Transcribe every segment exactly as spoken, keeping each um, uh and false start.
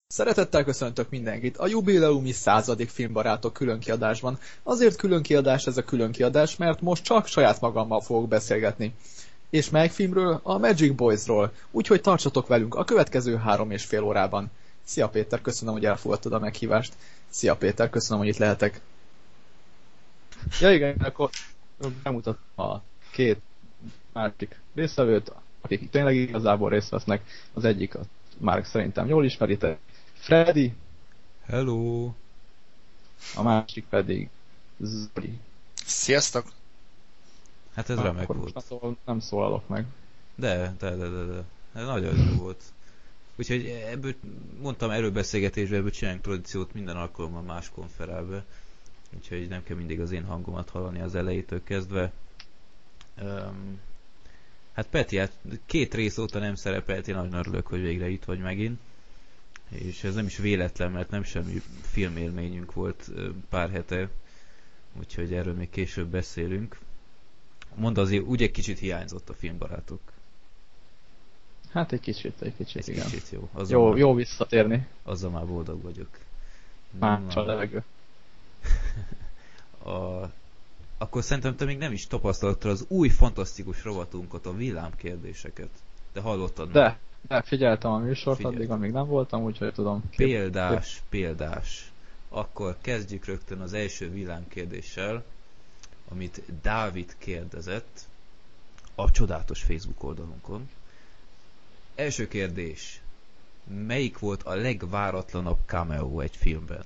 Szeretettel köszöntök mindenkit a jubileumi századik filmbarátok különkiadásban. Azért különkiadás ez a különkiadás, mert most csak saját magammal fogok beszélgetni. És melyik filmről? A Magic Boysról. Úgyhogy tartsatok velünk a következő három és fél órában. Szia Péter, köszönöm, hogy elfogadtad a meghívást. Szia Péter, köszönöm, hogy itt lehetek. Ja igen, akkor bemutatom a két másik résztvevőt, akik tényleg igazából részt vesznek. Az egyik az már szerintem jól ismeritek, Freddy. Hello. A másik pedig Zoli. Sziasztok! Hát ez Ah, remek akkor volt. most szól, nem szólalok meg. De, de, de, de, de. Ez nagyon jó volt. Úgyhogy ebből, mondtam előbeszélgetésben, ebből csináljunk produkciót minden alkalommal más konferálbe. Úgyhogy nem kell mindig az én hangomat hallani az elejétől kezdve. Um, hát Peti, hát két rész óta nem szerepelt, én nagyon örülök, hogy végre itt vagy megint. És ez nem is véletlen, mert nem semmi filmélményünk volt pár hete. Úgyhogy erről még később beszélünk. Mondd azért, ugye kicsit hiányzott a filmbarátok. Hát egy kicsit, egy kicsit, Egy igen. kicsit jó. Jó, már, jó visszatérni. azzal már boldog vagyok. Más Na, a levegő. a, akkor szerintem te még nem is tapasztaltad az új fantasztikus rovatunkat, a villámkérdéseket. Te hallottad De, már? de figyeltem a műsort, Figyeltem. addig, amíg nem voltam, úgyhogy tudom. Példás, példás. Akkor kezdjük rögtön az első villámkérdéssel, amit Dávid kérdezett a csodálatos Facebook oldalunkon. Első kérdés. Melyik volt a legváratlanabb cameo egy filmben?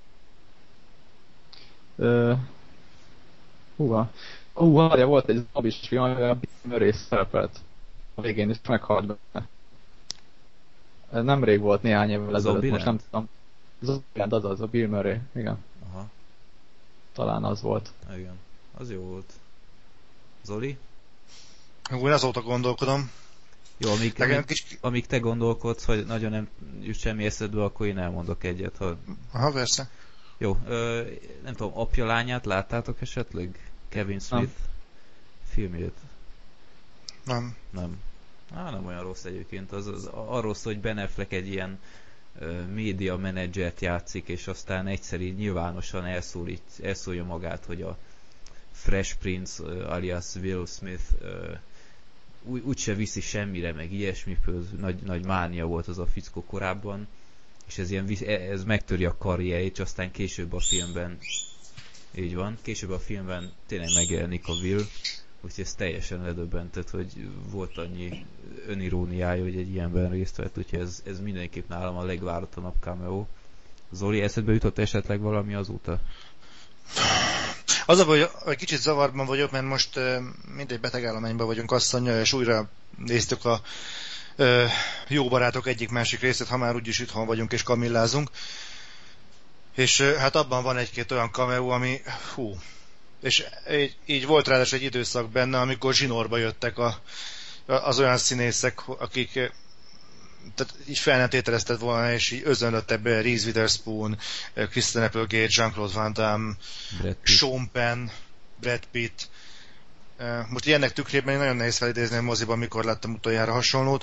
Ö... Húha. Hú, várja, volt egy zombis film, amivel a Bill Murray szerepelt. A végén is meghalt benne. Ez nemrég volt, néhány évvel ezelőtt, Zombieland? most nem tudom. Zombieland, azaz, a Bill Murray, igen. Aha, Talán az volt. igen. Az jó volt. Zoli? Úgy azóta gondolkodom. Jó, amíg, Nekem amíg, kis... amíg te gondolkodsz, hogy nagyon nem jut semmi eszedbe, akkor én elmondok egyet. Ha... Aha, persze. Jó, ö, nem tudom, apja lányát láttátok esetleg? Kevin Smith Nem. filmjét? Nem. Nem. Á, nem olyan rossz egyébként. Az, az arról szól, hogy Ben Affleck egy ilyen ö, média menedzsert játszik, és aztán egyszer így nyilvánosan elszólít, elszólja magát, hogy a Fresh Prince ö, alias Will Smith ö, úgy, úgyse viszi semmire, meg ilyesmi, nagy, nagy mánia volt az a fickó korábban, és ez, ilyen, ez megtöri a karrierjét, és aztán később a filmben, így van, később a filmben tényleg megjelenik a Will, úgyhogy ez teljesen ledöbbentett, hogy volt annyi öniróniája, hogy egy ilyenben részt vett, úgyhogy ez, ez mindenképp nálam a legváratlanabb cameo. Zoli, eszedbe jutott esetleg valami azóta? Az a baj, hogy kicsit zavarban vagyok, mert most uh, mindegy betegállományban vagyunk asszonnyal, és újra néztük a uh, Jó barátok egyik-másik részét, ha már úgyis itthon vagyunk és kamillázunk. És uh, hát abban van egy-két olyan cameo, ami hú. És így, így volt ráadásul egy időszak benne, amikor zsinórba jöttek a, az olyan színészek, akik uh, tehát így fel nem tételezted volna, és így özönlöttek be Reese Witherspoon, Kristen Applegate, Jean-Claude Van Damme, Sean Penn, Brad Pitt. Most ilyenek tükrében nagyon nehéz felidézni a moziban, mikor láttam utoljára hasonlót.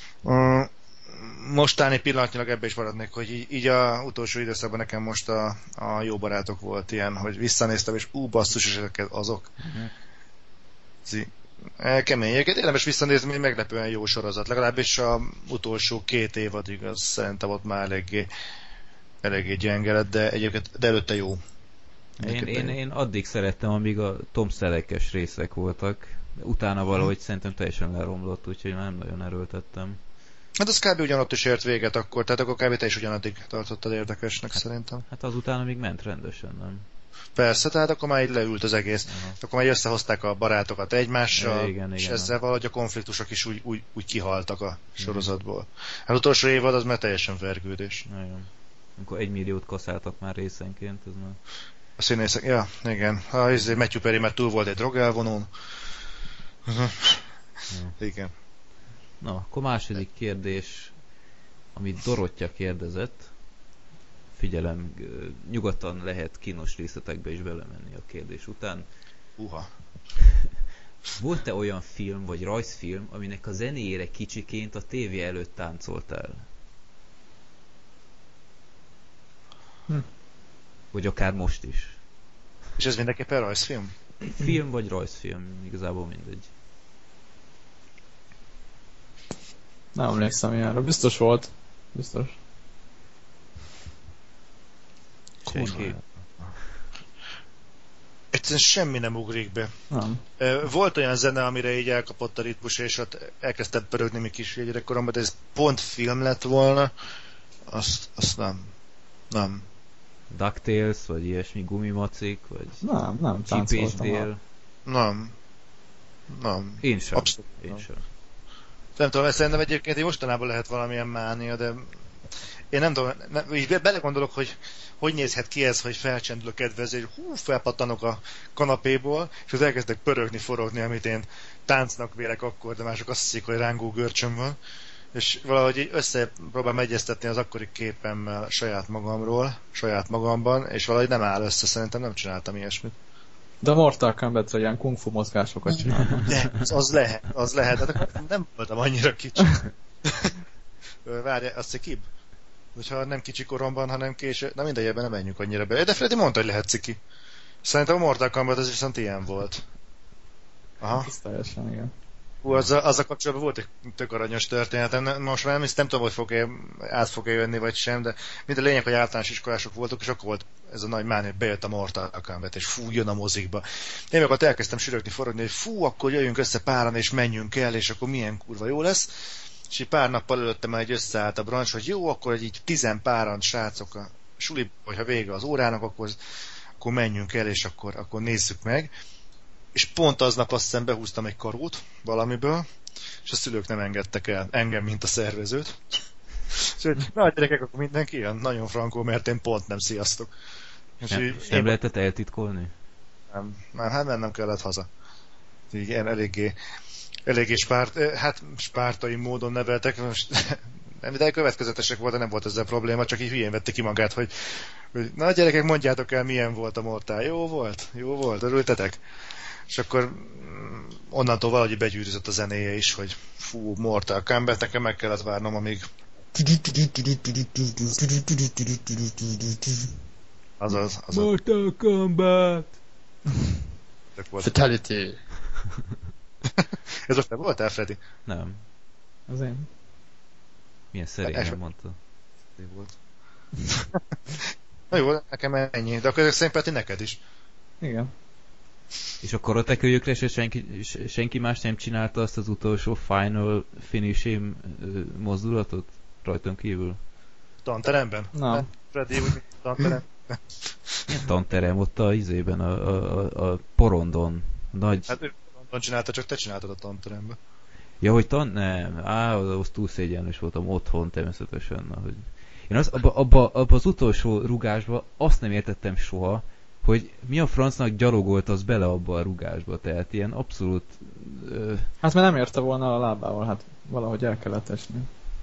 Mostáni pillanatnyilag ebbe is maradnék, hogy így, így a utolsó időszakban nekem most a, a Jó barátok volt ilyen, hogy visszanéztem, és ú, basszus, és ezek azok. Uh-huh. Kemény. Egyébként érdemes visszanézni, hogy meglepően jó sorozat. Legalábbis a utolsó két évadig az szerintem ott már eléggé, eléggé gyenge lett, de egyébként de előtte jó. Én, én, én addig szerettem, amíg a Tom Selleckes részek voltak. Utána valahogy hmm. szerintem teljesen leromlott, úgyhogy már nem nagyon erőltettem. Hát az kb. Ugyanott is ért véget akkor, tehát akkor kb. Te is ugyanaddig tartottad érdekesnek hát, szerintem. Hát azután még ment rendesen, nem? Persze, tehát akkor már így leült az egész. Uh-huh. Akkor már összehozták a barátokat egymással, igen, és igen, ezzel valahogy a konfliktusok is úgy, úgy, úgy kihaltak a sorozatból. Uh-huh. Hát utolsó évad az már teljesen vergődés. Nagyon. Amikor egy milliót kaszáltak már részenként, ez már... A színészek, ja, igen. Ha ezért Matthew Perry már túl volt egy drogelvonón. Uh-huh. Ja. Igen. Na, akkor második kérdés, amit Dorottya kérdezett. Figyelem, nyugodtan lehet kínos részletekbe is belemenni a kérdés után. Uha. Volt-e olyan film vagy rajzfilm, aminek a zenéjére kicsiként a tévé előtt táncoltál? Hm. Vagy akár most is. És ez mindenképpen rajzfilm? Film vagy rajzfilm, igazából mindegy. Nem emlékszem ilyenre. Biztos volt. Biztos. Senki. Egyszerűen semmi nem ugrik be. Nem. Volt olyan zene, amire így elkapott a ritmus, és ott elkezdtem pörögni mi kis gyerekkoromban, de ez pont film lett volna, azt, azt nem. Nem. DuckTales, vagy ilyesmi, gumimacik, vagy Nem, nem Chip és táncoltam. Dale. Nem. Nem. Én sem. Abszolút Én nem. sem. Nem tudom, ezt szerintem egyébként így mostanában lehet valamilyen mánia, de én nem tudom, nem, így belegondolok, hogy hogy nézhet ki ez, hogy felcsendül a kedvező, hogy hú, felpattanok a kanapéból, és az elkezdek pörögni, forogni, amit én táncnak vélek akkor, de mások azt hiszik, hogy rángó görcsöm van. És valahogy így összepróbálom egyeztetni az akkori képemmel saját magamról, saját magamban, és valahogy nem áll össze, szerintem nem csináltam ilyesmit. De Mortal Kombat-ra ilyen kung fu mozgásokat csináltam. De, az, az lehet, az lehet, de akkor nem voltam annyira kicsi. Várj, az ciki? Hogyha nem kicsi koromban, hanem késő, na mindegy, ebben nem menjünk annyira be. De Freddy mondta, hogy lehet ciki. Szerintem a Mortal Kombat az viszont ilyen volt. Aha. Ez teljesen, igen. Hú, azzal, azzal kapcsolatban volt egy tök aranyos történetem. Most már nem, nem tudom, hogy fog-e, át fog-e jönni, vagy sem, de minden lényeg, hogy általános iskolások voltunk, és akkor volt ez a nagy mánia, bejött a Mortal Kombat, és fú, jön a mozikba. Én meg ott elkezdtem sürögni, forogni, hogy fú, akkor jöjjünk össze páran, és menjünk el, és akkor milyen kurva jó lesz. És így pár nappal előtte már egy összeállt a brancs, hogy jó, akkor egy így tizen páran srácok a suli, hogyha vége az órának, akkor, akkor menjünk el, és akkor, akkor nézzük meg. És pont aznap azt hiszem behúztam egy karót valamiből, és a szülők nem engedtek el engem, mint a szervezőt. És hogy, na gyerekek, akkor mindenki jön, nagyon frankó, mert én pont nem, sziasztok. És Nem, így, nem én, lehetett eltitkolni? nem, nem, hát mennem kellett haza. Így ilyen eléggé, eléggé spárt, hát spártai módon neveltek, most de következetesek voltak, nem volt ezzel probléma, csak így hülyén vette ki magát, hogy, hogy na gyerekek, mondjátok el, milyen volt a Mortal. Jó volt, jó volt, örültetek? És akkor onnantól valahogy begyűrűzött a zenéje is, hogy fú, Mortal Kombat, nekem meg kellett várnom, amíg azaz, azaz. Mortal Kombat! Fatality. Ez most nem voltál, Freddy? Nem. Az én. Milyen szerényen mondta. Volt. Na jó, nekem ennyi, de akkor ezek szerint Peti neked is. Igen. És a karatekölyökre se senki, senki más nem csinálta azt az utolsó final finishing mozdulatot rajtunk kívül? Tanteremben? Nem. Freddy úgy tanterem. Milyen tanterem ott a izében, a, a, a porondon. Nagy... Hát ő Tanton csinálta, csak te csináltad a tanteremben. Ja, hogy tan... Nem. Á, az túl szégyenlős voltam otthon természetesen. Na, hogy... Én az, abba, abba, abba az utolsó rugásba azt nem értettem soha, hogy mi a francnak gyalogolt az bele abba a rugásba, tehát ilyen abszolút... Ö... Hát mert nem érte volna a lábával, hát valahogy el kellett esni.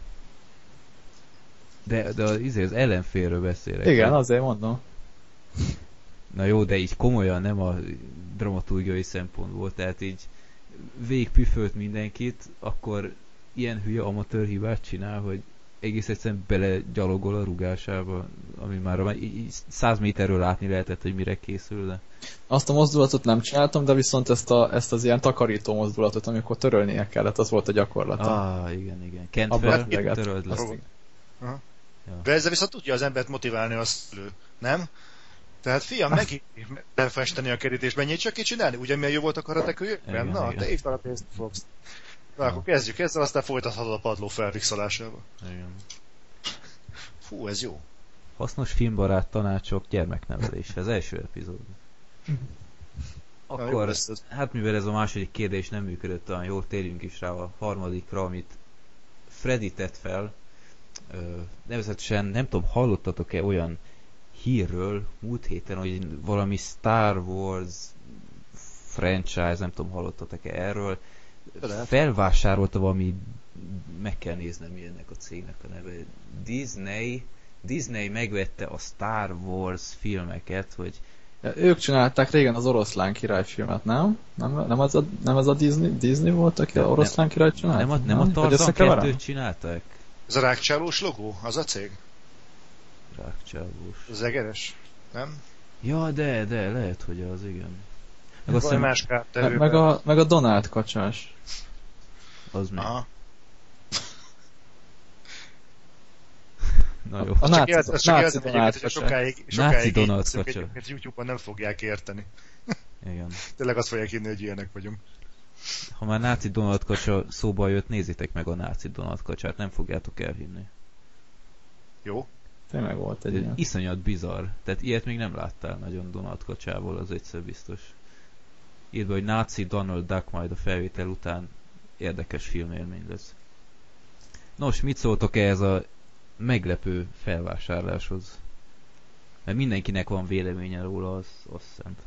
De, de az, az ellenfélről beszélek. Igen, azért mondom. Na jó, de így komolyan nem a dramaturgiai szempontból, tehát így végpüfölt mindenkit, akkor ilyen hülye amatőr hibát csinál, hogy egész egyszerűen belegyalogol a rugásába, ami már száz méterről látni lehetett, hogy mire készül, de... Azt a mozdulatot nem csináltam, de viszont ezt, a, ezt az ilyen takarító mozdulatot, amikor törölnie kellett, az volt a gyakorlata. Ah, igen, igen. Kent Abba fel, ideget. töröld le. Aha. Ja. De ezzel viszont tudja az embert motiválni a szülő, nem? Tehát fiam, megint befesteni a kerítést, mennyit csak csinálni? Ugye milyen jó volt a karatekölyökben? Igen, Na, igen. te is talán pénzt fogsz. Na, akkor kezdjük ezzel, aztán folytathatod a padló felvixolásával. Igen. Fú, ez jó. Hasznos filmbarát tanácsok gyermekneveléshez. Első epizód. Na, jó Akkor, lesz ez. hát mivel ez a második kérdés nem működött olyan jól, térjünk is rá a harmadikra, amit Freddy tett fel. Ö, nevezetesen, nem tudom, hallottatok-e olyan hírről múlt héten, hogy valami Star Wars franchise, nem tudom, hallottatok-e erről, felvásárolta valami, meg kell néznem, mi ennek a cégnek a neve, Disney, Disney megvette a Star Wars filmeket, hogy Ja, ők csinálták régen az Oroszlán királyfilmet, nem? Nem, nem, az a, nem az a Disney, Disney volt, aki a Oroszlán király csinálta? nem a, nem a Tarzan kettőt csinálták? Ez a rákcsálós logó? Az a cég? Rákcsávós. Az egeres? Nem? Ja, de, de, lehet, hogy az, igen. Meg azt hiszem, más meg, meg, a, meg a Donald kacsás. Az mi? Aha. Na jó. A náci, csak náci, náci náci Donald kacsa. Sokáig, sokáig Donald így kacsa. mert YouTube-on nem fogják érteni. Igen. Tényleg azt fogják hinni, hogy ilyenek vagyunk. Ha már náci Donald kacsa szóba jött, nézzétek meg a náci Donald kacsát, nem fogjátok elhinni. Jó? Tényleg volt egy ilyen. Iszonyat bizarr. Tehát ilyet még nem láttál nagyon Donald kacsából, az egyszer biztos. Írd be, hogy náci Donald Duck, majd a felvétel után érdekes filmélmény lesz. Nos, mit szóltok ehhez a meglepő felvásárláshoz? Mert mindenkinek van véleménye róla, az, az szent.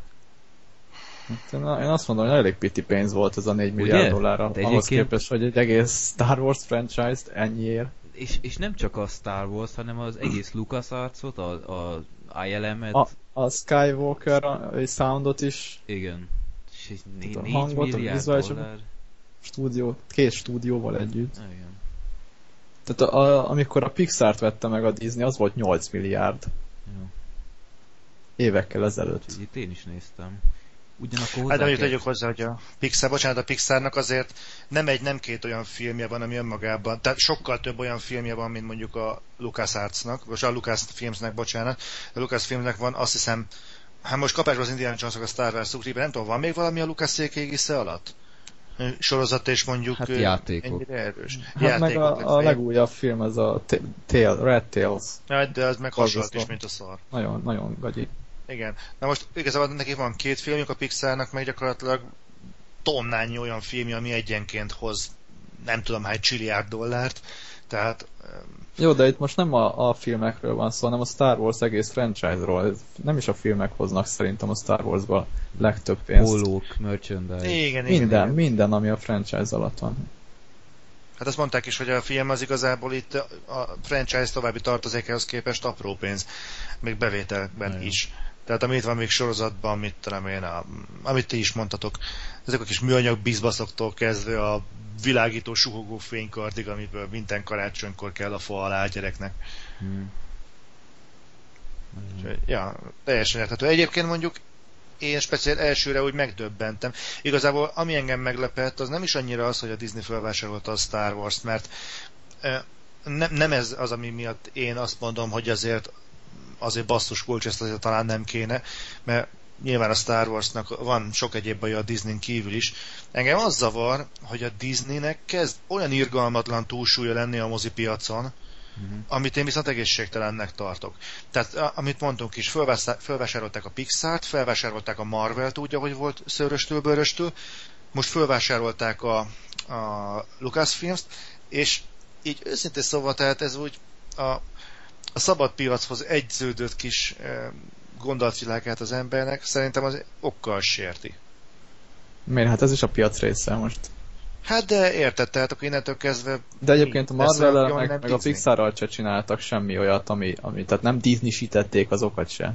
Én azt mondom, hogy elég piti pénz volt ez a négy milliárd dollárra, ahhoz egyébként... képest, hogy egy egész Star Wars franchise-t ennyiért. És, és nem csak a Star Wars, hanem az egész LucasArts-ot, a, a I L M-et. A, a Skywalker a, a soundot is. Igen. És négy hangot, milliárd dollár. Stúdió, két stúdióval együtt. Igen. Tehát a, a, amikor a Pixart vette meg a Disney, az volt nyolc milliárd. Jó. Évekkel ezelőtt. Itt én is néztem. Ugyanakkor hát de tegyük hozzá, hogy a Pixar, bocsánat, a Pixarnak azért nem egy, nem két olyan filmje van, ami önmagában, tehát sokkal több olyan filmje van, mint mondjuk a LucasArts-nak, vagy a Lucasfilmsnek, bocsánat, a Lucasfilmnek van, azt hiszem, hát most kapásban az Indiana Jones-ok a Star Wars ugrében, nem tudom, van még valami a Lucas székégisze alatt? Sorozat és mondjuk hát játékok. ennyire erős. Hát játékok meg a, a legújabb film, ez a Tail, Red Tails. Hát, de az meg hasonlít is, mint a szar. Nagyon, nagyon gagyi. Igen. Na most igazából neki van két filmjük, a Pixarnak meg gyakorlatilag tonnányi olyan filmje, ami egyenként hoz nem tudom hány csilliárd dollárt. Tehát... Jó, de itt most nem a, a filmekről van szó, hanem a Star Wars egész franchise-ról. Nem is a filmek hoznak szerintem a Star Wars-ba legtöbb pénzt. Pólók, merchandise. Igen, minden, igen. minden, ami a franchise alatt van. Hát azt mondták is, hogy a film az igazából itt a franchise további tartozékához képest apró pénz, még bevételben Nagyon. is. Tehát amit van még sorozatban, mit tudom én, a, amit ti is mondtatok, ezek a kis műanyag bizbaszoktól kezdve a világító suhogó fénykardig, amiből minden karácsonykor kell a fa alá a gyereknek. Hmm. Hmm. Ja, teljesen érthető. Egyébként mondjuk én speciál elsőre úgy megdöbbentem. Igazából ami engem meglepett, az nem is annyira az, hogy a Disney felvásárolta a Star Wars-t, mert ne, nem ez az, ami miatt én azt mondom, hogy azért azért basszus kulcs, ezt azért talán nem kéne, mert nyilván a Star Warsnak van sok egyéb baja a Disneyn kívül is. Engem az zavar, hogy a Disneynek kezd olyan irgalmatlan túlsúlya lenni a mozipiacon, uh-huh. amit én viszont egészségtelennek tartok. Tehát, amit mondtunk is, felvásárolták a Pixart, felvásárolták a Marvelt úgy, ahogy volt szőröstől, bőröstől, most felvásárolták a, a Lucasfilms-t, és így őszintén szóval, tehát ez úgy a a szabad piachoz egyződött kis gondolatvilágát az embernek szerintem az okkal sérti. Miért? Hát ez is a piac része most. Hát de érted, tehát akkor innentől kezdve... De egyébként a Marvel-el meg, meg a Disney. Pixarral se csináltak semmi olyat, ami, ami tehát nem Disney-sítették azokat se.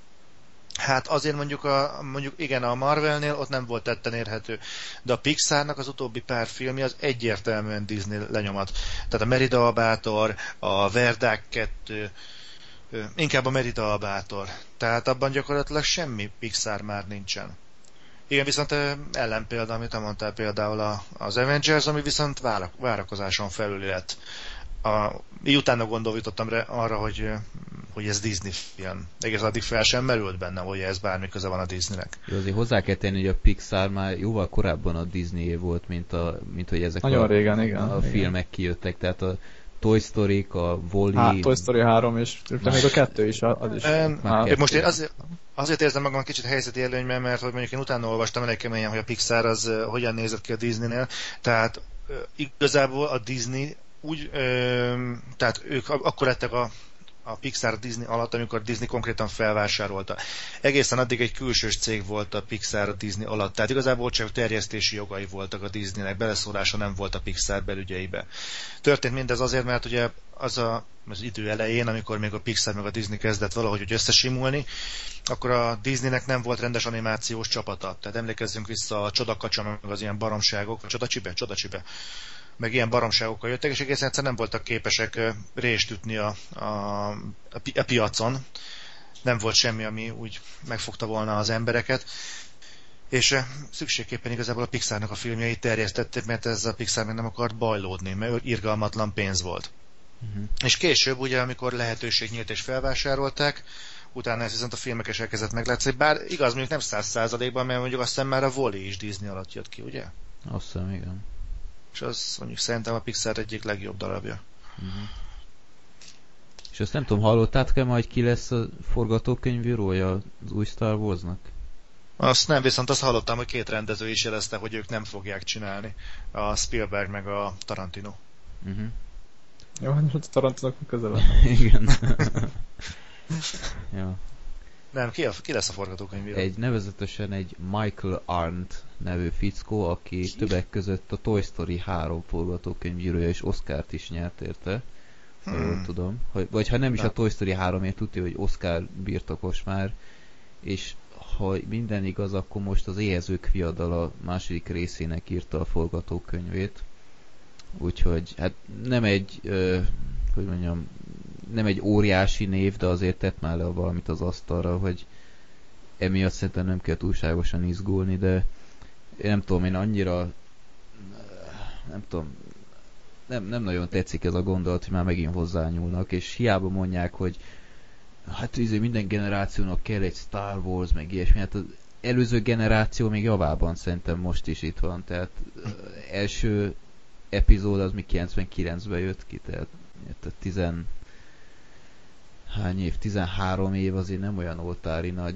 Hát azért mondjuk, a, mondjuk igen, a Marvelnél ott nem volt tetten érhető, de a Pixarnak az utóbbi pár filmje az egyértelműen Disney lenyomat. Tehát a Merida a Bátor, a Verdák kettő, inkább a Merida a Bátor. Tehát abban gyakorlatilag semmi Pixar már nincsen. Igen, viszont ellenpélda, amit mondtál például a, az Avengers, ami viszont várak, várakozáson felül lett. A, így utána gondolítottam arra, hogy, hogy ez Disney film. Egész addig fel sem merült benne, hogy ez bármi köze van a Disneynek. Jó, azért hozzá kell tenni, hogy a Pixar már jóval korábban a Disney volt, mint, a, mint hogy ezek Nagyon a, régen, igen, a igen. filmek kijöttek. Tehát a Toy Story, a Wall-E... Hát, Toy Story három, és még a kettő is, az is. Um, hát, most én azért, azért érzem magam kicsit helyzeti előnyben, mert hogy mondjuk én utána olvastam elég keményen, hogy a Pixar az uh, hogyan nézett ki a Disneynél. Tehát uh, igazából a Disney úgy, ö, tehát ők akkor lettek a, a Pixar Disney alatt, amikor Disney konkrétan felvásárolta. Egészen addig egy külsős cég volt a Pixar a Disney alatt, tehát igazából csak terjesztési jogai voltak a Disneynek, beleszólása nem volt a Pixar belügyeibe. Történt mindez azért, mert ugye az a, az idő elején, amikor még a Pixar meg a Disney kezdett valahogy hogy összesimulni, akkor a Disneynek nem volt rendes animációs csapata. Tehát emlékezzünk vissza a Csodakacsa, meg az ilyen baromságok, a Csodacsibe, Csodacsibe. meg ilyen baromságokkal jöttek, és egészen egyszer nem voltak képesek rést ütni a, a, a, pi, a piacon. Nem volt semmi, ami úgy megfogta volna az embereket. És szükségképpen igazából a Pixarnak a filmjeit terjesztették, mert ez a Pixar meg nem akart bajlódni, mert irgalmatlan pénz volt. Uh-huh. És később, ugye, amikor lehetőség nyílt és felvásárolták, utána ez viszont a filmek is elkezdett meglátszani, bár igaz, mondjuk nem száz százalékban, mert mondjuk aztán már a Wall-E is Disney alatt jött ki, ugye? Azt hiszem, igen. És az mondjuk szerintem a Pixar egyik legjobb darabja. Uh-huh. És azt nem tudom, hallottátok-e majd ki lesz a forgatókönyvírója az új Star Warsnak? Azt nem, viszont azt hallottam, hogy két rendező is jelezte, hogy ők nem fogják csinálni. A Spielberg meg a Tarantino. Uh-huh. Jó, hát a Tarantinak közel. Igen. Ja. Nem, ki, a, ki lesz a forgatókönyvíró? Egy nevezetesen egy Michael Arndt nevű fickó, aki ki? többek között a Toy Story három forgatókönyvírója, és Oscart is nyert érte. Hmm. Ha jól tudom. Vagy ha nem is nem. a Toy Story háromért tudja, hogy Oscar birtokos már, és ha minden igaz, akkor most az Éhezők fiadala második részének írta a forgatókönyvét. Úgyhogy hát nem egy, ö, hogy mondjam, nem egy óriási név, de azért tett már le valamit az asztalra, hogy emiatt szerintem nem kell túlságosan izgulni, de én nem tudom, én annyira nem tudom, nem, nem nagyon tetszik ez a gondolat, hogy már megint hozzányúlnak, és hiába mondják, hogy hát izé minden generációnak kell egy Star Wars, meg ilyesmi, hát az előző generáció még javában szerintem most is itt van, tehát első epizód az még kilencvenkilencben jött ki, tehát tizen hány év, tizenhárom év azért nem olyan oltári nagy.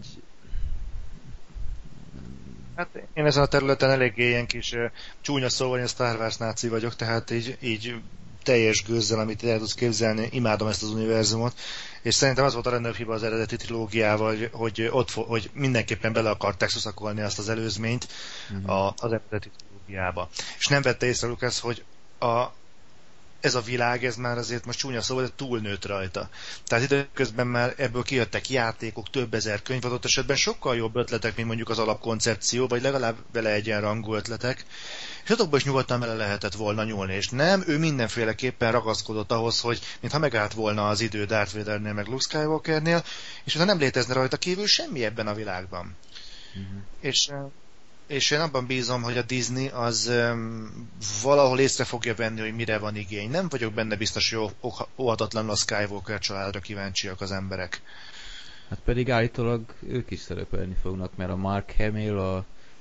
Hát én ezen a területen eléggé ilyen kis uh, csúnya szóval, én a Star Wars náci vagyok, tehát így, így teljes gőzzel, amit el tudsz képzelni, imádom ezt az univerzumot, és szerintem az volt a legnagyobb hiba az eredeti trilógiával, hogy, hogy, ott, hogy mindenképpen bele akarták szuszakolni azt az előzményt uh-huh. a, az eredeti trilógiába. És nem vette észre Lucas, hogy a ez a világ, ez már azért most csúnya szó, de túlnőtt rajta. Tehát időközben már ebből kijöttek játékok, több ezer könyv, adott esetben sokkal jobb ötletek, mint mondjuk az alapkoncepció, vagy legalább vele egyenrangú ötletek, és azokból is nyugodtan vele lehetett volna nyúlni, és nem, ő mindenféleképpen ragaszkodott ahhoz, hogy mintha megállt volna az idő Darth Vadernél, meg Luke Skywalkernél, és utána nem létezne rajta kívül semmi ebben a világban. Uh-huh. És És én abban bízom, hogy a Disney az um, valahol észre fogja venni, hogy mire van igény. Nem vagyok benne biztos, hogy óhatatlanul a Skywalker családra kíváncsiak az emberek. Hát pedig állítólag ők is szerepelni fognak, mert a Mark Hamill, a, a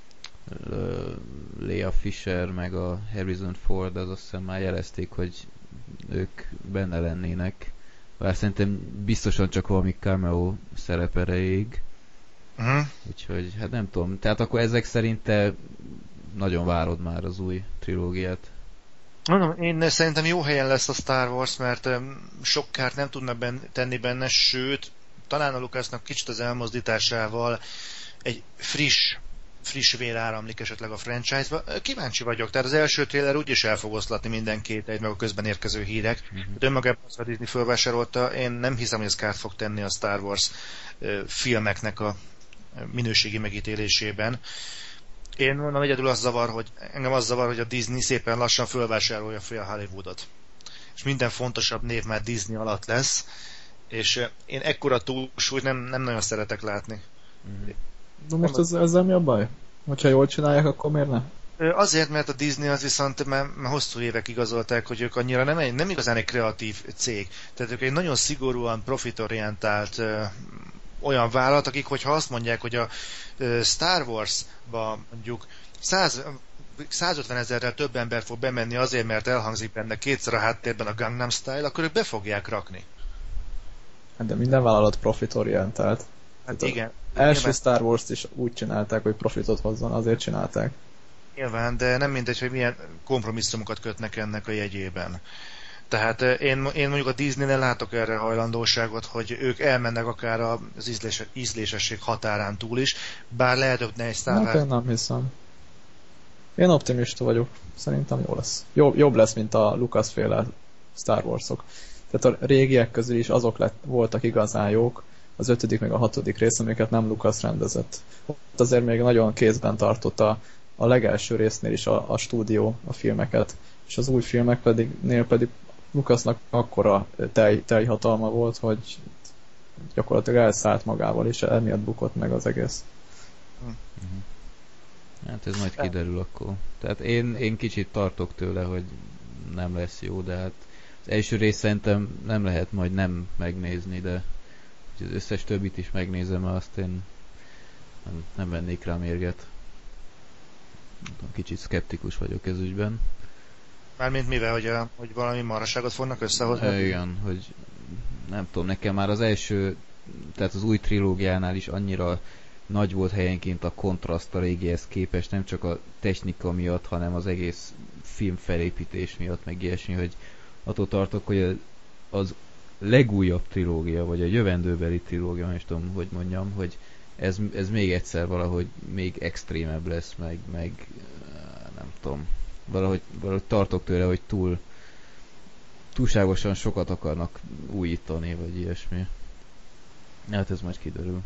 Leah Fisher, meg a Harrison Ford, az azt hiszem már jelezték, hogy ők benne lennének. Bár szerintem biztosan csak valami cameo szerep erejéig. Uh-huh. Úgyhogy, hát nem tudom. Tehát akkor ezek szerint te nagyon várod már az új trilógiát. Mondom, én szerintem jó helyen lesz a Star Wars, mert sok kárt nem tudna ben, tenni benne, sőt, talán a Lucasnak kicsit az elmozdításával egy friss, friss vér áramlik esetleg a franchise-ba. Kíváncsi vagyok, tehát az első trailer úgyis el fog oszlatni mindenkét egy meg a közben érkező hírek. Uh-huh. De önmagában az, a Disney fölvásárolta, én nem hiszem, hogy ez kárt fog tenni a Star Wars filmeknek a minőségi megítélésében. Én mondom, egyedül az zavar, hogy engem az zavar, hogy a Disney szépen lassan fölvásárolja fel a Hollywoodot. És minden fontosabb név már Disney alatt lesz, és én ekkora túlsúlyt nem, nem nagyon szeretek látni. De most ez, ezzel mi a baj? Hogyha jól csinálják, akkor miért ne? Azért, mert a Disney az viszont már, már hosszú évek igazolták, hogy ők annyira nem, nem igazán egy kreatív cég. Tehát ők egy nagyon szigorúan profitorientált olyan vállalat, akik, hogyha azt mondják, hogy a Star Wars-ba mondjuk száz, százötven ezerrel több ember fog bemenni azért, mert elhangzik benne kétszer a háttérben a Gangnam Style, akkor ők be fogják rakni. Hát de minden vállalat profitorientált. Hát igen. Első nyilván... Star Wars-t is úgy csinálták, hogy profitot hozzon, azért csinálták. Nyilván, de nem mindegy, hogy milyen kompromisszumokat kötnek ennek a jegyében. Tehát én, én mondjuk a Disney-nél látok erre hajlandóságot, hogy ők elmennek akár az ízlés, ízlésesség határán túl is, bár lehet, hogy ne egy Star Wars... Hát én nem hiszem. Én optimista vagyok. Szerintem jó lesz. Jobb, jobb lesz, mint a Lucas-féle Star Wars-ok. Tehát a régiek közül is azok lett, voltak igazán jók, az ötödik meg a hatodik rész, amiket nem Lucas rendezett. Ott azért még nagyon kézben tartotta a legelső résznél is a, a stúdió a filmeket, és az új filmek pedig, nél pedig Lucasnak akkora tej, teljhatalma volt, hogy gyakorlatilag elszállt magával, és emiatt bukott meg az egész. Hát ez majd kiderül akkor. Tehát én, én kicsit tartok tőle, hogy nem lesz jó, de hát az első rész szerintem nem lehet majd nem megnézni, de az összes többit is megnézem, mert azt én nem, nem vennék rá mérget. Kicsit szkeptikus vagyok ez ügyben. Mármint mivel, hogy, a, hogy valami maraságot fognak összehozni? E, igen, hogy nem tudom, nekem már az első, tehát az új trilógiánál is annyira nagy volt helyenként a kontraszt a régihez képest, nem csak a technika miatt, hanem az egész film felépítés miatt, meg ilyesmi, hogy attól tartok, hogy az legújabb trilógia, vagy a jövendőbeli trilógia, nem tudom, hogy mondjam, hogy ez, ez még egyszer valahogy még extrémebb lesz, meg, meg nem tudom, valahogy, valahogy tartok tőle, hogy túl túlságosan sokat akarnak újítani, vagy ilyesmi. Hát ez majd kiderül.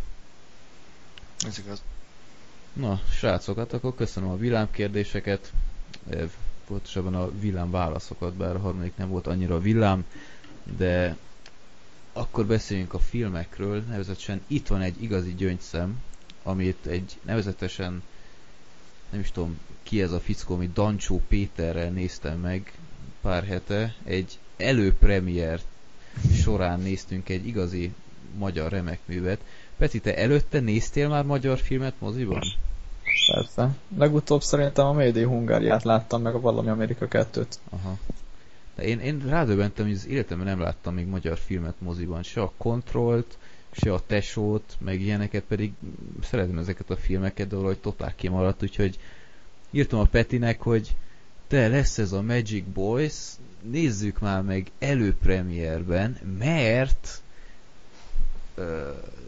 Ez igaz. Na, srácokat, akkor köszönöm a villámkérdéseket, pontosabban a villám válaszokat, bár a harmadik nem volt annyira villám, de akkor beszéljünk a filmekről, nevezetesen itt van egy igazi gyöngyszem, amit egy nevezetesen, nem is tudom ki ez a fickó, amit Dancsó Péterrel néztem meg pár hete, egy előpremier során néztünk egy igazi magyar remekművet. Peti, te előtte néztél már magyar filmet moziban? Persze. Legutóbb szerintem a Médi Hungáriát láttam, meg a Valami Amerika kettőt. Aha. De én, én rádöbbentem, hogy az életemben nem láttam még magyar filmet moziban. Se a Kontrollt, se a Tesót, meg ilyeneket, pedig szeretem ezeket a filmeket, de valahogy totál kimaradt, úgyhogy írtam a Petinek, hogy te, lesz ez a Magic Boys, nézzük már meg előpremierben, mert uh,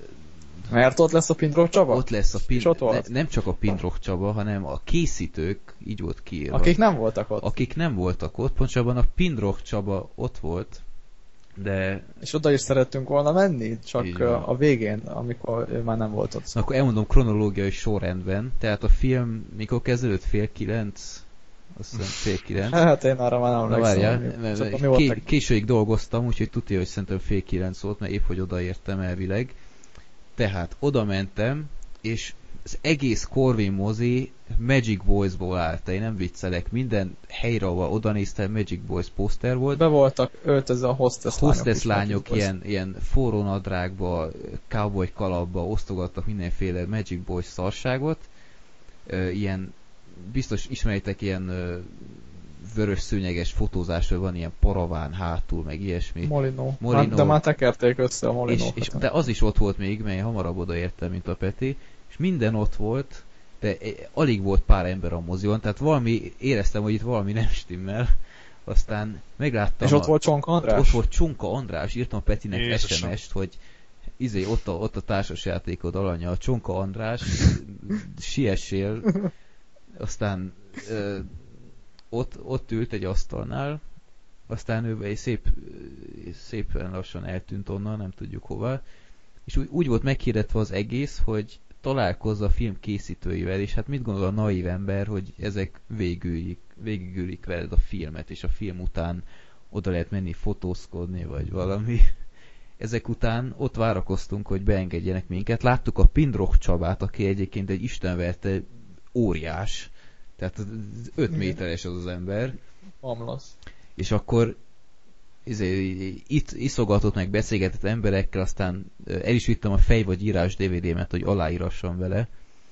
mert ott lesz a Pindrok Csaba? Ott lesz a Pindrok, ne, ott? nem csak a Pindrok Csaba, hanem a készítők, így volt kiírva. Akik nem voltak ott. Akik nem voltak ott, pontosabban a Pindrok Csaba ott volt, de... És oda is szerettünk volna menni, csak a végén, amikor ő már nem volt ott. Na, akkor elmondom kronológiai sorrendben, tehát a film mikor kezdődött? Fél kilenc? Azt hiszem fél kilenc. Hát én arra már nem emlékszem. Ké- későig dolgoztam, úgyhogy tudja, hogy szerintem fél kilenc volt, mert épp hogy odaértem elvileg. Tehát oda mentem, és az egész Corvin mozi Magic Boys-ból állt. Én nem viccelek, minden helyre, ahol oda néztem, Magic Boys poszter volt. Be voltak öltözve a hostess lányok. Hostess lányok ilyen, ilyen forró nadrágba, cowboy kalapba osztogattak mindenféle Magic Boys szarságot. Ilyen, biztos ismeritek ilyen vörös szőnyeges fotózásról, van ilyen paraván hátul, meg ilyesmi. Molino. Molino. De már tekerték össze a Molinókat. És, és, de az is ott volt még, mert hamarabb odaértem, mint a Peti, és minden ott volt, de alig volt pár ember a moziban, tehát valami, éreztem, hogy itt valami nem stimmel. Aztán megláttam... És ott a, volt Csonka András? Ott volt Csonka András, írtam a Petinek Jézusom. es em est, hogy izé, ott a, ott a társasjátékod alanya, a Csonka András, siessél, aztán ö, ott, ott ült egy asztalnál, aztán ő egy szép, szépen lassan eltűnt onnan, nem tudjuk hova, és úgy, úgy volt meghirdetve az egész, hogy találkozza a film készítőivel, és hát mit gondol a naív ember, hogy ezek végülik, végigülik veled a filmet, és a film után oda lehet menni fotózkodni, vagy valami. Ezek után ott várakoztunk, hogy beengedjenek minket. Láttuk a Pindrok Csabát, aki egyébként egy istenverte óriás, tehát öt méteres az az ember. Amlasz. És akkor izé, itt iszogatott meg, beszélgetett emberekkel, aztán el is vittem a fej vagy írás dé vé dé-met, hogy aláírassam vele,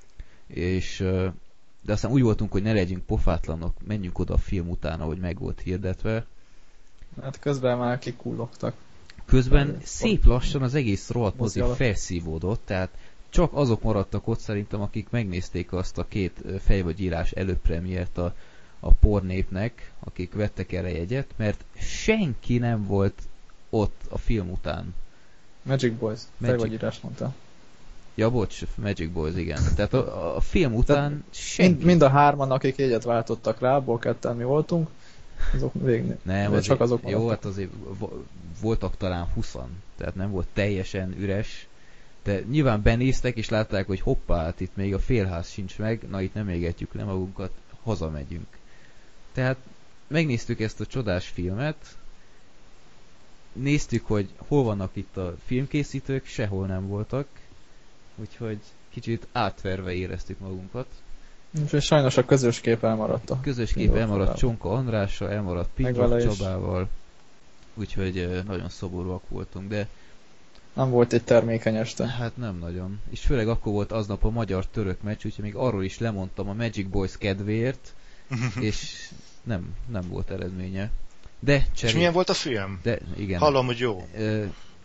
és de aztán úgy voltunk, hogy ne legyünk pofátlanok, menjünk oda a film után, ahogy meg volt hirdetve. Hát közben már kikullogtak. Közben szép lassan az egész rohadt mozi felszívódott, tehát csak azok maradtak ott szerintem, akik megnézték azt a két fej vagy írás előpremiért a a pornépnek, akik vettek erre jegyet, mert senki nem volt ott a film után. Magic Boys, fejvagyírás mondta. Ja, bocs, Magic Boys, igen. Tehát a, a film után senki. Mind, mind a hárman, akik jegyet váltottak rá, abból ketten mi voltunk, azok végig nem, azért, csak azok jó, hát azért voltak talán huszan, tehát nem volt teljesen üres, de nyilván benéztek, és látták, hogy hoppá, hát itt még a félház sincs meg, na itt nem égetjük le magunkat, hazamegyünk. Tehát megnéztük ezt a csodás filmet, néztük, hogy hol vannak itt a filmkészítők, sehol nem voltak, úgyhogy kicsit átverve éreztük magunkat. Úgyhogy sajnos a közös kép elmaradt. A közös kép elmaradt Csonka Andrással, elmaradt Pingyok Csabával, úgyhogy nagyon szomorúak voltunk, de nem volt egy termékeny este. Hát nem nagyon. És főleg akkor volt aznap a magyar-török meccs, úgyhogy még arról is lemondtam a Magic Boys kedvéért, és nem, nem volt eredménye. De cserél... És milyen volt a film? De, igen. Hallom, hogy jó. Ö,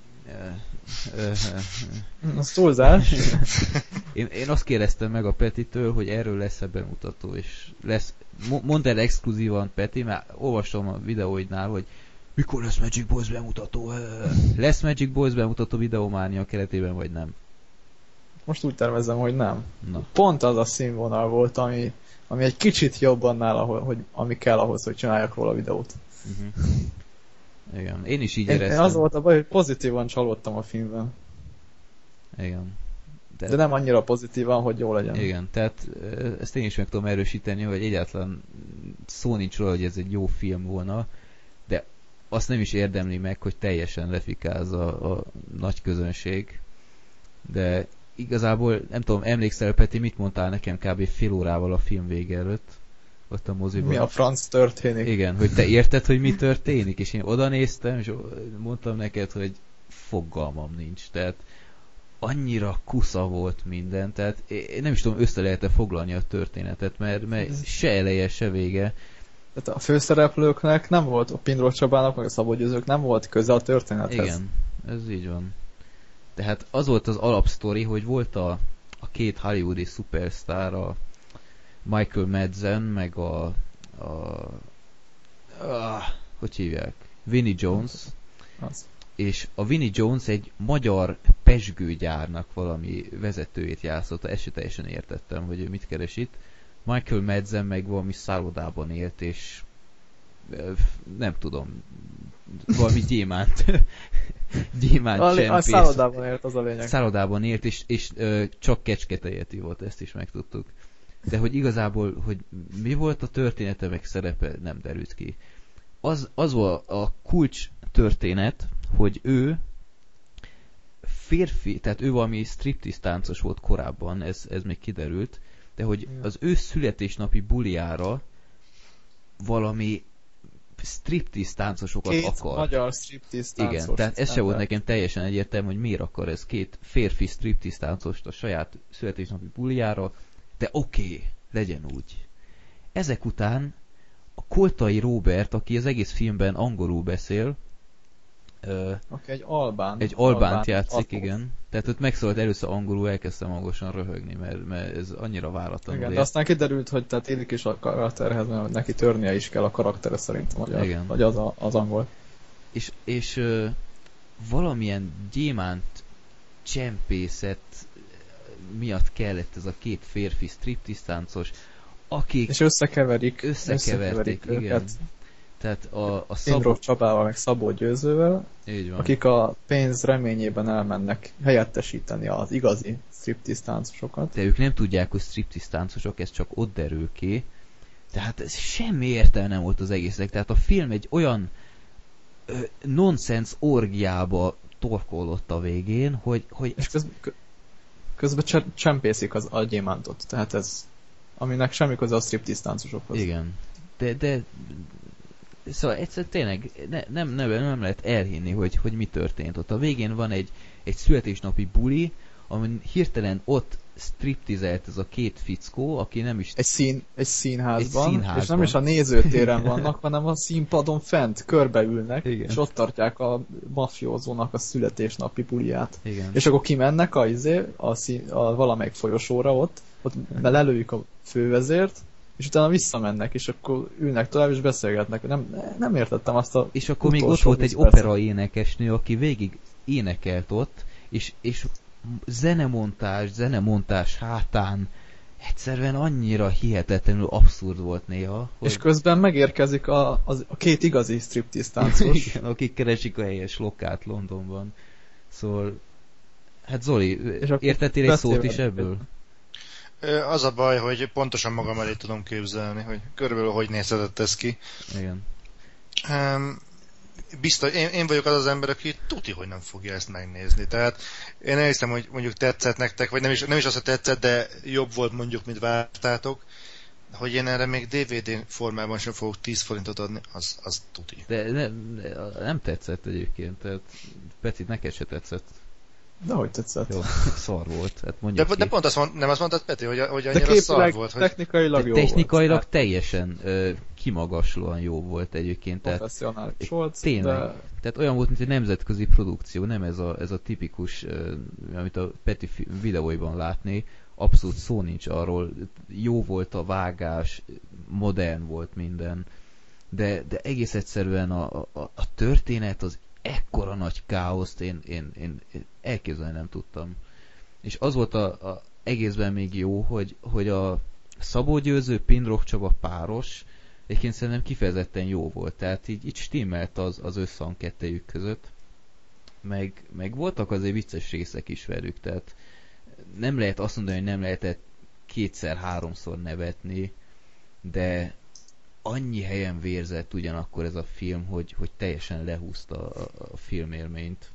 az túlzás. én, én azt kérdeztem meg a Petitől, hogy erről lesz-e bemutató, és lesz, mondd el exkluzívan, Peti, mert olvasom a videóidnál, hogy mikor lesz Magic Boys bemutató? Lesz Magic Boys bemutató Videománia keretében, vagy nem? Most úgy tervezem, hogy nem. Na. Pont az a színvonal volt, ami, ami egy kicsit jobb annál, ahol, hogy, ami kell ahhoz, hogy csináljak róla videót. Uh-huh. Igen, én is így én, éreztem. Én az volt a baj, hogy pozitívan csalódtam a filmben. Igen. De, De nem annyira pozitívan, hogy jó legyen. Igen, tehát ezt én is meg tudom erősíteni, hogy egyáltalán szó nincs róla, hogy ez egy jó film volna, de azt nem is érdemli meg, hogy teljesen lefikázza a, a nagy közönség. De igazából, nem tudom, emlékszel, Peti, mit mondtál nekem kb. Fél órával a film vége előtt? Ott a moziban. Mi a franc történik? Igen, hogy te érted, hogy mi történik, és én oda néztem, és mondtam neked, hogy fogalmam nincs. Tehát annyira kusza volt minden, tehát én nem is tudom, össze lehet-e foglalni a történetet, mert, mert se eleje, se vége. Tehát a főszereplőknek nem volt, a Pindró Csabának, meg a Szabó Győzők nem volt köze a történethez. Igen, ez így van. Tehát az volt az alapsztori, hogy volt a, a két hollywoodi szupersztár, a Michael Madsen, meg a, a, a hogy hívják? Vinnie Jones. Az. És a Vinnie Jones egy magyar pezsgőgyárnak valami vezetőjét játszotta, ezt se teljesen értettem, hogy ő mit keres itt. Michael Madsen meg valami szállodában élt, és nem tudom, valami gyémánt gyémánt a, csempész. A szállodában élt, az a lényeg. Szállodában élt, és, és ö, csak kecsketejeti volt, ezt is megtudtuk. De hogy igazából, hogy mi volt a története, meg szerepe, nem derült ki. Az, az volt a kulcs történet, hogy ő férfi, tehát ő valami striptease táncos volt korábban, ez, ez még kiderült, de hogy az ő születésnapi buliára valami striptease táncosokat két akar. magyar striptease táncos. Igen, tehát ez se volt nekem teljesen egyértelmű, hogy miért akar ez két férfi striptease táncost a saját születésnapi buliára, de oké, okay, legyen úgy. Ezek után a Koltai Róbert, aki az egész filmben angolul beszél, okay, egy albán. Egy albánt albán játszik, albán. Igen. Tehát ott megszólalt először angolul, elkezdtem hangosan röhögni, mert, mert ez annyira váratlanul. Igen, de aztán kiderült, hogy tehát élik is a karakterhez, mert neki törnie is kell a karaktere szerintem, vagy, a, vagy az, a, az angol. És, és uh, valamilyen gyémánt csempészet miatt kellett ez a két férfi striptease táncos, akik... És összekeverik. Összekeverték, összekeverik igen. Őket. Tehát a, a Szabó... Indró Csabával, meg Szabó Győzővel, akik a pénz reményében elmennek helyettesíteni az igazi striptease táncosokat. De ők nem tudják, hogy striptease táncosok, ez csak ott derül ki. Tehát ez semmi értelme nem volt az egésznek. Tehát a film egy olyan ö, nonsense orgiába torkollott a végén, hogy... hogy és közben, közben csempészik az agyémántot. Tehát ez, aminek semmi köze a striptease táncosokhoz. Igen. De, de szóval egyszerűen tényleg ne, nem, nem, nem lehet elhinni, hogy, hogy mi történt ott. A végén van egy, egy születésnapi buli, amin hirtelen ott striptizelt ez a két fickó, aki nem is... Egy, szín, egy, színházban, egy színházban, és nem is a nézőtéren vannak, hanem a színpadon fent körbeülnek, igen. És ott tartják a mafiózónak a születésnapi buliát. Igen. És akkor kimennek a, izé, a, szín, a valamelyik folyosóra ott, ott lelőjük a fővezért, és utána visszamennek, és akkor ülnek tovább, és beszélgetnek. Nem, nem értettem azt a... És akkor még ott volt egy opera énekesnő, aki végig énekelt ott, és, és zenemontás, zenemontás hátán egyszerűen annyira hihetetlenül abszurd volt néha. Hogy... És közben megérkezik a, a, a két igazi striptease táncos. Igen, akik keresik a helyes lokát Londonban. Szóval, hát Zoli, értettél egy szót is ebből? Az a baj, hogy pontosan magam elé tudom képzelni, hogy körülbelül hogy nézhetett ez ki. Igen. Um, biztos, én, én vagyok az az ember, aki tuti, hogy nem fogja ezt megnézni. Tehát én elhiszem, hogy mondjuk tetszett nektek, vagy nem is, nem is az, hogy tetszett, de jobb volt mondjuk, mint vártátok, hogy én erre még dé vé dé formában sem fogok tíz forintot adni, az, az tuti. De nem, nem tetszett egyébként, tehát Peti, neked se tetszett. De hogy tetszett? Jó, szar volt, hát De, mondjuk de pont azt mond, nem azt mondtad, Peti, hogy, hogy annyira de szar volt, hogy... technikailag de jó technikailag volt. teljesen ö, kimagaslóan jó volt egyébként. Tehát, professzionális volt, tényleg. de... Tehát olyan volt, mint egy nemzetközi produkció, nem ez a, ez a tipikus, ö, amit a Peti videóiban látni, abszolút szó nincs arról, jó volt a vágás, modern volt minden, de, de egész egyszerűen a, a, a történet az ekkora nagy káoszt én, én, én, én elképzelni nem tudtam. És az volt a, a egészben még jó, hogy, hogy a Szabó Győző, Pindrok Csaba páros egyébként szerintem kifejezetten jó volt. Tehát így, így stimmelt az, az összhang kettejük között. Meg, meg voltak azért vicces részek is velük, tehát nem lehet azt mondani, hogy nem lehetett kétszer-háromszor nevetni, de annyi helyen vérzett ugyanakkor ez a film, hogy, hogy teljesen lehúzta a, a filmélményt.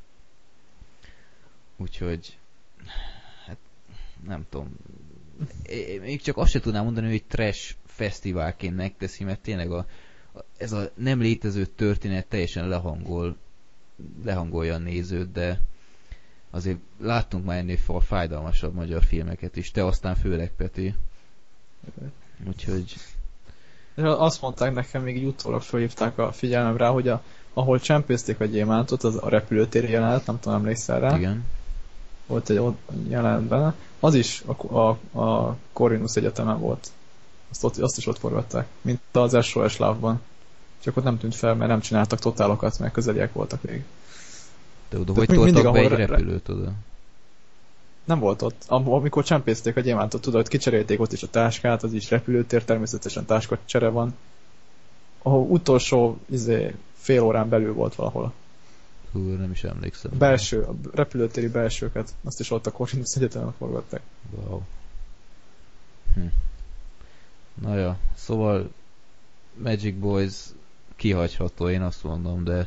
Úgyhogy hát nem tudom. Még csak azt sem tudnám mondani, hogy trash fesztiválként megteszi, mert tényleg a, a, ez a nem létező történet teljesen lehangol, lehangolja a nézőt, de azért láttunk már ennél fájdalmasabb magyar filmeket is. Te aztán főleg, Peti. Úgyhogy... Azt mondták nekem, még így utólag felhívták a figyelmem rá, hogy a, ahol csempészték a gyémántot, az a repülőtéri jelenet, nem tudom, emlékszel rá. Igen. Volt egy jelenet benne. Az is a, a, a Corvinus Egyetemen volt. Azt, ott, azt is ott forgatták, mint az es o es Love-ban. Csak ott nem tűnt fel, mert nem csináltak totálokat, mert közeliek voltak még. De oda hogy toltak be egy repülőt oda? Nem volt ott. Amikor csempészték a gyémántot, tudod, kicserélték ott is a táskát, az is repülőtér, természetesen táskacsere van. Ahol utolsó izé, fél órán belül volt valahol. Hú, nem is emlékszem. Belső, a repülőtéri belsőket, azt is ott a Corvinus Egyetemen forgatták. Wow. Hm. Na ja, szóval Magic Boys kihagyható, én azt mondom, de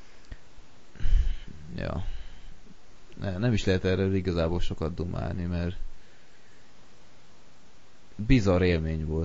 ja. Ne, nem is lehet erről igazából sokat dumálni, mert bizarr élmény volt.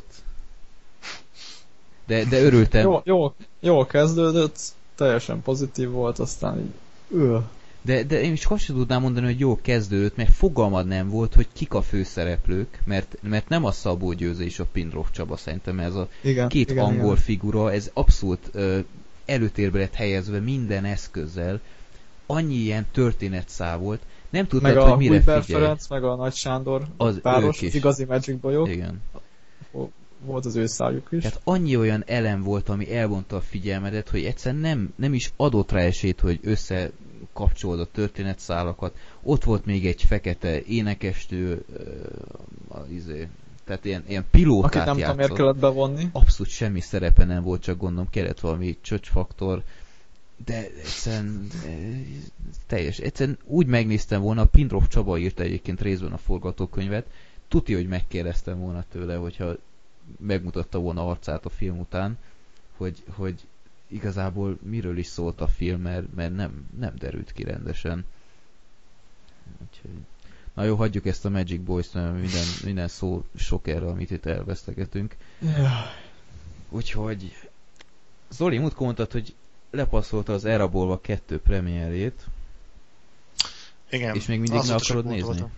De, de örültem. Jó, jó, jól kezdődött, teljesen pozitív volt, aztán így... Öh. De, de én is azt sem tudnám mondani, hogy jó kezdődött, mert fogalmad nem volt, hogy kik a főszereplők, mert, mert nem a Szabó Győző és a Pindrok Csaba, szerintem ez a igen, két igen, angol igen. figura, ez abszolút ö, előtérbe lett helyezve minden eszközzel, annyi ilyen történetszál volt, nem tudtad, meg hogy mire Meg a figyelj. Ferenc, meg a Nagy Sándor Az páros, ők az is. igazi Magic Boyok. Igen. Volt az ő szájuk is. Tehát annyi olyan elem volt, ami elvonta a figyelmedet, hogy egyszerűen nem, nem is adott rá esélyt, hogy összekapcsolod a történetszálakat. Ott volt még egy fekete énekestő, uh, az izé, tehát ilyen, ilyen pilótát akit nem tudom, miért játszott. kellett bevonni. Abszolút semmi szerepe nem volt, csak gondolom kellett valami csöcsfaktor. De egyszerűen eh, teljes. Egyszerűen úgy megnéztem volna, a Pindrok Csaba írta egyébként részben a forgatókönyvet, tuti, hogy megkérdeztem volna tőle, hogyha megmutatta volna arcát a film után, hogy, hogy igazából miről is szólt a film, mert, mert nem, nem derült ki rendesen. Úgyhogy... Na jó, hagyjuk ezt a Magic Boys-t, mert minden, minden szó sok erre, amit itt elvesztegetünk. Yeah. Úgyhogy Zoli, múltkor mondtad, hogy lepasszolta az Erabolva kettő premierjét. Igen. És még mindig ne akarod nézni? Voltam.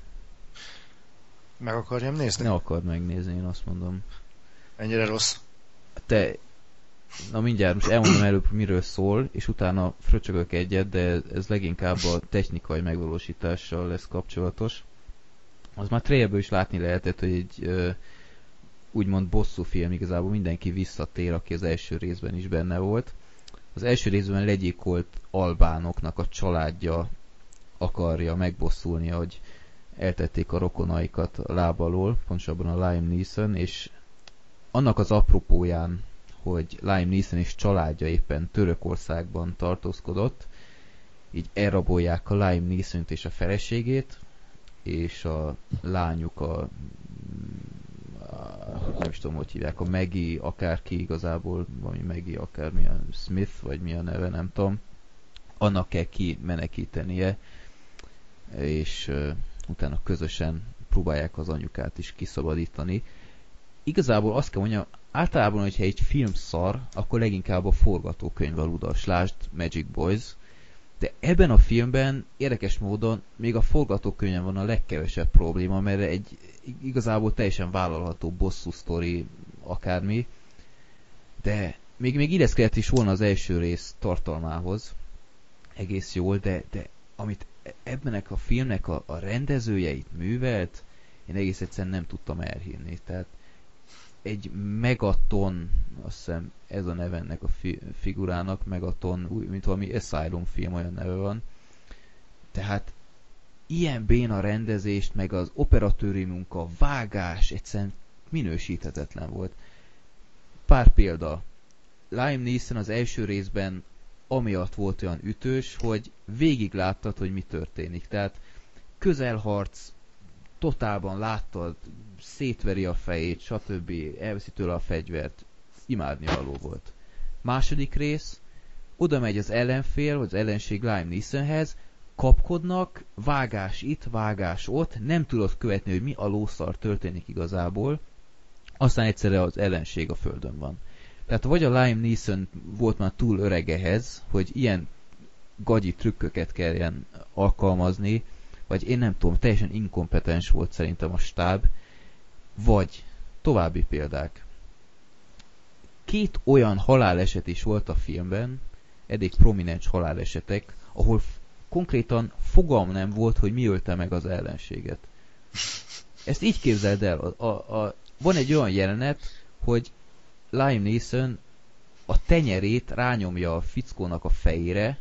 Meg akarjam nézni? Ne akard megnézni, én azt mondom. Ennyire rossz. Te, na mindjárt most elmondom előbb, miről szól, és utána fröcsögök egyet, de ez leginkább a technikai megvalósítással lesz kapcsolatos. Az már trailerből is látni lehetett, hogy egy ö, úgymond bosszú film, igazából mindenki visszatér, aki az első részben is benne volt. Az első részben legyilkolt albánoknak a családja akarja megbosszulni, hogy eltették a rokonaikat a lába alól, pontosabban a Liam Neeson, és annak az apropóján, hogy Liam Neeson és családja éppen Törökországban tartózkodott, így elrabolják a Liam Neesont és a feleségét, és a lányuk a nem is tudom, hogy hívják, a Maggie akárki igazából, valami Maggie akármilyen Smith, vagy mi a neve, nem tudom, annak kell kimenekítenie, és uh, utána közösen próbálják az anyukát is kiszabadítani. Igazából azt kell mondjam, általában, hogyha egy film szar, akkor leginkább a forgatókönyv aludas, lásd Magic Boys, de ebben a filmben érdekes módon még a forgatókönyven van a legkevesebb probléma, mert egy igazából teljesen vállalható bosszú sztori akármi, de még, még illeszkedett is volna az első rész tartalmához egész jól, de, de amit ebben a filmnek a, a rendezője itt művelt, én egész egyszerűen nem tudtam elhinni. Tehát egy Megaton, azt hiszem ez a neve ennek a fi- figurának, Megaton, mint valami Asylum film, olyan neve van. Tehát ilyen béna rendezést, meg az operatőri munka, vágás, egyszerűen minősíthetetlen volt. Pár példa. Liam Neeson az első részben amiatt volt olyan ütős, hogy végig láttad, hogy mi történik. Tehát közelharc, totálban láttad, szétveri a fejét, stb. Elveszi tőle a fegyvert. Imádnivaló volt. Második rész, oda megy az ellenfél, vagy az ellenség Liam Neesonhez, kapkodnak, vágás itt, vágás ott, nem tudod követni, hogy mi a lószar történik igazából, aztán egyszerre az ellenség a földön van. Tehát vagy a Liam Neeson volt már túl öreg ehhez, hogy ilyen gagyi trükköket kelljen alkalmazni, vagy én nem tudom, teljesen inkompetens volt szerintem a stáb, vagy további példák. Két olyan haláleset is volt a filmben, eddig prominens halálesetek, ahol f- konkrétan fogalm nem volt, hogy mi ölte meg az ellenséget. Ezt így képzeld el, a, a, a, van egy olyan jelenet, hogy Liam Neeson a tenyerét rányomja a fickónak a fejére,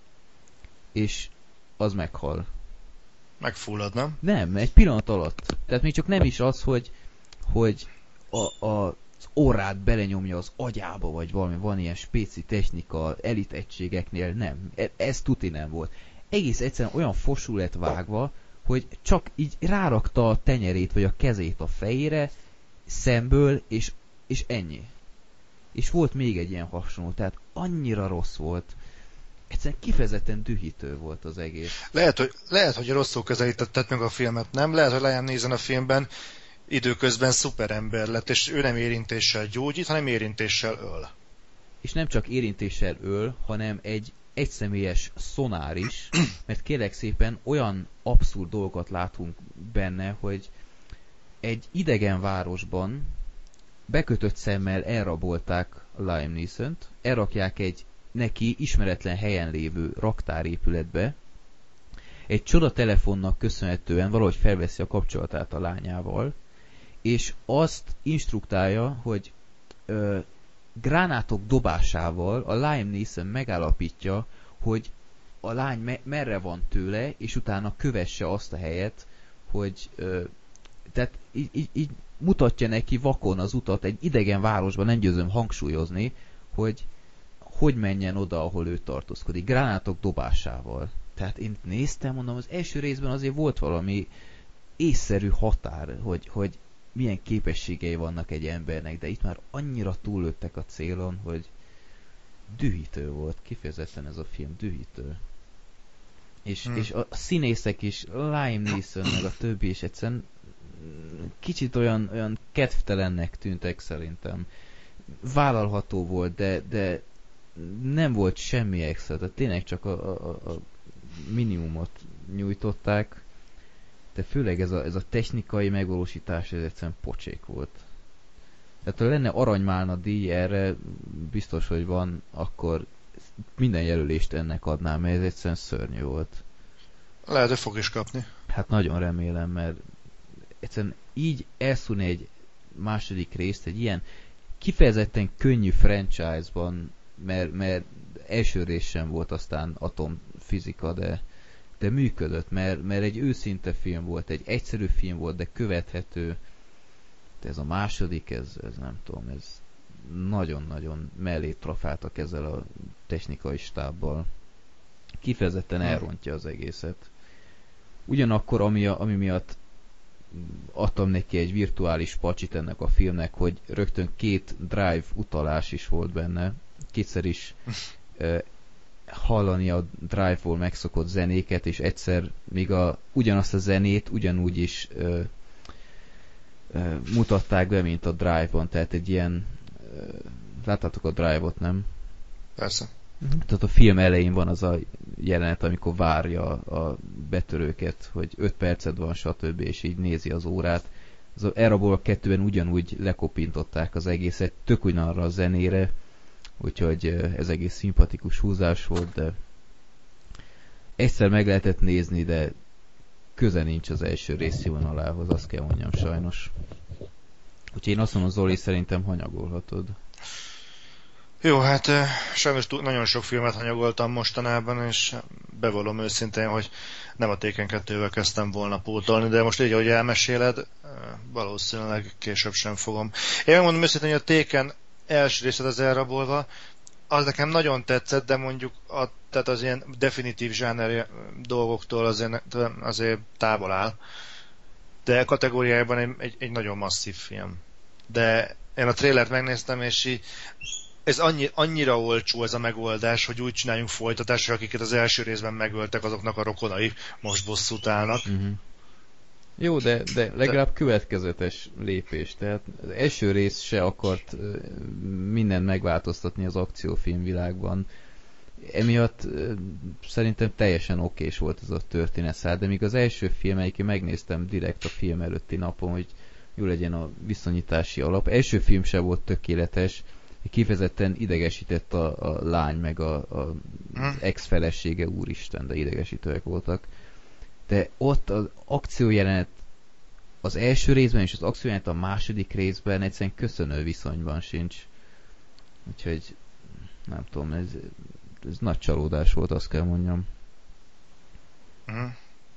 és az meghal. Megfullad, nem? Nem, egy pillanat alatt. Tehát még csak nem is az, hogy, hogy a, a, az orrát belenyomja az agyába, vagy valami, van ilyen spéci technika, elit egységeknél, nem. Ez tuti nem volt. Egész egyszerűen olyan fosul lett vágva, hogy csak így rárakta a tenyerét, vagy a kezét a fejére, szemből, és, és ennyi. És volt még egy ilyen hasonló, tehát annyira rossz volt. Egyszerűen kifejezetten dühítő volt az egész. Lehet, hogy, lehet, hogy rosszul közelítetted meg a filmet, nem? Lehet, hogy Liam Neeson a filmben időközben szuperember lett, és ő nem érintéssel gyógyít, hanem érintéssel öl. És nem csak érintéssel öl, hanem egy egyszemélyes szonár is, mert kérlek szépen olyan abszurd dolgokat látunk benne, hogy egy idegen városban bekötött szemmel elrabolták Liam Neesont, elrakják egy neki ismeretlen helyen lévő raktárépületbe, egy csoda telefonnak köszönhetően valahogy felveszi a kapcsolatát a lányával, és azt instruktálja, hogy ö, gránátok dobásával a Liam Neeson megállapítja, hogy a lány me- merre van tőle, és utána kövesse azt a helyet, hogy ö, tehát így, így, így mutatja neki vakon az utat egy idegen városban, nem győzöm hangsúlyozni, hogy hogy menjen oda, ahol ő tartózkodik. Gránátok dobásával. Tehát én néztem, mondom, az első részben azért volt valami észszerű határ, hogy, hogy milyen képességei vannak egy embernek, de itt már annyira túllőttek a célon, hogy dühítő volt. Kifejezetten ez a film dühítő. És, hmm. és a színészek is, Liam Neeson, meg a többi is egyszerűen kicsit olyan, olyan kedvtelennek tűntek szerintem. Vállalható volt, de, de nem volt semmi extra, tehát tényleg csak a, a, a minimumot nyújtották, de főleg ez a, ez a technikai megvalósítás, ez egyszerűen pocsék volt. Tehát ha lenne aranymálna díj erre, biztos, hogy van, akkor minden jelölést ennek adnám, mert ez egyszerűen szörnyű volt. Lehet, hogy fog is kapni. Hát nagyon remélem, mert egyszerűen így elszúrni egy második részt, egy ilyen kifejezetten könnyű franchise-ban, mert, mert első rész sem volt aztán atomfizika, de, de működött, mert, mert egy őszinte film volt, egy egyszerű film volt, de követhető. De ez a második, ez, ez nem tudom, ez nagyon-nagyon mellé trafáltak ezzel a technikai stábbal. Kifejezetten elrontja az egészet. Ugyanakkor, ami, a, ami miatt adtam neki egy virtuális pacsit ennek a filmnek, hogy rögtön két Drive utalás is volt benne. Kétszer is uh, hallani a Drive-ból megszokott zenéket, és egyszer még a, ugyanazt a zenét ugyanúgy is uh, uh, mutatták be, mint a Drive-on, tehát egy ilyen uh, láttátok a Drive-ot, nem? Persze. Uh-huh. Tehát a film elején van az a jelenet, amikor várja a betörőket, hogy öt perced van, stb. És így nézi az órát. Az Eraból kettőben ugyanúgy lekopintották az egészet, tök ugyanarra a zenére, úgyhogy ez egész szimpatikus húzás volt, de egyszer meg lehetett nézni, de köze nincs az első rész színvonalához, azt kell mondjam, sajnos. Úgyhogy én azt mondom, Zoli, szerintem hanyagolhatod. Jó, hát sajnos nagyon sok filmet hanyagoltam mostanában, és bevallom őszintén, hogy nem a Taken kettővel kezdtem volna pótolni, de most így, ahogy elmeséled, valószínűleg később sem fogom. Én megmondom őszintén, hogy a Taken első részed az elrabolva, az nekem nagyon tetszett, de mondjuk a, tehát az ilyen definitív zsáner dolgoktól azért, azért távol áll. De kategóriájában egy, egy, egy nagyon masszív film. De én a trailert megnéztem, és így ez annyi, annyira olcsó ez a megoldás, hogy úgy csináljunk folytatásra, akiket az első részben megöltek, azoknak a rokonai most bosszút állnak. Uh-huh. Jó, de, de legalább következetes lépés. Tehát az első rész se akart mindent megváltoztatni az akciófilm világban. Emiatt szerintem teljesen okés volt ez a történetszál, de míg az első film, egyébként megnéztem direkt a film előtti napon, hogy jó legyen a viszonyítási alap. Első film se volt tökéletes, kifejezetten idegesített a, a lány, meg a, a hmm. ex-felesége, úristen, de idegesítőek voltak. De ott az akciójelenet az első részben és az akciójelenet a második részben egyszerűen köszönő viszonyban sincs. Úgyhogy nem tudom, ez, ez nagy csalódás volt, azt kell mondjam. Hmm.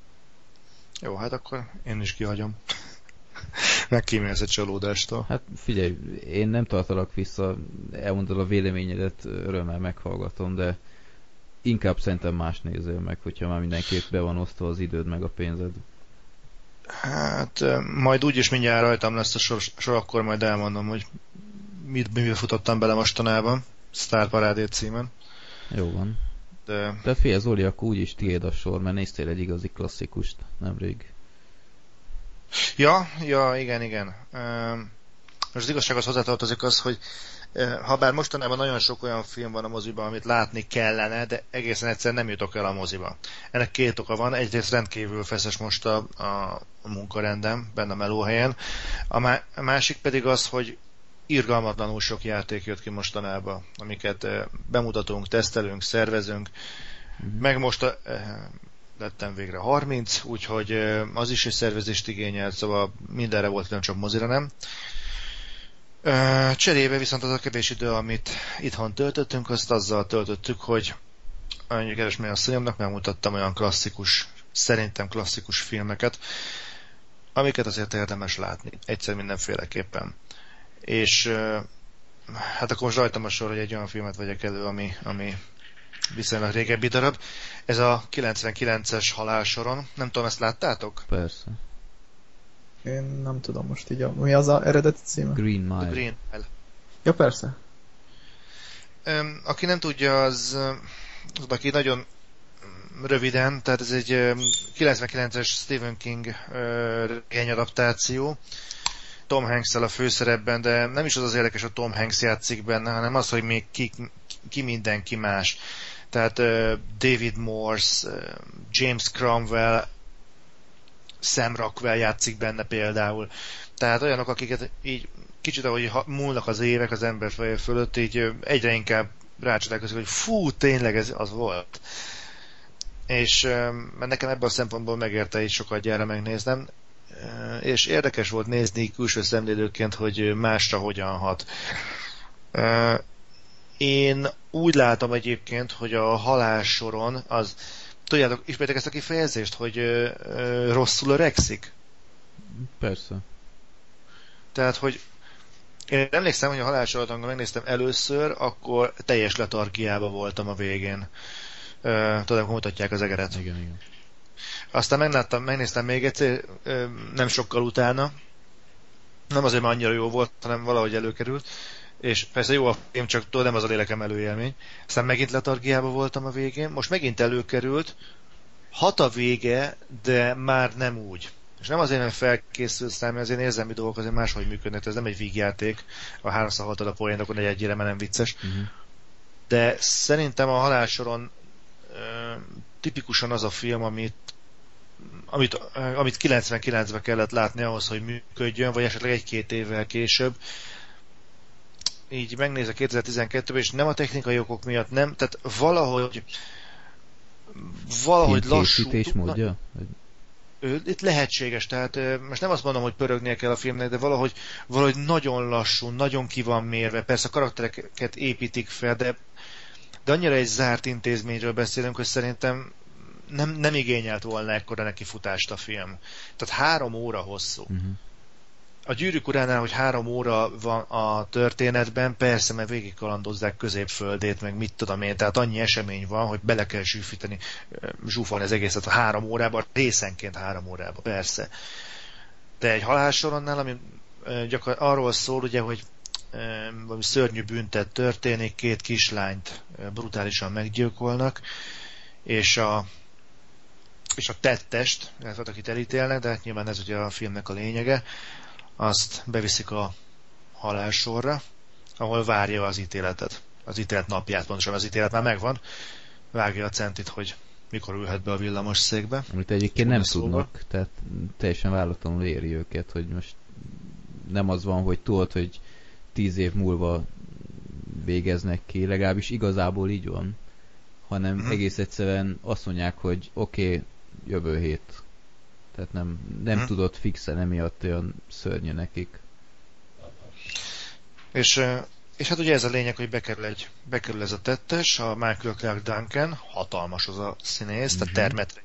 Jó, hát akkor én is kihagyom. Megkímélsz egy csalódástól. Hát figyelj, én nem tartalak vissza, elmondod a véleményedet, örömmel meghallgatom, de inkább szerintem más nézél meg, hogyha már mindenképp be van osztva az időd meg a pénzed. Hát majd úgyis mindjárt rajtam lesz a sor, sor akkor majd elmondom, hogy mit, mivel futottam bele mostanában, Star Parade címen. Jó van. De... Tehát figyelj, Zoli, akkor úgyis tiéd a sor, mert néztél egy igazi klasszikust nemrég. Ja, ja, igen, igen. Most az igazsághoz hozzátartozik az, hogy ha bár mostanában nagyon sok olyan film van a moziban, amit látni kellene, de egészen egyszerűen nem jutok el a moziba. Ennek két oka van. Egyrészt rendkívül feszes most a, a munkarendem benne a melóhelyen. A, má, a másik pedig az, hogy irgalmatlanul sok játék jött ki mostanában, amiket bemutatunk, tesztelünk, szervezünk. Mm-hmm. Meg most a, lettem végre harminc, úgyhogy az is egy szervezést igényelt, szóval mindenre volt, nem csak mozira nem. Cserébe viszont az a kevés idő, amit itthon töltöttünk, azt azzal töltöttük, hogy annyi keresmény asszonyomnak megmutattam olyan klasszikus, szerintem klasszikus filmeket, amiket azért érdemes látni, egyszer mindenféleképpen. És hát akkor most rajtam a sor, hogy egy olyan filmet vegyek elő, ami, ami viszonylag régebbi darab. Ez a kilencvenkilences Halálsoron. Nem tudom, ezt láttátok? Persze. Én nem tudom most így. A... Mi az a eredeti címe? Green Mile. The Green Mile. Ja, persze. Um, aki nem tudja, az, az aki nagyon röviden, tehát ez egy um, kilencvenkilences Stephen King uh, regényadaptáció. Tom Hanks-el a főszerepben, de nem is az az érdekes, hogy Tom Hanks játszik benne, hanem az, hogy még ki, ki mindenki más. Tehát uh, David Morse, uh, James Cromwell, Sam Rockwell játszik benne például. Tehát olyanok, akiket így kicsit ahogy múlnak az évek az ember feje fölött, így egyre inkább rácsodálkozik, hogy fú, tényleg ez az volt. És uh, nekem ebből a szempontból megérte így sokat gyára megnéznem. Uh, és érdekes volt nézni külső szemlélőként, hogy másra hogyan hat. Uh, én úgy látom egyébként, hogy a Halálsoron az, tudjátok, ismertek ezt a kifejezést, hogy ö, ö, rosszul öregszik? Persze. Tehát, hogy én emlékszem, hogy a Halálsorot, amikor megnéztem először, akkor teljes letargiába voltam a végén. Uh, tudom, akkor mutatják az egeret. Igen, igen. Aztán megláttam, megnéztem még egyszer, nem sokkal utána. Nem azért, mert annyira jó volt, hanem valahogy előkerült. És persze jó a film, csak tudod, nem az a lélek emelő élmény. Aztán megint letargiába voltam a végén. Most megint előkerült. Hat a vége, de már nem úgy. És nem azért, mert felkészült szám, mert azért érzelmi dolgok azért máshogy működnek. Ez nem egy vígjáték. A háromszor haltad a poént, akkor egy egyére, mert nem vicces. Uh-huh. De szerintem a halálsoron ö, tipikusan az a film, amit amit, amit kilencvenkilencben kellett látni ahhoz, hogy működjön, vagy esetleg egy-két évvel később. Így megnézek kétezer-tizenkettőben, és nem a technikai okok miatt, nem, tehát valahogy valahogy lassú. Módja? Itt lehetséges, tehát most nem azt mondom, hogy pörögnie kell a filmnek, de valahogy, valahogy nagyon lassú, nagyon ki van mérve. Persze a karaktereket építik fel, de, de annyira egy zárt intézményről beszélünk, hogy szerintem nem, nem igényelt volna ekkora nekifutást a film. Tehát három óra hosszú. Uh-huh. A Gyűrűk uránál, hogy három óra van a történetben, persze, mert végig kalandozzák Középföldét, meg mit tudom én, tehát annyi esemény van, hogy bele kell zsűfíteni, zsúfolni az egészet a három órában, részenként három órában, persze. De egy halálsoronnál, ami gyakor- arról szól, ugye, hogy valami szörnyű bűntet történik, két kislányt brutálisan meggyilkolnak, és a és a tettest, ez volt, akit elítélnek, de hát nyilván ez ugye a filmnek a lényege, azt beviszik a halálsorra, ahol várja az ítéletet. Az ítélet napját, pontosan az ítélet már megvan, vágja a centit, hogy mikor ülhet be a villamos székbe. Amit egyébként nem tudnak, tehát teljesen váratlanul éri őket, hogy most nem az van, hogy tudod, hogy tíz év múlva végeznek ki, legalábbis igazából így van, hanem mm-hmm. egész egyszerűen azt mondják, hogy oké, okay, jövő hét. Tehát nem, nem hmm. tudott fixen, emiatt olyan szörnyű nekik. És, és hát ugye ez a lényeg, hogy bekerül, egy, bekerül ez a tettes, a Michael Clark Duncan, hatalmas az a színész, hmm. tehát termetre.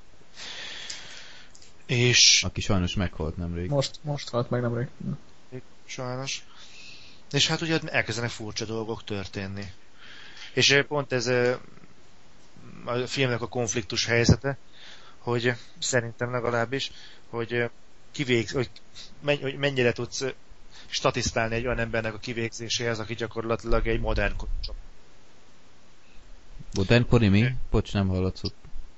És... Aki sajnos meghalt nemrég. Most, most halt meg nemrég. Sajnos. És hát ugye elkezdenek furcsa dolgok történni. És pont ez a filmnek a konfliktus helyzete, hogy szerintem legalábbis, hogy kivégz, hogy, menny, hogy mennyire tudsz statisztálni egy olyan embernek a kivégzéséhez, aki gyakorlatilag egy modern kori. Modern kori mi? Bocs, nem hallatszott.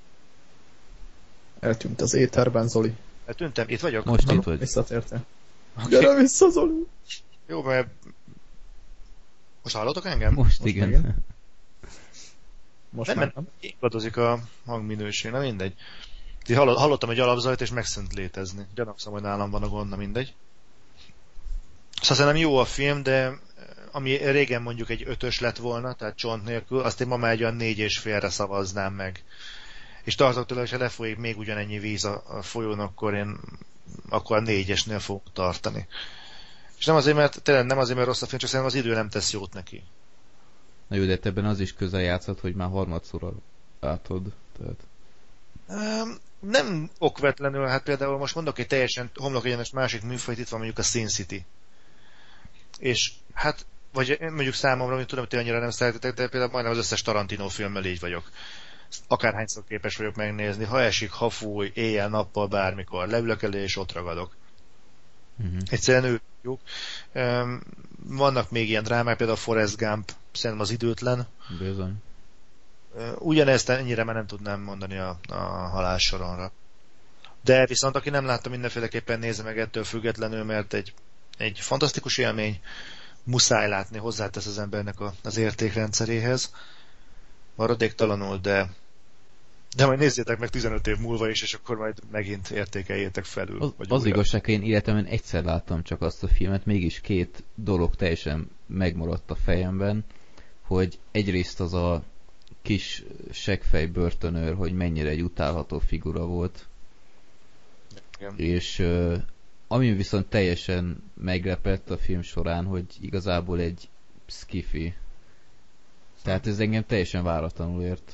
Eltűnt az éterben, Zoli. Eltűntem, itt vagyok. Most itt vagy. Visszatértél. Okay. Gyere vissza, Zoli! Jó, mert most hallotok engem? Most, Most igen. igen. Most nem, már nem. Ingadozik a hangminőség, na mindegy. Hallottam egy alapzajt, és megszűnt létezni. Gyanakszom, hogy nálam van a gond, na mindegy. Szóval szerintem jó a film, de ami régen mondjuk egy ötös lett volna, tehát csont nélkül, azt én ma már egy olyan négy és félre szavaznám meg. És tartok tőle, hogy ha lefolyik még ugyanennyi víz a, a folyón, akkor én akkor a négyesnél fogok tartani. És nem azért, mert tényleg nem azért, mert rossz a film, csak szerintem az idő nem tesz jót neki. Na jó, de ebben az is közel játszott, hogy már harmadszor látod. Tehát... Um, nem okvetlenül, hát például most mondok egy teljesen homlokegyenes másik műfajt, itt van mondjuk a Sin City. És hát, vagy mondjuk számomra, amit tudom, hogy ti annyira nem szeretitek, de például majdnem az összes Tarantino filmmel így vagyok. Akárhányszor képes vagyok megnézni, ha esik, ha fúj, éjjel, nappal, bármikor, leülök elé és ott ragadok. Uh-huh. Egyszerűen ők jók. Um, vannak még ilyen drámák, például a Forrest Gump, szerintem az időtlen. Bizony. Uh, ugyanezt ennyire már nem tudnám mondani a, a halálsoronra. De viszont aki nem látta, mindenféleképpen nézze meg ettől függetlenül, mert egy, egy fantasztikus élmény, muszáj látni, hozzátesz az embernek a, az értékrendszeréhez. Maradéktalanul, de de majd nézzétek meg tizenöt év múlva is, és akkor majd megint értékeljétek felül. Az, az igazság, én életemben egyszer láttam csak azt a filmet, mégis két dolog teljesen megmaradt a fejemben, hogy egyrészt az a kis seggfej börtönőr, hogy mennyire egy utálható figura volt. Igen. És uh, ami viszont teljesen meglepett a film során, hogy igazából egy skifi. Tehát ez engem teljesen váratlanul ért.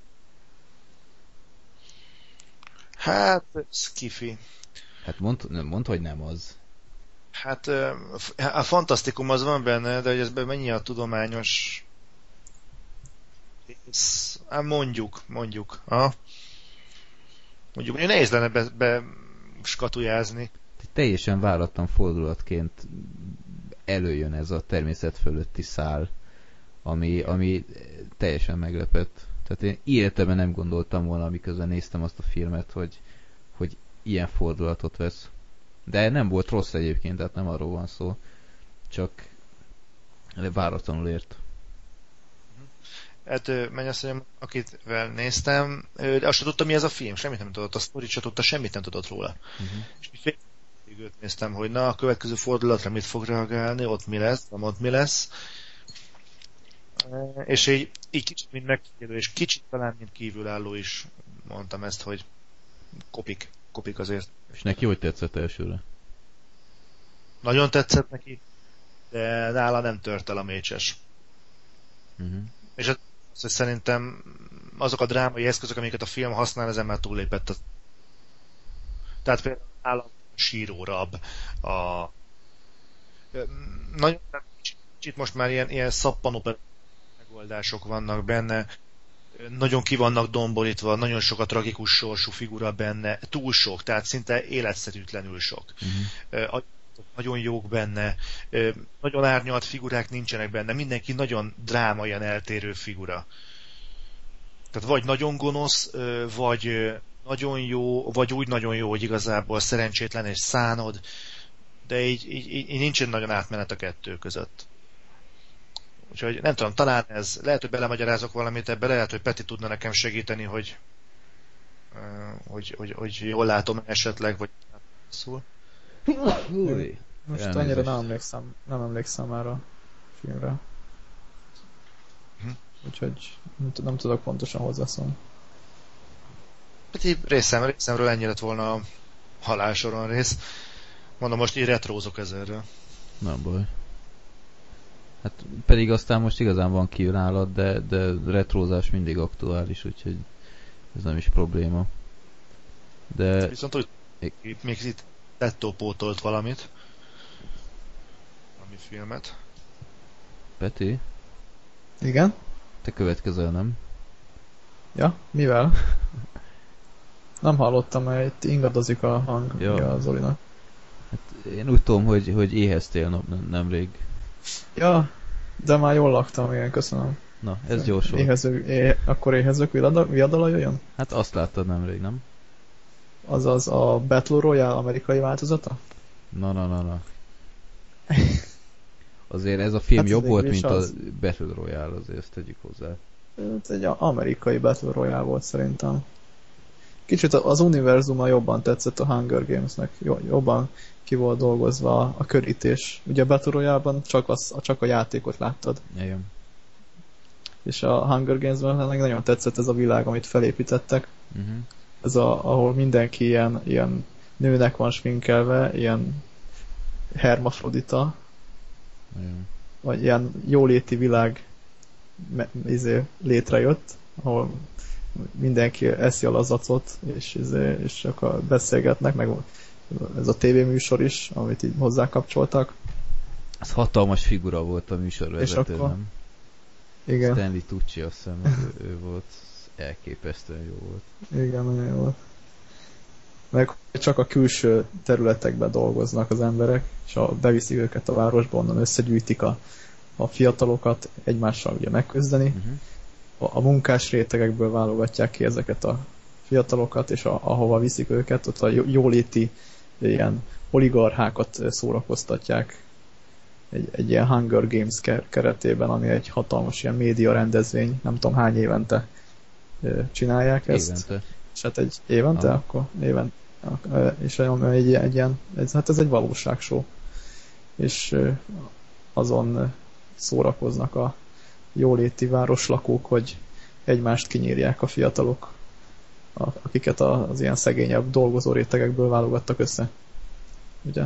Hát, skifi. Hát mondd, mondd, hogy nem az. Hát a fantasztikum az van benne, de hogy ez mennyi a tudományos... Hát mondjuk, mondjuk. Ha? mondjuk mondjuk nehéz lenne be, be skatujázni. Teljesen váratlan fordulatként előjön ez a természet fölötti szál, ami, ami teljesen meglepett. Tehát én életemben nem gondoltam volna, amiközben néztem azt a filmet, hogy, hogy ilyen fordulatot vesz. De nem volt rossz egyébként, tehát nem arról van szó. Csak váratlanul ért. Hát mennyasszonyom, akitvel néztem, azt sem tudta, mi ez a film, semmit nem tudott, a sztorit sem tudta, semmit nem tudott róla. Uh-huh. És félig őt néztem, hogy na, a következő fordulatra mit fog reagálni, ott mi lesz, nem ott mi lesz. És így, így kicsit, mint megfigyelő, és kicsit talán, mint kívülálló is mondtam ezt, hogy kopik, kopik azért. És neki hogy tetszett elsőre? Nagyon tetszett neki, de nála nem tört el a mécses. Uh-huh. És az, hogy szerintem azok a drámai eszközök, amiket a film használ, ezen már túllépett. A... Tehát például nála a sírórab, a... Nagyon kicsit most már ilyen, ilyen szappanopera megoldások vannak benne, nagyon ki vannak domborítva, nagyon sok a tragikus sorsú figura benne, túl sok, tehát szinte életszerűtlenül sok. Uh-huh. A nagyon jók benne, nagyon árnyalt figurák nincsenek benne, mindenki nagyon drámaian eltérő figura. Tehát vagy nagyon gonosz, vagy nagyon jó, vagy úgy nagyon jó, hogy igazából szerencsétlen és szánod, de így, így, így nincsen nagyon átmenet a kettő között. Úgyhogy nem tudom, talán ez, lehet, hogy belemagyarázok valamit ebbe, lehet, hogy Peti tudna nekem segíteni, hogy, hogy, hogy, hogy jól látom esetleg, vagy szól. Most Elnézést. Annyira nem emlékszem, nem emlékszem már a filmre. Hm. Úgyhogy nem, nem tudok pontosan hozzászólni. Peti részem, részemről ennyi lett volna a halálsoron rész. Mondom, most így retrózok ezerről. Nem baj. Hát pedig aztán most igazán van kívülállad, de, de retrózás mindig aktuális, úgyhogy ez nem is probléma. De... Viszont úgy, itt, még itt Lettó pótolt valamit. Valami filmet. Peti? Igen? Te következel, nem? Ja, mivel? Nem hallottam, mert itt ingadozik a hang ja. a Zolinak. Hát én úgy tudom, hogy, hogy éheztél nap, nemrég. Ja, de már jól laktam, igen, köszönöm. Na, ez gyors volt. Éhező, é, akkor éhezők viadala jöjjön? Hát azt láttad nemrég, nem? Azaz a Battle Royale amerikai változata? Na, na, na, na. Azért ez a film hát jobb volt, mint az... a Battle Royale, azért ezt tegyük hozzá. Ez egy amerikai Battle Royale volt szerintem. Kicsit az univerzuma jobban tetszett a Hunger Gamesnek, jobban ki volt dolgozva a körítés. Ugye a Battle Royale-ban csak, az, csak a játékot láttad. Igen. És a Hunger Games-ben nagyon tetszett ez a világ, amit felépítettek. Uh-huh. Ez a, ahol mindenki ilyen, ilyen nőnek van sminkelve, ilyen hermafrodita, igen. Vagy ilyen jóléti világ izé, létrejött, ahol mindenki eszi a lazacot, és, izé, és akkor beszélgetnek, meg ez a tévéműsor is, amit így hozzákapcsoltak. Ez hatalmas figura volt a műsorvezető, akkor... nem? Igen. Stanley Tucci, azt hiszem, ő, ő volt. Elképesztően jó volt. Igen, nagyon jó volt. Meg csak a külső területekben dolgoznak az emberek, és a, beviszik őket a városba, onnan összegyűjtik a, a fiatalokat egymással ugye megküzdeni. Uh-huh. A, a munkás rétegekből válogatják ki ezeket a fiatalokat, és a, ahova viszik őket, ott a jóléti ilyen oligarchákat szórakoztatják egy, egy ilyen Hunger Games keretében, ami egy hatalmas ilyen média rendezvény, nem tudom hány évente csinálják ezt. Évente. És hát egy évente, ah. akkor évente. És egy, egy ilyen, ez, hát ez egy valóságshow. És azon szórakoznak a jóléti városlakók, hogy egymást kinyírják a fiatalok, akiket az ilyen szegényebb dolgozó rétegekből válogattak össze. Ugye?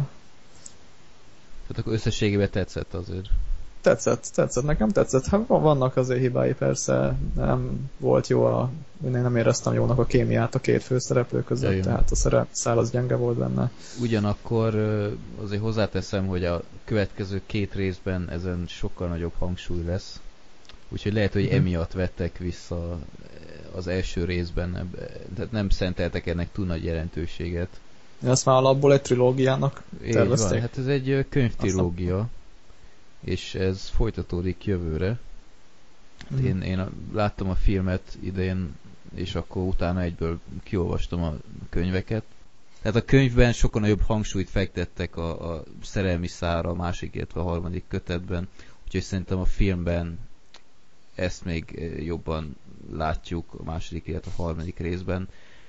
Tehát akkor összességében tetszett azért? Tetszett, tetszett, nekem tetszett. Hát vannak azért hibái, persze, nem volt jó a... Én nem éreztem jónak a kémiát a két főszereplő között, Jajjön. Tehát a szerepszál az gyenge volt benne. Ugyanakkor azért hozzáteszem, hogy a következő két részben ezen sokkal nagyobb hangsúly lesz. Úgyhogy lehet, hogy emiatt vettek vissza az első részben, tehát nem szenteltek ennek túl nagy jelentőséget. Ezt már alapból egy trilógiának tervezték. Van, hát ez egy könyvtrilógia, és ez folytatódik jövőre. Mm. Én, én láttam a filmet idén, és akkor utána egyből kiolvastam a könyveket. Tehát a könyvben sokkal nagyobb hangsúlyt fektettek a, a szerelmi szálra a másik, illetve a harmadik kötetben, úgyhogy szerintem a filmben ezt még jobban látjuk a második, illetve a harmadik részben.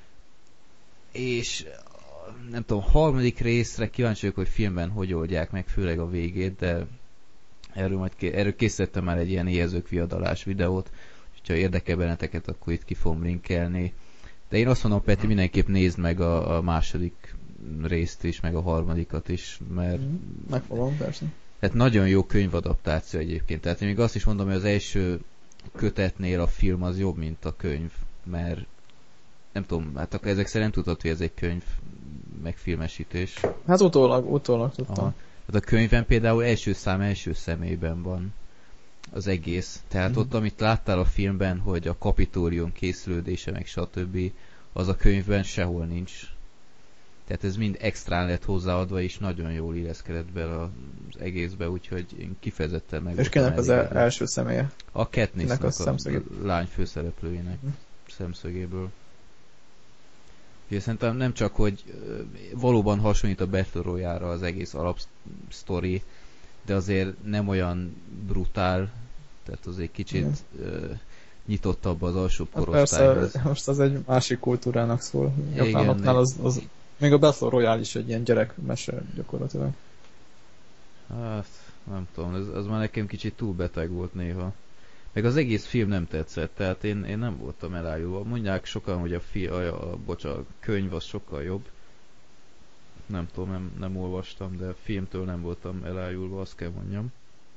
És nem tudom, a harmadik részre kíváncsi vagyok, hogy filmben hogy oldják meg, főleg a végét, de erről, majd ké- erről készítettem már egy ilyen éhezők viadalás videót, ha érdekel benneteket, akkor itt ki fogom linkelni. De én azt mondom, Peti, mindenképp nézd meg a, a második részt is, meg a harmadikat is, mert... Megfogom, persze. Tehát nagyon jó könyvadaptáció egyébként. Tehát én még azt is mondom, hogy az első kötetnél a film az jobb, mint a könyv, mert nem tudom, hát akkor ezek szerint tudod, hogy ez egy könyv megfilmesítés. Hát utólag, utólag tudtam. Aha. Hát a könyvben például első szám első személyben van az egész. Tehát mm-hmm. ott, amit láttál a filmben, hogy a Kapitólium készülődése, meg stb., az a könyvben sehol nincs. Tehát ez mind extrán lett hozzáadva, és nagyon jól illeszkedett bele az egészbe, úgyhogy én kifejezetten meg. És kinek az el- első személye? A Katniss-nek, a, a lány főszereplőjének mm. szemszögéből. Úgyhogy szerintem nem csak, hogy valóban hasonlít a Battle Royale-ra az egész alapsztori, de azért nem olyan brutál, tehát azért kicsit uh, nyitottabb az alsóbb korosztályhoz. Persze, most az egy másik kultúrának szól. Japánoknál az, az, még a Battle Royale is egy ilyen gyerekmese gyakorlatilag. Hát, nem tudom, ez, az már nekem kicsit túl beteg volt néha. Meg az egész film nem tetszett, tehát én, én nem voltam elájulva. Mondják sokan, hogy a, fi, a, a, bocs, a könyv az sokkal jobb. Nem tudom, nem, nem olvastam, de filmtől nem voltam elájulva, azt kell mondjam.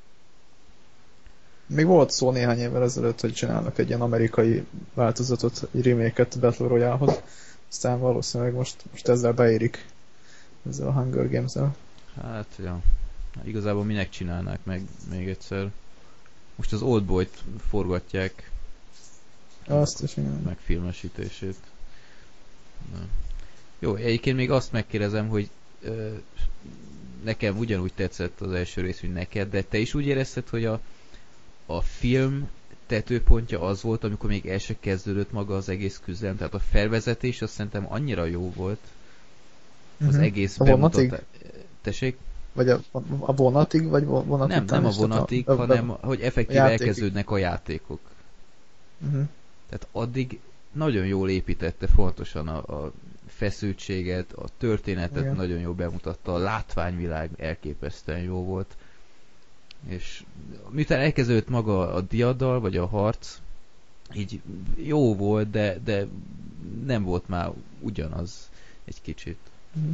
Még volt szó néhány évvel ezelőtt, hogy csinálnak egy ilyen amerikai változatot, egy remake-et Battle Royale-hoz. Aztán valószínűleg most, most ezzel beérik, ezzel a Hunger Games-el. Hát, ja. Igazából minek csinálnák meg még egyszer? Most az Oldboy-t forgatják. Azt is, igen. Megfilmesítését. Na. Jó, egyébként még azt megkérdezem, hogy ö, nekem ugyanúgy tetszett az első rész, mint neked, de te is úgy érezted, hogy a, a film tetőpontja az volt, amikor még el se kezdődött maga az egész küzdelem, tehát a felvezetés azt szerintem annyira jó volt. Az uh-huh. egész bemutatás. Tessék? Vagy a, a vonatig, vagy vonatig? Nem, nem a vonatig, a, hanem a, hogy effektív elkezdődnek a játékok. Uh-huh. Tehát addig nagyon jól építette fontosan a, a feszültséget, a történetet. Igen. Nagyon jól bemutatta, a látványvilág elképesztően jó volt. És miután elkezdődött maga a diadal, vagy a harc, így jó volt, de, de nem volt már ugyanaz egy kicsit. Uh-huh.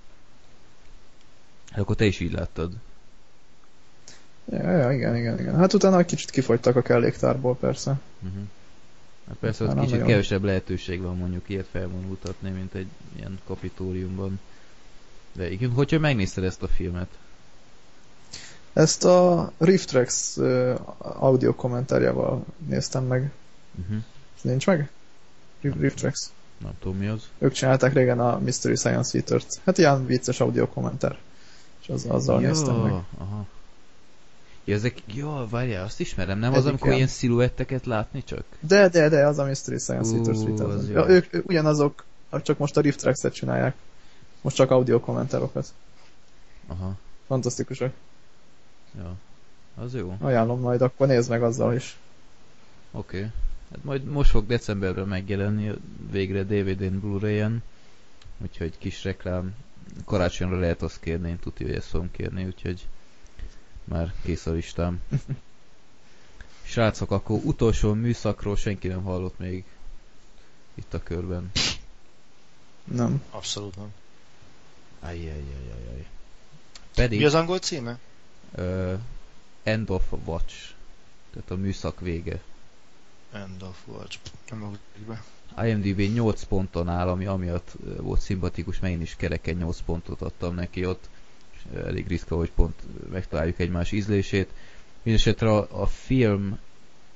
Hát akkor te is így láttad. Ja, ja, igen, igen, igen. Hát utána egy kicsit kifogytak a kelléktárból, persze. Uh-huh. Hát persze, ott kicsit nagyon kevesebb lehetőség van mondjuk ilyet felvonultatni, mint egy ilyen kapitóriumban. De igen, hogyha megnézted ezt a filmet? Ezt a Riftrex uh, audio kommentárjával néztem meg. Uh-huh. Nincs meg? Riftrex. Nem tudom, mi az. Ők csinálták régen a Mystery Science Theater-t. Hát ilyen vicces audio kommentár. És az, azzal ja, néztem meg. Aha. Ja, ezek, jó, várjál, azt ismerem, nem az, amikor ilyen. ilyen sziluetteket látni csak? De, de, de, az a Mystery Science Theater. Ja, ők, ők ugyanazok, csak most a Riftrex-et csinálják. Most csak audio kommentárokat. Aha. Fantasztikusak. Ja, az jó. Ajánlom majd, akkor nézd meg azzal is. Oké. Okay. Hát majd most fog decemberben megjelenni végre dé vé dén, Blu-ray-en, úgyhogy kis reklám. Karácsonyra lehet azt kérni, én tudja, hogy ezt fogom kérni, úgyhogy már kész a listám. Srácok, akkor utolsó műszakról senki nem hallott még itt a körben. Nem. Abszolút nem. Ajjajjajjaj. Pedig... Mi az angol címe? Uh, End of Watch. Tehát a műszak vége. End of Watch. Nem ugrik be. IMDb nyolc ponton áll, ami amiatt volt szimpatikus, mert én is kereken nyolc pontot adtam neki ott. És elég ritka, hogy pont megtaláljuk egymás ízlését. Mindenesetre a, a film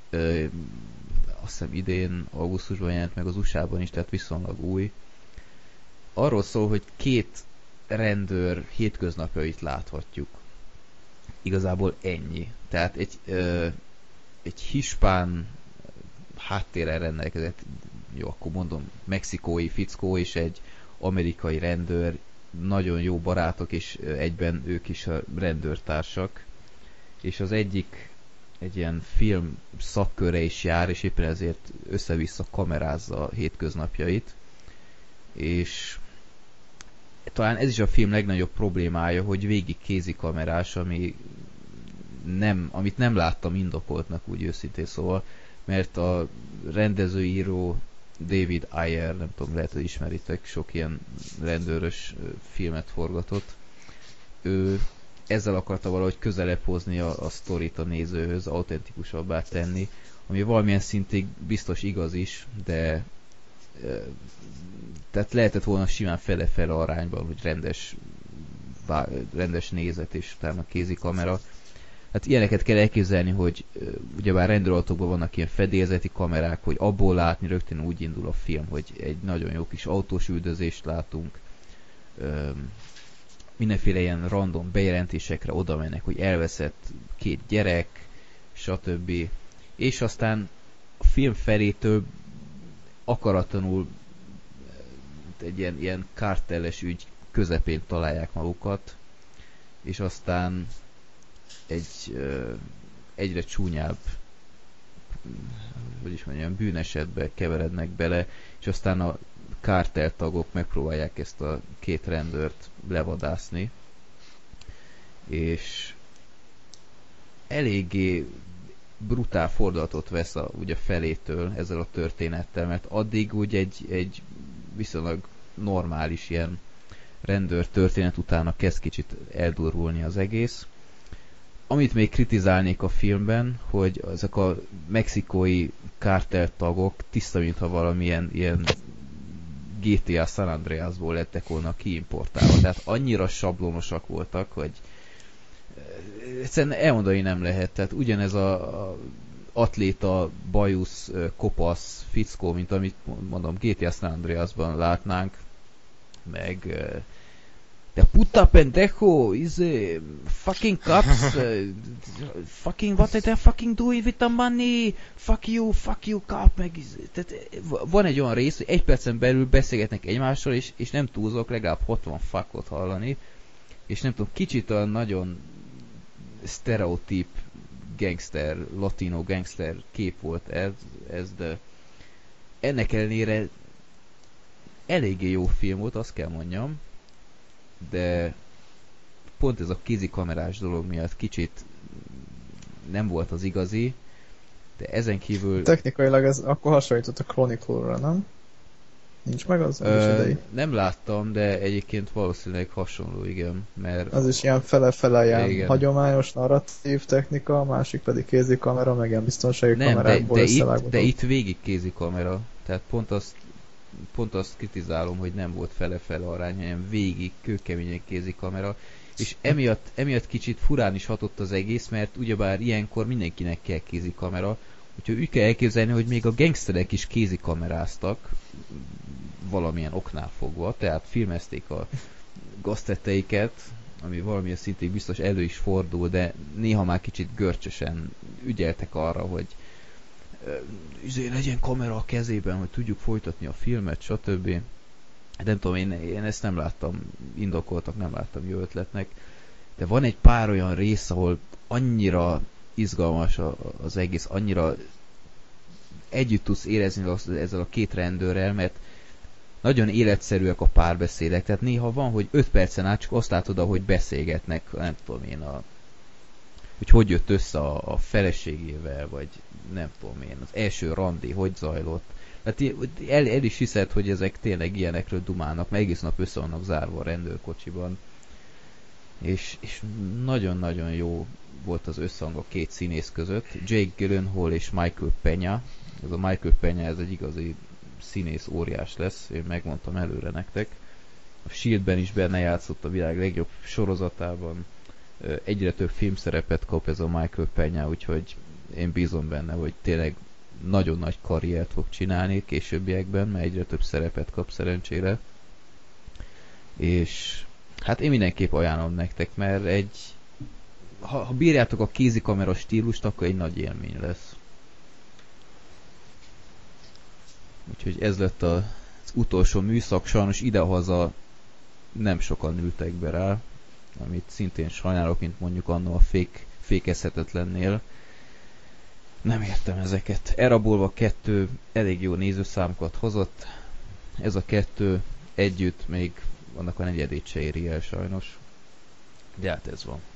Ö, azt hiszem idén augusztusban jelent meg az u es á-ban is, tehát viszonylag új. Arról szól, hogy két rendőr hétköznapjait láthatjuk. Igazából ennyi. Tehát egy, ö, egy hispán háttérrel rendelkezett, jó, akkor mondom, mexikói fickó és egy amerikai rendőr, nagyon jó barátok, és egyben ők is a rendőrtársak. És az egyik egy ilyen film szakkörre is jár, és éppen ezért össze-vissza kamerázza a hétköznapjait. És talán ez is a film legnagyobb problémája, hogy végig kézikamerás, ami nem, amit nem láttam indokoltnak, úgy őszintén szóval, mert a rendezőíró David Ayer, nem tudom, lehet, hogy ismeritek, sok ilyen rendőrös filmet forgatott. Ő ezzel akarta valahogy közelebb hozni a, a sztorit a nézőhöz, autentikusabbá tenni, ami valamilyen szintig biztos igaz is, de e, tehát lehetett volna simán fele-fele arányban, hogy rendes, vá, rendes nézet és utána kézikamera. Hát ilyeneket kell elképzelni, hogy uh, ugyebár rendőrautókban vannak ilyen fedélzeti kamerák, hogy abból látni rögtön úgy indul a film, hogy egy nagyon jó kis autós üldözést látunk. Um, mindenféle ilyen random bejelentésekre oda mennek, hogy elveszett két gyerek, stb. És aztán a film felétől akaratlanul egy ilyen, ilyen kártelles ügy közepén találják magukat, és aztán egy ö, egyre csúnyább, hogy is mondjam, bűnesetbe keverednek bele, és aztán a kárteltagok megpróbálják ezt a két rendőrt levadászni, és eléggé brutál fordulatot vesz a, ugye felétől ezzel a történettel, mert addig úgy egy, egy viszonylag normális ilyen rendőr történet utána kezd kicsit eldurvulni az egész. Amit még kritizálnék a filmben, hogy ezek a mexikói kárteltagok tiszta, mintha valamilyen ilyen gé té á San Andreasból lettek volna kiimportálva. Tehát annyira sablonosak voltak, hogy egyszerűen elmondani nem lehet. Tehát ugyanez a, a atléta, bajusz, kopasz fickó, mint amit mondom gé té á San Andreasban látnánk, meg de puta pendejo is uh, fucking cops uh, fucking what are they fucking doing with the money, fuck you, fuck you cop, meg tehát van egy olyan rész, hogy egy percen belül beszélgetnek egymással, és, és nem túlzok, legalább hatvan fuckot hallani, és nem tudom, kicsit olyan nagyon sztereotíp gangster, latino gangster kép volt ez, ez, de ennek ellenére eléggé jó film volt, azt kell mondjam, de pont ez a kézikamerás dolog miatt kicsit nem volt az igazi, de ezen kívül... Technikailag ez akkor hasonlított a Chronicle-ra, nem? Nincs meg az? Ö, nem láttam, de egyébként valószínűleg hasonló, igen, mert... Az is ilyen fele-fele ilyen igen. Hagyományos narratív technika, a másik pedig kézikamera, meg ilyen biztonsági nem, kamerákból de, de, itt, de itt végig kézikamera, tehát pont azt pont azt kritizálom, hogy nem volt fele-fele arány, hanem végig kőkeményen kézikamera, és emiatt, emiatt kicsit furán is hatott az egész, mert ugyebár ilyenkor mindenkinek kell kézikamera, úgyhogy úgy kell elképzelni, hogy még a gangsterek is kézikameráztak valamilyen oknál fogva, tehát filmezték a gaztetteiket, ami valamilyen szintén biztos elő is fordul, de néha már kicsit görcsösen ügyeltek arra, hogy izé legyen kamera a kezében, hogy tudjuk folytatni a filmet, stb. Nem tudom, én, én ezt nem láttam indokoltak, nem láttam jó ötletnek, de van egy pár olyan rész, ahol annyira izgalmas az egész, annyira együtt tudsz érezni ezzel a két rendőrrel, mert nagyon életszerűek a párbeszédek, tehát néha van, hogy öt percen át csak azt látod, ahogy beszélgetnek, nem tudom én, a, hogy hogy jött össze a, a feleségével, vagy nem tudom én, az első randi, hogy zajlott. Tehát el, el is hiszed, hogy ezek tényleg ilyenekről dumálnak, mert egész nap össze vannak zárva a rendőrkocsiban. És, és nagyon-nagyon jó volt az összhang a két színész között. Jake Gyllenhaal és Michael Peña. Ez a Michael Peña, ez egy igazi színész óriás lesz, én megmondtam előre nektek. A Shieldben is benne játszott, a világ legjobb sorozatában. Egyre több filmszerepet kap ez a Michael Peña, úgyhogy én bízom benne, hogy tényleg nagyon nagy karriert fog csinálni későbbiekben, mert egyre több szerepet kap szerencsére. És hát én mindenképp ajánlom nektek, mert egy ha, ha bírjátok a kézikamera stílust, akkor egy nagy élmény lesz. Úgyhogy ez lett az utolsó műszak, sajnos idehaza nem sokan ültek be rá, amit szintén sajnálok, mint mondjuk annó a fék, fékezhetetlennél. Nem értem ezeket. Erabolva kettő elég jó nézőszámokat hozott, ez a kettő együtt még annak a negyedét se éri el sajnos. De hát ez van.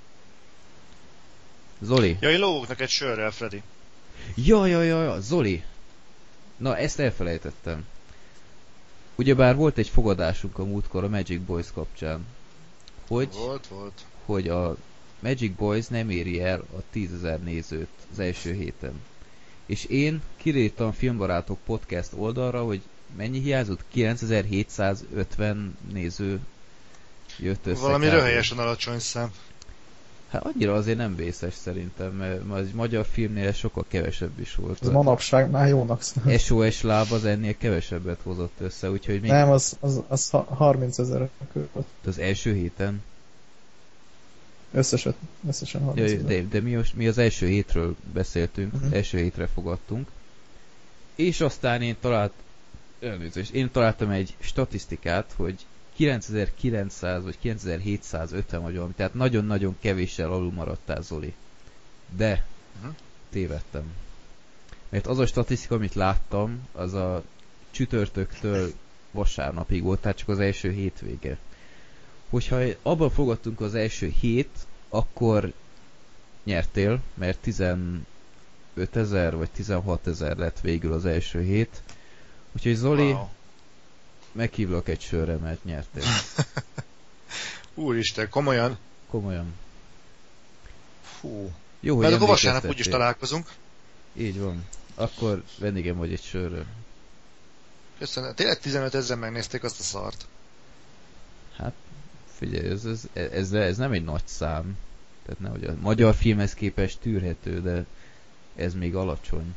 Zoli? Ja, én lógok neked sörrel, Freddy. Ja, ja, ja, ja, Zoli! Na, ezt elfelejtettem. Ugyebár volt egy fogadásunk a múltkor a Magic Boys kapcsán. Hogy, volt, volt. hogy a Magic Boys nem éri el a tízezer nézőt az első héten. És én kirírtam Filmbarátok podcast oldalra, hogy mennyi hiányzott? kilencezer-hétszázötven néző jött össze. Valami röhelyesen alacsony szám. Hát annyira azért nem vészes szerintem, mert az egy magyar filmnél sokkal kevesebb is volt. Ez manapság már jónak számít. es o es láb az ennél kevesebbet hozott össze, úgyhogy még... Nem, az, az, az harmincezer volt. Az első héten? Összesen, összesen harmincezer. Ja, de, de mi, az, mi az első hétről beszéltünk, uh-huh. első hétre fogadtunk. És aztán én talált, elnézést, én találtam egy statisztikát, hogy kilencezer-kilencszáz vagy kilencezer-hétszázötven vagy valami, tehát nagyon-nagyon kevéssel alul maradtál, Zoli. De uh-huh. tévedtem. Mert az a statisztika, amit láttam, az a csütörtöktől vasárnapig volt, tehát csak az első hétvége. Hogyha abban fogadtunk az első hét, akkor nyertél, mert tizenötezer vagy tizenhatezer lett végül az első hét. Úgyhogy Zoli, wow. meghívlak egy sörre, mert nyertél. Úristen, komolyan? Komolyan. Fú. Jó, hogy mert akkor vasárnap úgyis találkozunk. Így van. Akkor vendégem vagy egy sörről. Köszönöm. Tényleg tizenöt ezeren megnézték azt a szart? Hát, figyelj, ez, ez, ez, ez nem egy nagy szám. Tehát nehogy a magyar filmhez képest tűrhető, de ez még alacsony.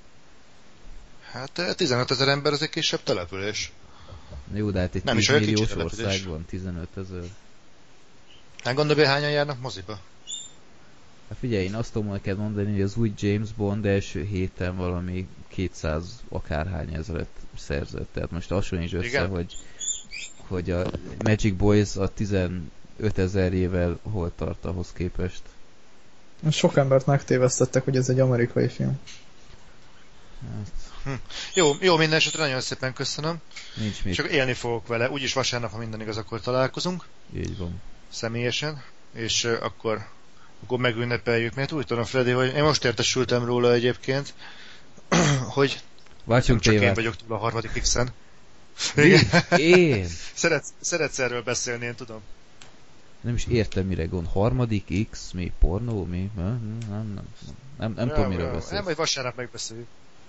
Hát tizenöt ezer ember az egy kisebb település. Jó, de hát egy nem tíz milliós országban tizenöt ezer. Hát gondolj, hányan járnak moziba? Hát figyelj, én azt tudom neked mondani, hogy az új James Bond első héten valami kétszáz akárhány ezeret szerzett. Tehát most hasonlíts össze, igen? hogy hogy a Magic Boys a tizenötezerjével hol tart ahhoz képest. Sok embert megtévesztettek, hogy ez egy amerikai film. Hát. Hm. Jó, jó, minden esetre nagyon szépen köszönöm. Nincs mit. Csak élni fogok vele. Úgyis vasárnap, ha minden igaz, akkor találkozunk. Így van. Személyesen. És uh, akkor, akkor megünnepeljük. Mert úgy tudom, Freddy, hogy én most értesültem róla egyébként, hogy Váltsunk csak tévát. én vagyok túl a harmadik X-en. Én? Szeretsz, szeretsz erről beszélni, én tudom. Nem is értem, mire gond. Harmadik X, mi? Pornó, mi? Nem, nem, nem, nem, nem ja, tudom, miről ja. beszélsz. Nem, majd vasárnap megbeszéljük.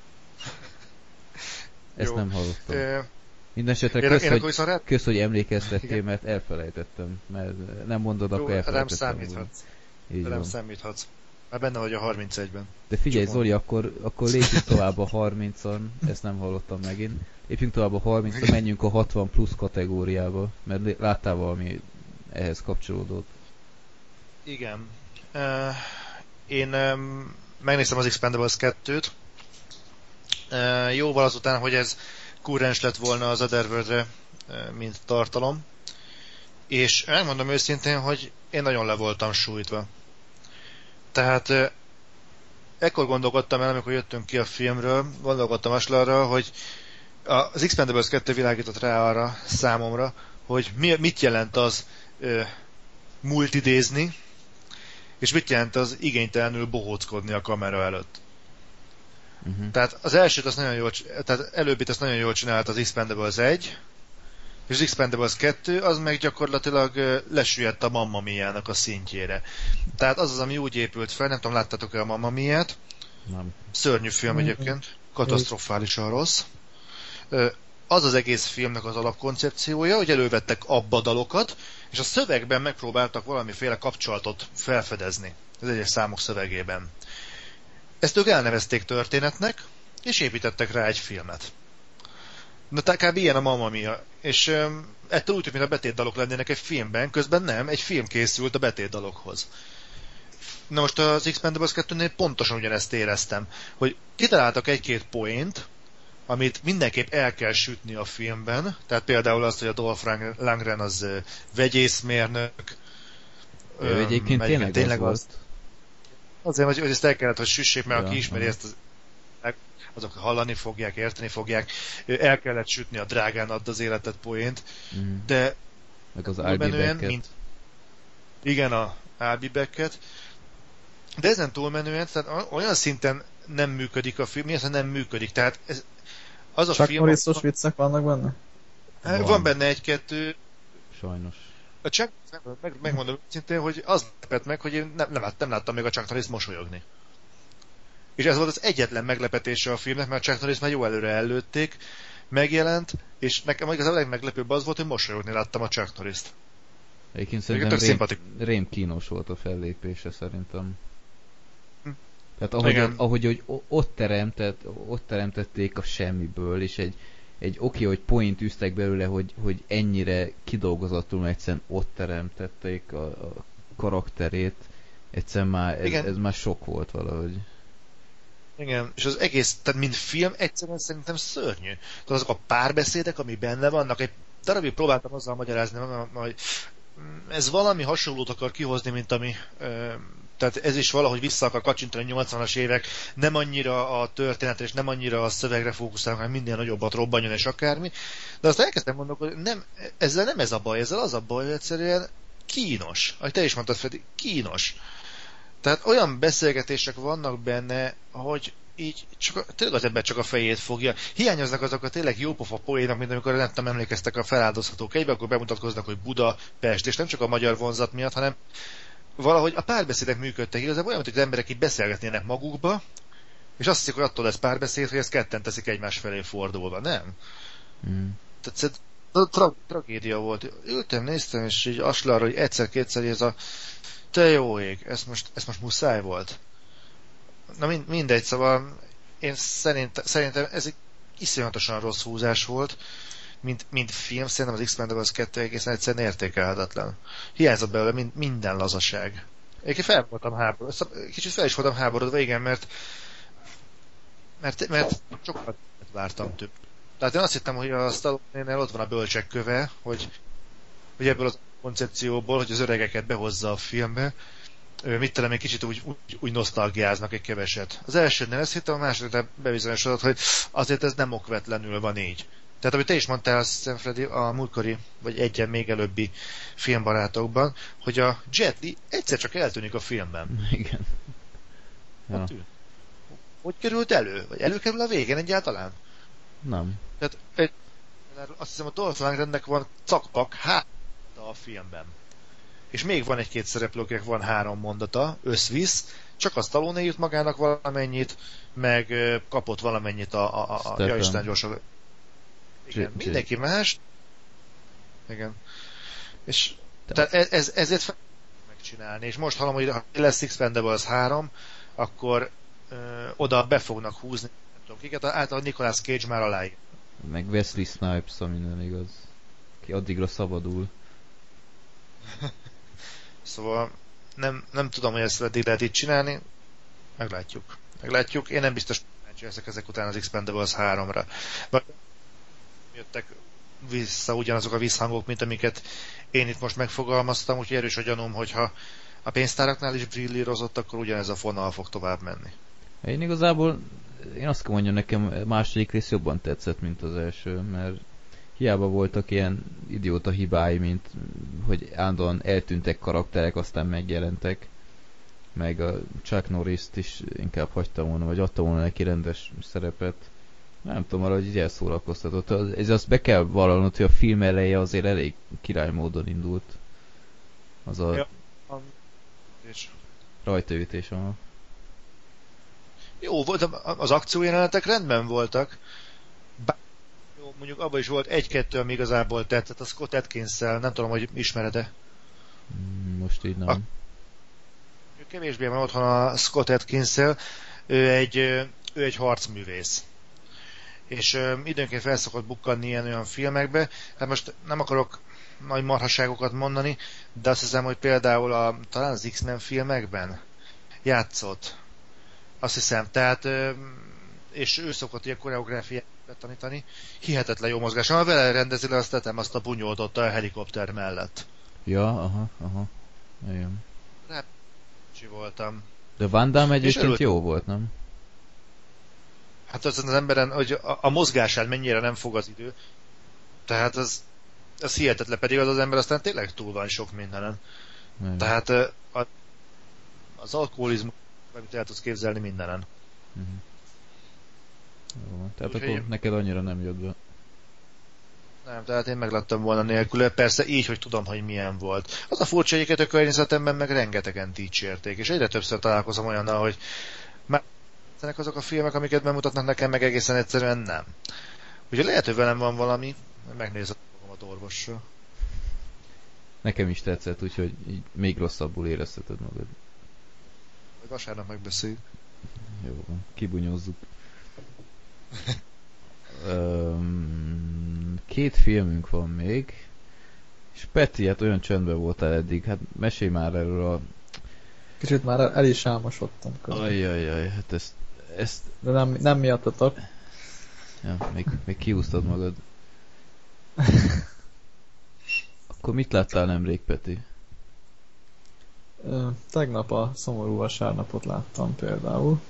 Ezt jó. nem hallottam. E... Mindenesetre kösz, hogy, viszont... kösz, hogy emlékeztettél, mert elfelejtettem. Mert nem mondod, jó, akkor elfelejtettem. Nem számíthatsz. Nem számíthatsz. Már benne vagy a harmincegyben. De figyelj, csak Zoli, akkor, akkor lépjünk tovább a harmincon. Ezt nem hallottam megint. Lépjünk tovább a harmincon, menjünk a hatvan plusz kategóriába. Mert láttál valami ehhez kapcsolódót. Igen. Uh, én um, megnéztem az Expendables kettőt. Uh, jóval azután, hogy ez kurrens lett volna az Otherworld-re, uh, mint tartalom. És elmondom őszintén, hogy én nagyon le voltam sújtva. Tehát uh, ekkor gondolkodtam el, amikor jöttünk ki a filmről, gondolkodtam azt arra, hogy az Expendables kettő világított rá arra számomra, hogy mi, mit jelent az uh, multidézni, és mit jelent az igénytelenül bohóckodni a kamera előtt. Uh-huh. Tehát az elsőt azt nagyon jól, tehát előbbit azt nagyon jól csinált az Expendables egy, és az Expendables kettő az meg gyakorlatilag uh, lesüllyedt a Mamma Mia-nak a szintjére. Tehát az az, ami úgy épült fel, nem tudom, láttatok-e a Mamma Mia-t? Nem. Szörnyű film egyébként, katasztrofálisan rossz. Uh, az az egész filmnek az alapkoncepciója, hogy elővettek abba dalokat, és a szövegben megpróbáltak valamiféle kapcsolatot felfedezni az egyes számok szövegében. ezt ők elnevezték történetnek, és építettek rá egy filmet. Na, tehát kb. Ilyen a Mamma Mia. És um, ettől úgy tűnik, mint a betétdalok lennének egy filmben, közben nem, egy film készült a betétdalokhoz. Na most az Expendables kettőnél pontosan ugyanezt éreztem, hogy kitaláltak egy-két poént, amit mindenképp el kell sütni a filmben, tehát például az, hogy a Dolph Lundgren az uh, vegyészmérnök. Ő egyébként tényleg, tényleg az volt. Azért, hogy, hogy ezt el kellett, hogy süssék, mert ja, aki ismeri ja. ezt, az, azok hallani fogják, érteni fogják. El kellett sütni a drágán add az életet poént, mm. de meg az Albibeket. Mint... Igen, a Albibeket. De ezen túlmenően tehát olyan szinten nem működik a film, mi az, nem működik. Tehát ez, az a Chuck film... Norris-os a... viccek vannak benne? Van, van benne egy-kettő... Sajnos. A Chuck, meg, megmondom szintén, hogy az lepett meg, hogy én nem, nem, lát, nem láttam még a Chuck Norris mosolyogni. És ez volt az egyetlen meglepetése a filmnek, mert a Chuck Norris már jó előre előtték, megjelent, és nekem az a legmeglepőbb az volt, hogy mosolyogni láttam a Chuck Norrist. Egyébként szerintem rém, rém kínos volt a fellépése szerintem. Hm. Tehát ahogy, a, ahogy hogy ott, teremtett, ott teremtették a semmiből, és egy, egy oké, hogy point üztek belőle, hogy, hogy ennyire kidolgozattul egyszerűen ott teremtették a, a karakterét, egyszerűen már ez, ez már sok volt valahogy. Igen, és az egész, tehát mint film egyszerűen szerintem szörnyű. Tehát azok a párbeszédek, ami benne vannak, egy darabig próbáltam azzal magyarázni, hogy ez valami hasonlót akar kihozni, mint ami, tehát ez is valahogy vissza akar kacsintani a nyolcvanas évek, nem annyira a történetre és nem annyira a szövegre fókuszálnak, hanem minden nagyobbat robbanjon és akármi. De azt elkezdtem gondolni, hogy nem, ezzel nem ez a baj, ezzel az a baj, hogy egyszerűen kínos. Ahogy te is mondtad, Freddy, kínos. Tehát olyan beszélgetések vannak benne, hogy így csak, tényleg az ember csak a fejét fogja. Hiányoznak azok a tényleg jópofa poénak, mint amikor nem tudom, emlékeztek a feláldozhatók egybe, akkor bemutatkoznak, hogy Budapest, és nem csak a magyar vonzat miatt, hanem valahogy a párbeszédek működtek. Igazából olyan, hogy az emberek így beszélgetnének magukba, és azt hiszik, hogy attól lesz párbeszéd, hogy ezt ketten teszik egymás felé fordulva. Nem? Mm. Tehát tra- tragédia volt. Ültem, néztem, és így aslarra, hogy egyszer-kétszer ez a te jó ég, ez most, ez most muszáj volt. Na mind, mindegy, szóval én szerint, szerintem ez egy iszonyatosan rossz húzás volt, mint, mint film, szerintem az Expendables kettő egészen egyszerűen értékelhetetlen. Hiányzott belőle mind, minden lazaság. Egyébként fel voltam háborodva, kicsit fel is voltam háborodva, igen, mert mert, mert sokat vártam több. Tehát én azt hittem, hogy a Stallone-nél ott van a bölcsek köve, hogy, hogy ebből az koncepcióból, hogy az öregeket behozza a filmbe, mit tudom, egy kicsit úgy, úgy, úgy nosztalgiáznak egy keveset. Az elsőnél ezt hittem, a másodiknál bebizonyosodott, hogy azért ez nem okvetlenül van így. Tehát, amit te is mondtál, azt Freddy, a múltkori, vagy egyen még előbbi filmbarátokban, hogy a Jet Li egyszer csak eltűnik a filmben. Igen. Ja. Hogy került elő? Vagy előkerül a végén egyáltalán? Nem. Tehát egy, azt hiszem, a Dolph Lundgrennek van cakpak hát a filmben. És még van egy-két szereplő, akinek van három mondata, összvisz, csak a Stallone jut magának valamennyit, meg kapott valamennyit a... a, a, a ja, Isten gyorsan. Igen, J- mindenki J- más. Igen. És tehát ez, ez, ezért fel megcsinálni. És most hallom, hogy lesz Expendables három, akkor ö, oda be fognak húzni, nem tudom kiket, általában Nicolas Cage már aláír. Meg Wesley Snipes, ami nem igaz. Ki addigra szabadul. Szóval nem, nem tudom, hogy ezt eddig lehet így csinálni. Meglátjuk. Meglátjuk. Én nem biztos, hogy ezek, ezek után az Expendables háromra. Vagy jöttek vissza ugyanazok a visszhangok, mint amiket én itt most megfogalmaztam, úgyhogy erős a gyanúm, hogyha a pénztáraknál is brillírozott, akkor ugyanez a fonal fog tovább menni. Én igazából, én azt kell mondjam, nekem második rész jobban tetszett, mint az első, mert hiába voltak ilyen idióta hibái, mint hogy állandóan eltűntek karakterek, aztán megjelentek, meg a Chuck Norris-t is inkább hagytam volna, vagy adtam volna neki rendes szerepet. Nem tudom, valahogy így elszórakoztatott. Ez azt be kell vallanod, hogy a film eleje azért elég király módon indult. Az a... Ja. Rajtaütés, aha. Jó, volt, az akciójelenetek rendben voltak. Bár jó, mondjuk abban is volt egy-kettő, ami igazából tetszett, a Scott Atkins-szel, nem tudom, hogy ismered-e. Most így nem. A... Kevésbé van otthon a Scott Atkins-szel. ő egy, ő egy harcművész. És ö, időnként fel szokott bukkanni ilyen olyan filmekbe. Hát most nem akarok nagy marhaságokat mondani, de azt hiszem, hogy például a, talán az X-Men filmekben játszott. Azt hiszem, tehát ö, és ő szokott ilyen koreográfiát tanítani. Hihetetlen jó mozgás. Ha vele rendezi le, azt tetem azt a bunyót ott a helikopter mellett. Ja, aha, aha. Igen. Rácsi voltam. De Van Damme És egyébként örült- jó volt, nem? Hát az az emberen, hogy a, a mozgásán mennyire nem fog az idő. Tehát az, az hihetetlen, pedig az az ember aztán tényleg túl van sok mindenen. Nem. Tehát ö, a, az alkoholizmus, amit el tudsz képzelni mindenen. Mhm. Jó, van. Tehát Úgyhogy- akkor neked annyira nem jött be. Nem, tehát én meglattam volna nélküle, persze így, hogy tudom, hogy milyen volt. Az a furcsa egyiket a környezetemben meg rengetegen dicsérték, és egyre többször találkozom olyannal, hogy már ezek azok a filmek, amiket bemutatnak nekem, meg egészen egyszerűen nem. Úgyhogy lehet, hogy velem van valami, megnézem magamat orvossal. Nekem is tetszett, úgyhogy így még rosszabbul érezheted magad. Vagy vasárnap megbeszéljük. Jó van, kibunyózzuk. Öm, két filmünk van még, és Peti, hát olyan csöndben voltál eddig, hát mesélj már erről a... Kicsit már el is álmosodtam közben. Ajjajjaj, hát ezt, ezt De nem, nem miattatok. ja, még, még kiúztad magad. Akkor mit láttál nemrég, Peti? Ö, Tegnap a Szomorú Vasárnapot láttam például.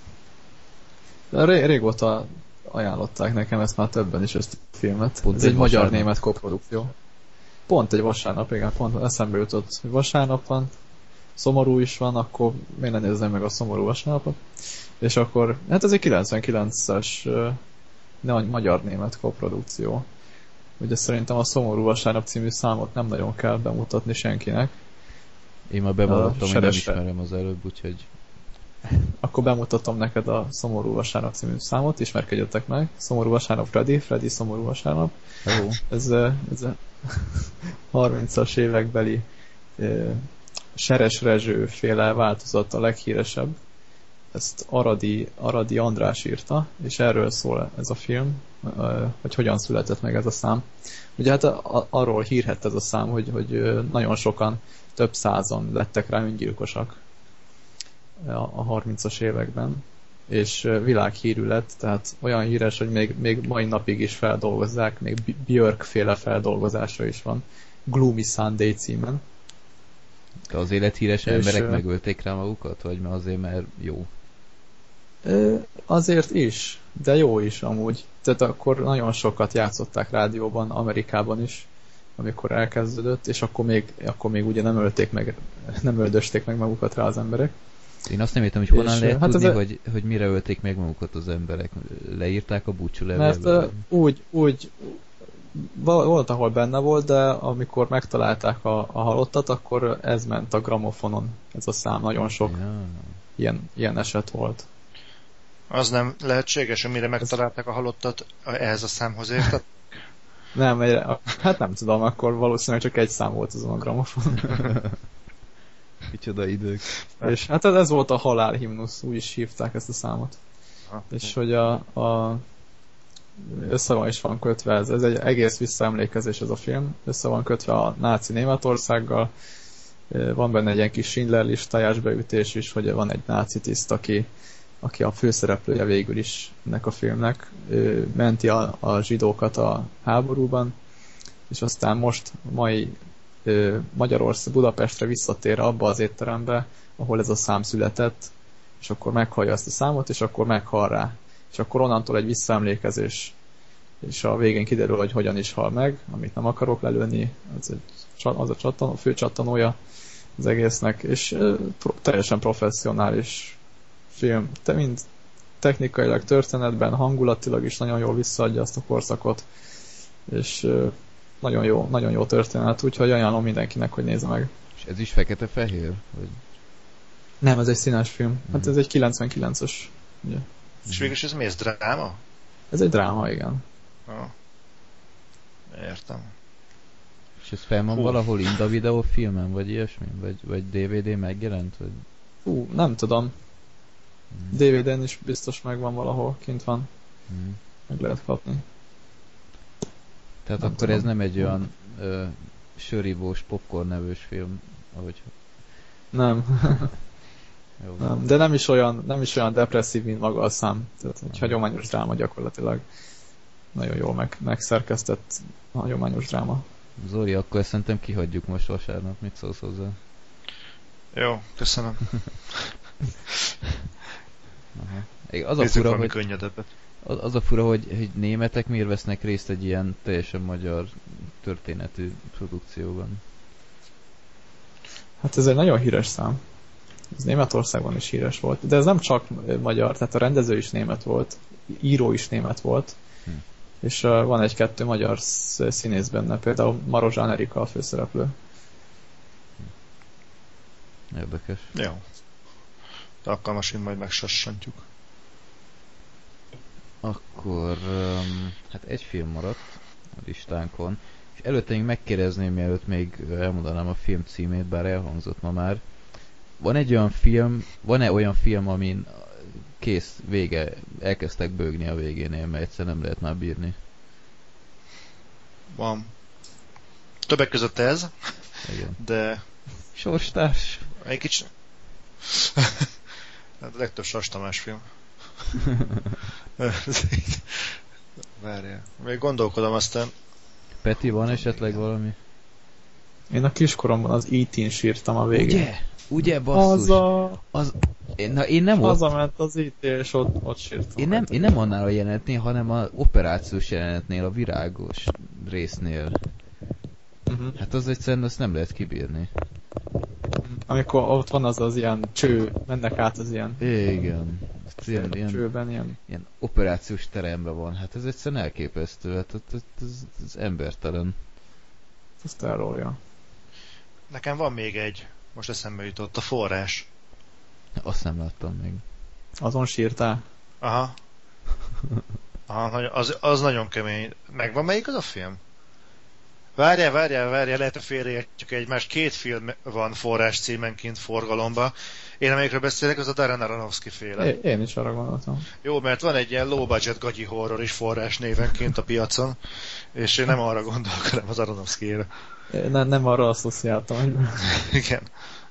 De ré- régóta ajánlották nekem ezt már többen is, ezt a filmet. Pont Ez egy egy vasárnap. magyar-német koprodukció. Pont egy vasárnap, igen, pont eszembe jutott, hogy vasárnap van, szomorú is van, akkor miért ne nézzem meg a Szomorú Vasárnapot? És akkor, hát ez egy kilencvenkilences ö, nagy magyar-német koprodukció. Ugye szerintem a Szomorú Vasárnap című számot nem nagyon kell bemutatni senkinek. Én már bevallottam, hogy nem Seresre. ismerem az előbb, úgyhogy Akkor bemutatom neked a Szomorú Vasárnap című számot, ismerkedjetek meg. Szomorú Vasárnap Freddy, Freddy Szomorú Vasárnap. jó. Ez, ö, ez a harmincas évekbeli ö, Seres Rezső féle változat a leghíresebb. Ezt Aradi, Aradi András írta, és erről szól ez a film, ö, hogy hogyan született meg ez a szám. Ugye hát a, a, arról hírhett ez a szám, hogy, hogy ö, nagyon sokan, több százan lettek rá öngyilkosak a, a harmincas években, és ö, világhírű lett, tehát olyan híres, hogy még, még mai napig is feldolgozzák, még Björk féle feldolgozása is van, Gloomy Sunday címen. De az élethíres És, emberek ö, megölték rá magukat? Vagy mert azért, mert jó? Ö, azért is, de jó is amúgy. Tehát akkor nagyon sokat játszották rádióban, Amerikában is, amikor elkezdődött, és akkor még, akkor még ugye nem ölték meg, nem öldösték meg magukat rá az emberek. Én azt nem értem, hogy honnan És, lehet hát tudni, ez a- hogy, hogy mire ölték meg magukat az emberek. Leírták a Mert búcsúlevélbe? ö, úgy, úgy val- volt, ahol benne volt, de amikor megtalálták a, a halottat, akkor ez ment a gramofonon. Ez a szám, nagyon sok Ja. ilyen, ilyen eset volt. Az nem lehetséges, amire megtalálták a halottat, ehhez a számhoz érted? Nem, egyre, hát nem tudom, akkor valószínűleg csak egy szám volt azon a gramofon. Micsoda idők. És hát ez, ez volt a halálhimnusz, úgy is hívták ezt a számot. Aha. És hogy a, a össze van is van kötve, ez, ez egy egész visszaemlékezés ez a film, össze van kötve a náci Németországgal, van benne egy ilyen kis Schindler listájás beütés is, hogy van egy náci tiszt, aki, aki a főszereplője végül is ennek a filmnek, ő menti a, a zsidókat a háborúban, és aztán most mai Magyarország Budapestre visszatér abba az étterembe, ahol ez a szám született, és akkor meghallja ezt a számot, és akkor meghal rá. És akkor onnantól egy visszaemlékezés, és a végén kiderül, hogy hogyan is hal meg, amit nem akarok lelőni, az, egy, az a csattanó, fő csattanója az egésznek, és ö, pro, teljesen professzionális film, te mind technikailag, történetben, hangulatilag is nagyon jól visszaadja azt a korszakot, és ö, nagyon jó, nagyon jó történet, úgyhogy ajánlom mindenkinek, hogy nézze meg. És ez is fekete-fehér? Vagy... Nem, ez egy színes film. Hát Mhm. ez egy kilencvenkilences. Ugye. És végülis ez mi, ez dráma? Ez egy dráma, igen. Ah. Értem. És ez fel van Hú. valahol Inda videófilmen, vagy ilyesmi? Vagy, vagy dé vé dé megjelent? Vagy... Hú, nem tudom. Mm. dé vé dén is biztos megvan valahol, kint van. Mm. Meg lehet kapni. Tehát nem akkor tudom. ez nem egy olyan ö, sörívós, popcorn nevős film, ahogy... Nem. Jó. nem. De nem is olyan, nem is olyan depresszív, mint maga a szám. Tehát egy hagyományos dráma gyakorlatilag. Nagyon jól meg, megszerkesztett hagyományos dráma. Zoli, akkor szerintem kihagyjuk most vasárnap. Mit szólsz hozzá? Jó, köszönöm. Aha. Az a Nézzük fura, valami hogy, könnyedebbet. az, az a fura, hogy, hogy németek miért vesznek részt egy ilyen teljesen magyar történetű produkcióban. Hát ez egy nagyon híres szám. Ez Németországban is híres volt. De ez nem csak magyar, tehát a rendező is német volt, író is német volt, hm. és uh, van egy-kettő magyar színész benne, például Marozsán Erika a főszereplő. Érdekes. Jó. De alkalmasint majd megsassantjuk. Akkor um, hát egy film maradt a listánkon, és előtte még megkérdezném, mielőtt még elmondanám a film címét, bár elhangzott ma már. Van egy olyan film, van-e olyan film, amin kész, vége, elkezdtek bőgni a végénél, mert egyszer nem lehet már bírni? Van. Többek között ez, igen. De... Sorstárs. Egy kicsi... hát a legtöbb Sas Tamás film. Várjál. Még gondolkodom aztán. Peti, van esetleg valami? Én a kiskoromban az í té-n sírtam a végén. Ugye? Ugye, basszus? Az a... Az... Na, én nem ott... Hazament az í té, és ott, ott sírtam. Én nem, én nem annál a jelenetnél, hanem az operációs jelenetnél, a virágos résznél. Uh-huh. Hát az egyszerűen azt nem lehet kibírni. Amikor ott van az az ilyen cső, mennek át az ilyen... Igen. Ilyen, ilyen, csőben ilyen... ilyen operációs teremben van. Hát ez egyszerűen elképesztő. Hát ez, ez, ez embertelen. Ez terrorja. Nekem van még egy, most eszembe jutott, a Forrás. Azt nem láttam még. Azon sírtál? Aha. Aha, az, az nagyon kemény. Megvan melyik az a film? Várjál, várjál, várjál, lehet, hogy félreértjük egymást. Két film van Forrás címenként forgalomba. Én amelyikről beszélek, az a Darren Aronofsky féle. É, én is arra gondoltam. Jó, mert van egy ilyen low budget gagyi horror is Forrás névenként a piacon, és én nem arra gondolok, hanem az Aronofsky-ra. Nem, nem arra asszociáltam, hogy... Igen.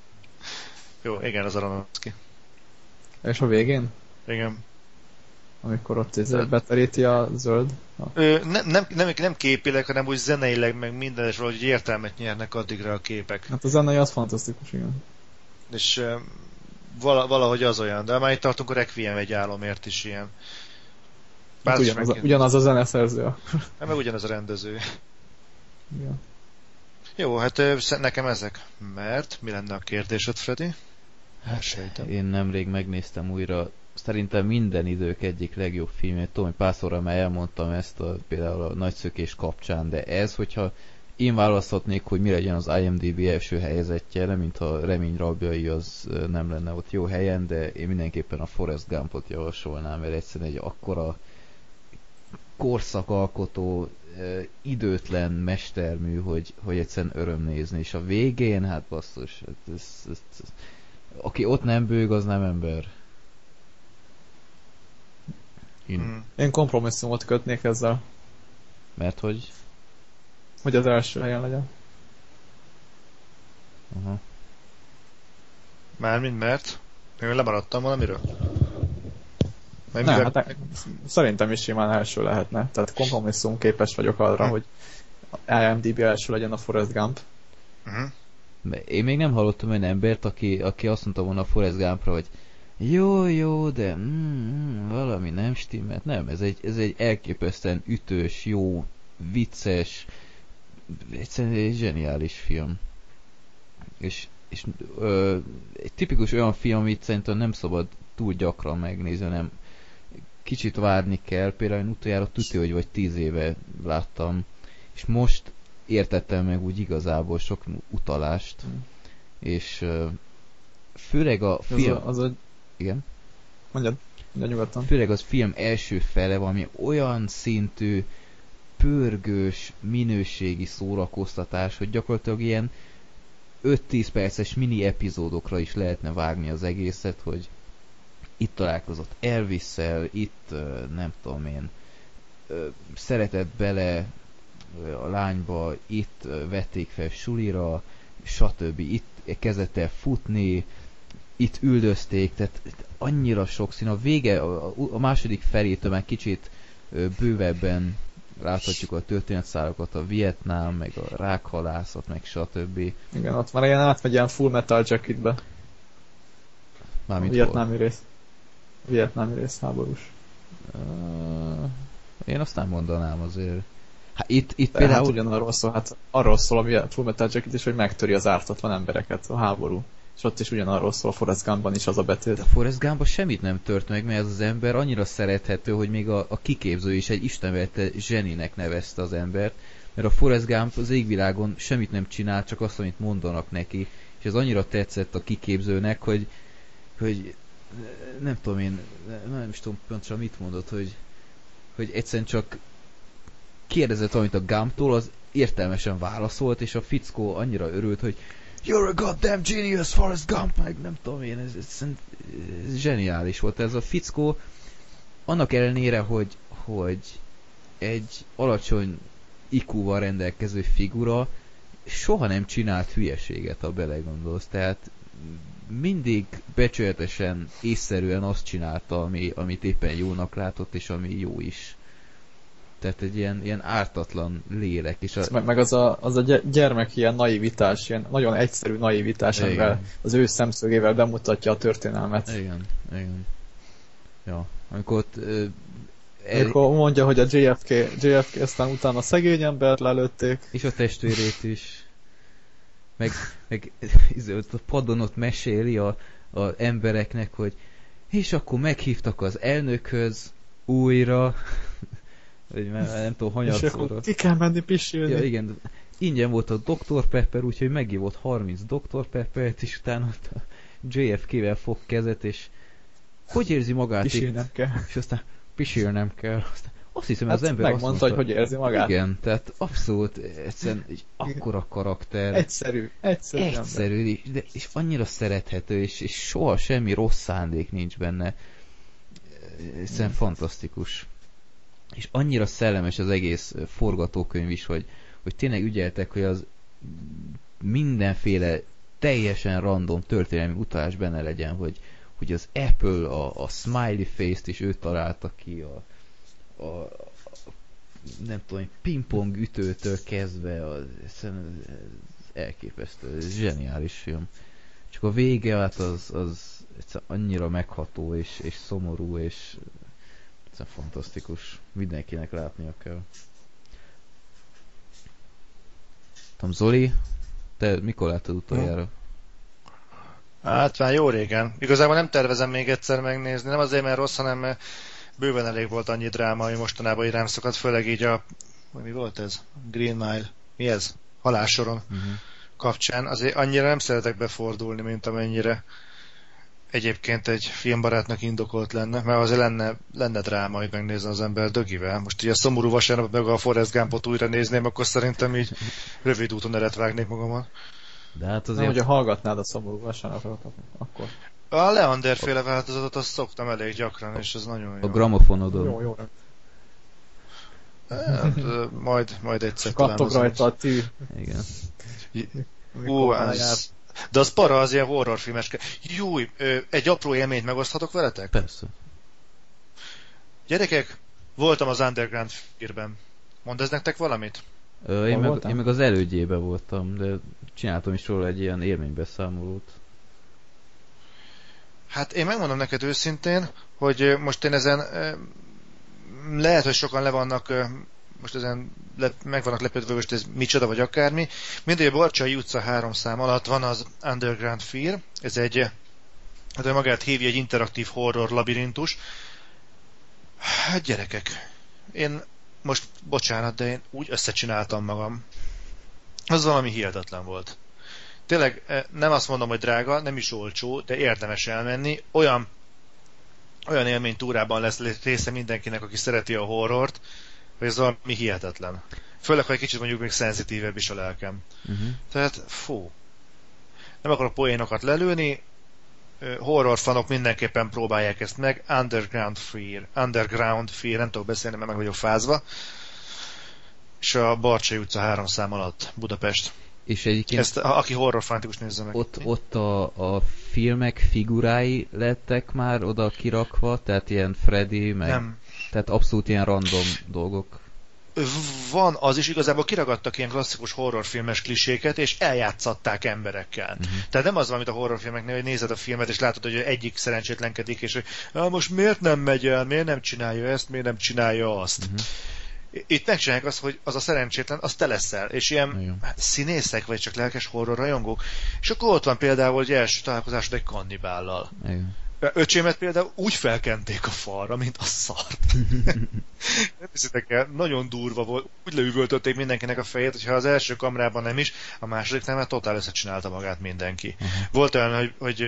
Jó, igen, az Aronofsky. És a végén? Igen. Amikor ott beteríti a zöld? A... Ö, nem, nem, nem, nem képileg, hanem úgy zeneileg, meg minden, és valahogy értelmet nyernek addigra a képek. Hát a zenei az fantasztikus, igen. És ö, vala, valahogy az olyan, de már itt tartunk, a Requiem egy álomért is ilyen. Hát ugyanaz, a, ugyanaz a zeneszerző. Hát meg ugyanaz a rendező. Igen. Jó, hát nekem ezek. Mert mi lenne a kérdésed, Freddy? Hát, én nemrég megnéztem újra, szerintem minden idők egyik legjobb filmjét. Tudom, hogy párszorra már elmondtam ezt a, például a Nagyszökés kapcsán, de ez, hogyha én választhatnék, hogy mi legyen az i em dé bé első helyezettje, nem mintha Remény rabjai az nem lenne ott jó helyen, de én mindenképpen a Forrest Gumpot javasolnám, mert egyszerűen egy akkora korszakalkotó, időtlen mestermű, hogy, hogy egyszerűen öröm nézni, és a végén, hát basszus, ez, ez, ez, ez, aki ott nem bőg, az nem ember. Én, hmm. Én kompromisszumot kötnék ezzel. Mert hogy? Hogy az első helyen legyen. Aha. Mármint mert? Én lemaradtam valamiről? Nem, mivel... hát szerintem is simán első lehetne. Tehát kompromisszum képes vagyok arra, hm. hogy i em dé bé első legyen a Forrest Gump. Uh-huh. Én még nem hallottam olyan embert, aki, aki azt mondta volna a Forrest Gumpra, hogy jó, jó, de mm, valami nem stimmelt. Nem, ez egy, ez egy elképesztően ütős, jó, vicces, egyszerűen egy zseniális film. És, és ö, egy tipikus olyan film, amit szerintem nem szabad túl gyakran megnézni, hanem kicsit várni kell. Például én utoljára tudja, hogy vagy tíz éve láttam, és most értettem meg úgy igazából sok utalást, mm. és uh, főleg a film... Az a, az a... Igen? Mondjad, mondjad nyugodtan. Főleg az film első fele valami olyan szintű pörgős, minőségi szórakoztatás, hogy gyakorlatilag ilyen öt-tíz perces mini epizódokra is lehetne vágni az egészet, hogy itt találkozott Elvis-szel, itt nem tudom én, szeretett bele a lányba, itt vették fel sulira, stb. Itt kezdett el futni, itt üldözték, tehát annyira sokszínű. A vége, a, a második felétől már kicsit bővebben láthatjuk a történetszálakat, a Vietnám, meg a rákhalászat, meg stb. Igen, ott már ilyen átmegy ilyen Full Metal Jacketbe. Mármint a vietnámi rész. A vietnámi rész háborús. Uh, én azt nem mondanám azért. Hát itt, itt például... például... Hát ugyanarról szól, hát arról szól a Full Metal Jacket is, hogy megtöri az ártatlan embereket, a háború. És ott is ugyanarról szól, a Forrest Gumpban is az a betét. De a Forrest Gumpban semmit nem tört meg, mert ez az ember annyira szerethető, hogy még a, a kiképző is egy istenverte zseninek nevezte az embert, mert a Forrest Gump az égvilágon semmit nem csinál, csak azt, amit mondanak neki. És ez annyira tetszett a kiképzőnek, hogy, hogy nem tudom én, nem is tudom pontosan mit mondott, hogy, hogy egyszerűen csak kérdezett valamit a Gumptól, az értelmesen válaszolt, és a fickó annyira örült, hogy You're a goddamn genius, Forrest Gump, meg nem tudom én, ez, ez, ez zseniális volt. Ez a fickó annak ellenére, hogy, hogy egy alacsony I Q-val rendelkező figura soha nem csinált hülyeséget, ha belegondolsz. Tehát mindig becsületesen, észszerűen azt csinálta, ami, amit éppen jónak látott, és ami jó is. Tehát egy ilyen, ilyen ártatlan lélek. És a... meg, meg az a, az a gyermek ilyen naivitás, ilyen nagyon egyszerű naivitás, amivel az ő szemszögével bemutatja a történelmet. Igen, igen. Ja, amikor ott... Uh, el... Amikor mondja, hogy a J F K, J F K aztán utána szegény embert lelőtték. És a testvérét is. Meg, meg ott a padon ott meséli a, a embereknek, hogy és akkor meghívtak az elnökhöz újra, vagy nem tudom, hanyatszorra. Ki kell menni pisilni. Ja, igen. Ingyen volt a doktor Pepper, úgyhogy megívott harminc doktor Peppert, és utána ott a J F K-vel fog kezet, és hogy érzi magát? Pisilnem kell. És aztán pisilnem kell. Aztán azt hiszem, hát az ember megmondta, azt mondta, hogy hogy érzi magát. Igen, tehát abszolút egyszerűen egy akkora karakter. Egyszerű. Egyszerű. Egyszerű, de, és annyira szerethető, és, és soha semmi rossz szándék nincs benne. Egyszerűen fantasztikus. És annyira szellemes az egész forgatókönyv is, hogy, hogy tényleg ügyeltek, hogy az mindenféle teljesen random történelmi utalás benne legyen, hogy, hogy az Apple, a, a smiley face-t is ő találta ki, a, a, a nem tudom, pingpong ütőtől kezdve, az, ez elképesztő, ez zseniális film. Csak a vége, hát az, az annyira megható, és, és szomorú, és ez fantasztikus. Mindenkinek látnia kell. Tom, Zoli, te mikor láttad utoljára? Hát már jó régen. Igazából nem tervezem még egyszer megnézni. Nem azért, mert rossz, hanem mert bőven elég volt annyi dráma, ami mostanában így rám szakadt, főleg így a... Mi volt ez? Green Mile. Mi ez? Halálsoron uh-huh. kapcsán. Azért annyira nem szeretek befordulni, mint amennyire egyébként egy filmbarátnak indokolt lenne, mert azért lenne, lenne dráma, hogy megnézne az ember dögivel. Most így a szomorú vasárnap meg a Forrest Gumpot újra nézném, akkor szerintem így rövid úton eret vágnék magamon. De hát azért... Nem, hogyha hallgatnád a szomorú vasárnapot, akkor... A Leander féle változatot azt szoktam elég gyakran, és ez nagyon jó. A gramofonodon. Jó, jó. Hát, majd, majd egyszer talán. Kattog rajta a tű. Igen. Ú, ez... De az para, az ilyen horrorfilmes. Júj, egy apró élményt megoszthatok veletek? Persze. Gyerekek, voltam az Underground Fear-ben. Mondd ez nektek valamit? Ö, én, meg, én meg az elődjében voltam, de csináltam is róla egy ilyen élménybeszámolót. Hát én megmondom neked őszintén, hogy most én ezen lehet, hogy sokan le vannak most ezen le, meg vannak lepődve, hogy ez micsoda vagy akármi. Mindegy, a Barcsai utca három szám alatt van az Underground Fear. Ez egy, hát ő magát hívja, egy interaktív horror labirintus. Hát gyerekek, én most, bocsánat, de én úgy összecsináltam magam. Az valami hihetetlen volt. Tényleg nem azt mondom, hogy drága, nem is olcsó, de érdemes elmenni. Olyan, olyan élménytúrában lesz része mindenkinek, aki szereti a horrort, hogy ez valami hihetetlen. Főleg, ha egy kicsit mondjuk még szenzitívebb is a lelkem. Uh-huh. Tehát, fú. Nem akarok poénokat lelőni, horrorfanok mindenképpen próbálják ezt meg. Underground Fear. Underground Fear, nem tudok beszélni, mert meg vagyok fázva. És a Barcsay utca három szám alatt, Budapest. És egyébként ezt, aki horrorfanatikus nézze meg. Ott, ott a, a filmek figurái lettek már oda kirakva, tehát ilyen Freddy, meg... Nem. Tehát abszolút ilyen random dolgok. Van az is, igazából kiragadtak ilyen klasszikus horrorfilmes kliséket, és eljátszatták emberekkel. Uh-huh. Tehát nem az van, mint a horrorfilmeknél, hogy nézed a filmet, és látod, hogy egyik szerencsétlenkedik, és hogy ah, most miért nem megy el, miért nem csinálja ezt, miért nem csinálja azt. Uh-huh. Itt megcsinálják azt, hogy az a szerencsétlen, az te leszel, és ilyen hát, színészek, vagy csak lelkes horror rajongók, és akkor ott van például, hogy első találkozásod egy kannibállal. Igen. Öcsémet például úgy felkenték a falra, mint a szart. Nem hiszitek el, nagyon durva volt, úgy leüvöltötték mindenkinek a fejét, hogyha az első kamrában nem is, a másodiknál már totál összecsinálta magát mindenki. Uh-huh. Volt olyan, hogy, hogy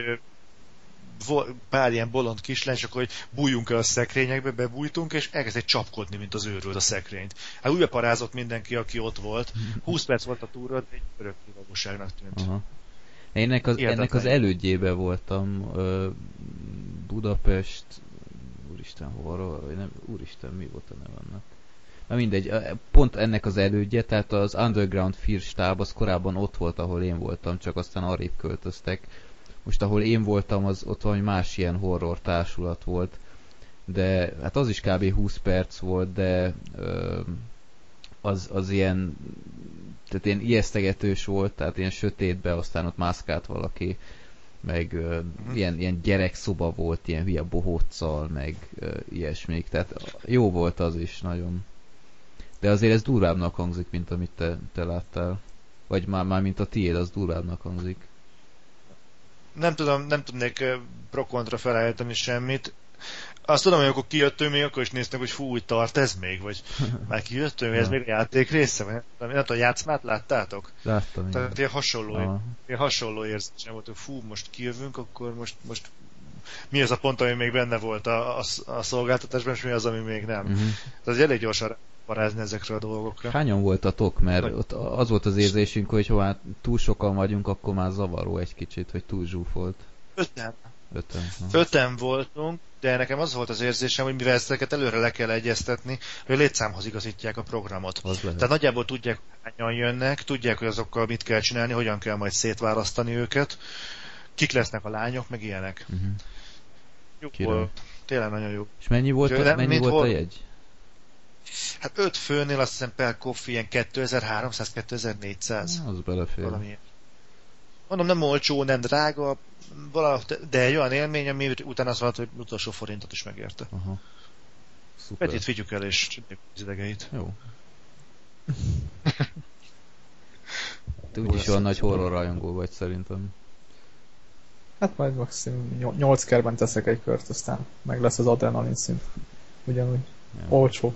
pár ilyen bolond kislány, csak hogy bújjunk el a szekrényekbe, bebújtunk, és elkezdett csapkodni, mint az őrült a szekrényt. Hát úgy beparázott mindenki, aki ott volt. húsz perc volt a túra, de egy örök világosságnak tűnt. Uh-huh. Ennek az, ennek az elődjébe voltam uh, Budapest, úristen, horror, vagy nem, úristen, mi volt a neve annak? Na mindegy, pont ennek az elődje, tehát az Underground Fear stáb, az korábban ott volt, ahol én voltam, csak aztán arrébb költöztek. Most ahol én voltam, az ott valami más ilyen horror társulat volt, de hát az is kb. húsz perc volt, de uh, az, az ilyen tehát ilyen ijesztegetős volt, tehát ilyen sötétbe, aztán ott mászkált valaki, meg uh, uh-huh. ilyen, ilyen gyerekszoba volt, ilyen hülye bohóccal, meg uh, ilyesmik, tehát jó volt az is nagyon. De azért ez durvábbnak hangzik, mint amit te, te láttál. Vagy már, már mint a tiéd, az durvábbnak hangzik. Nem tudom, nem tudnék pro-kontra felállítani semmit. Azt tudom, hogy akkor kijöttünk, még akkor is néztünk, hogy fú, úgy tart ez még, vagy már kijöttünk, ez még a játék része, vagy nem tudom, a játszmát láttátok? Láttam. Tehát ilyen hasonló, ilyen hasonló érzésem volt, hogy fú, most kijövünk, akkor most, most mi az a pont, ami még benne volt a, a, a szolgáltatásban, és mi az, ami még nem. Uh-huh. Tehát elég gyorsan parázni ezekre a dolgokra. Hányan voltatok? Mert ott az volt az érzésünk, hogy ha már túl sokan vagyunk, akkor már zavaró egy kicsit, hogy túl zsúfolt. Öten. Öten. Öten voltunk, de nekem az volt az érzésem, hogy mivel ezeket előre le kell egyeztetni, hogy a létszámhoz igazítják a programot. Tehát nagyjából tudják, hogy hányan jönnek, tudják, hogy azokkal mit kell csinálni, hogyan kell majd szétválasztani őket, kik lesznek a lányok, meg ilyenek. Uh-huh. Jó Király. volt. Tényleg nagyon jó. És mennyi volt, a, mennyi volt hol... a jegy? Hát öt főnél azt hiszem per coffee ilyen kétezer-háromszáz-kétezer-négyszáz. Az belefér. Valami. Mondom, nem olcsó, nem drága, valahogy, de egy olyan élmény, ami utána azt mondta, hogy utolsó forintot is megérte. Aha. Szuper. Petit vigyük el, és csináljuk az idegeit. Jó. Te úgyis olyan nagy horror rajongó vagy szerintem. Hát majd maximum nyolc kerben teszek egy kört, aztán meg lesz az adrenalin szint. Ugyanúgy. Ja. Olcsó.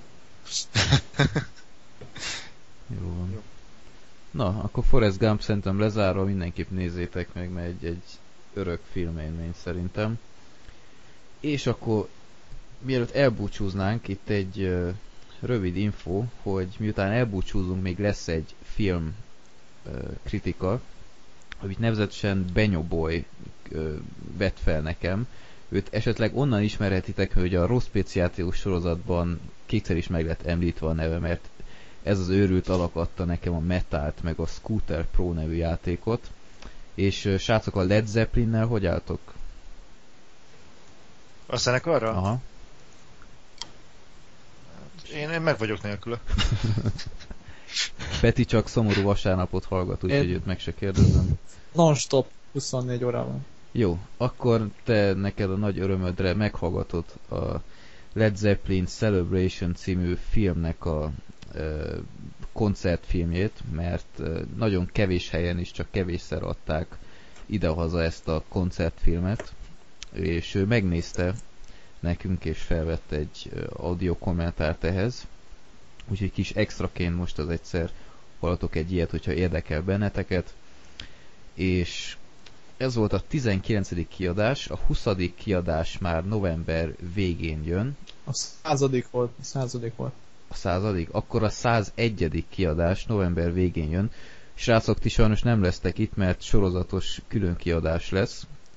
Jó van. Jó. Na, akkor Forrest Gump szerintem lezárva, mindenképp nézzétek meg, mert egy, egy örök filmélmény szerintem. És akkor mielőtt elbúcsúznánk, itt egy uh, rövid info, hogy miután elbúcsúzunk, még lesz egy film uh, kritika, amit nevezetesen Benyoboy uh, vett fel nekem. Őt esetleg onnan ismerhetitek, hogy a Rossz Speciációs sorozatban kétszer is meg lett említve a neve, mert ez az őrült alak adta nekem a Metalt, meg a Scooter Pro nevű játékot. És uh, srácok, a Led Zeppelinnel hogy álltok? A zenekarra? Aha. Én, én meg vagyok nélküle. Peti csak szomorú vasárnapot hallgat, úgyhogy őt meg se kérdezem. Non-stop, huszonnégy órában. Jó, akkor te neked a nagy örömödre meghallgatod a Led Zeppelin Celebration című filmnek a e, koncertfilmjét, mert e, nagyon kevés helyen is, csak kevésszer adták idehaza ezt a koncertfilmet, és ő megnézte nekünk, és felvett egy audio kommentárt ehhez. Úgyhogy kis extraként most az egyszer hallatok egy ilyet, hogyha érdekel benneteket. És ez volt a tizenkilencedik kiadás, a huszadik kiadás már november végén jön. A századik volt, a századik volt. A századik? Akkor a százegyedik kiadás november végén jön. Srácok, ti sajnos nem lesztek itt, mert sorozatos külön kiadás lesz.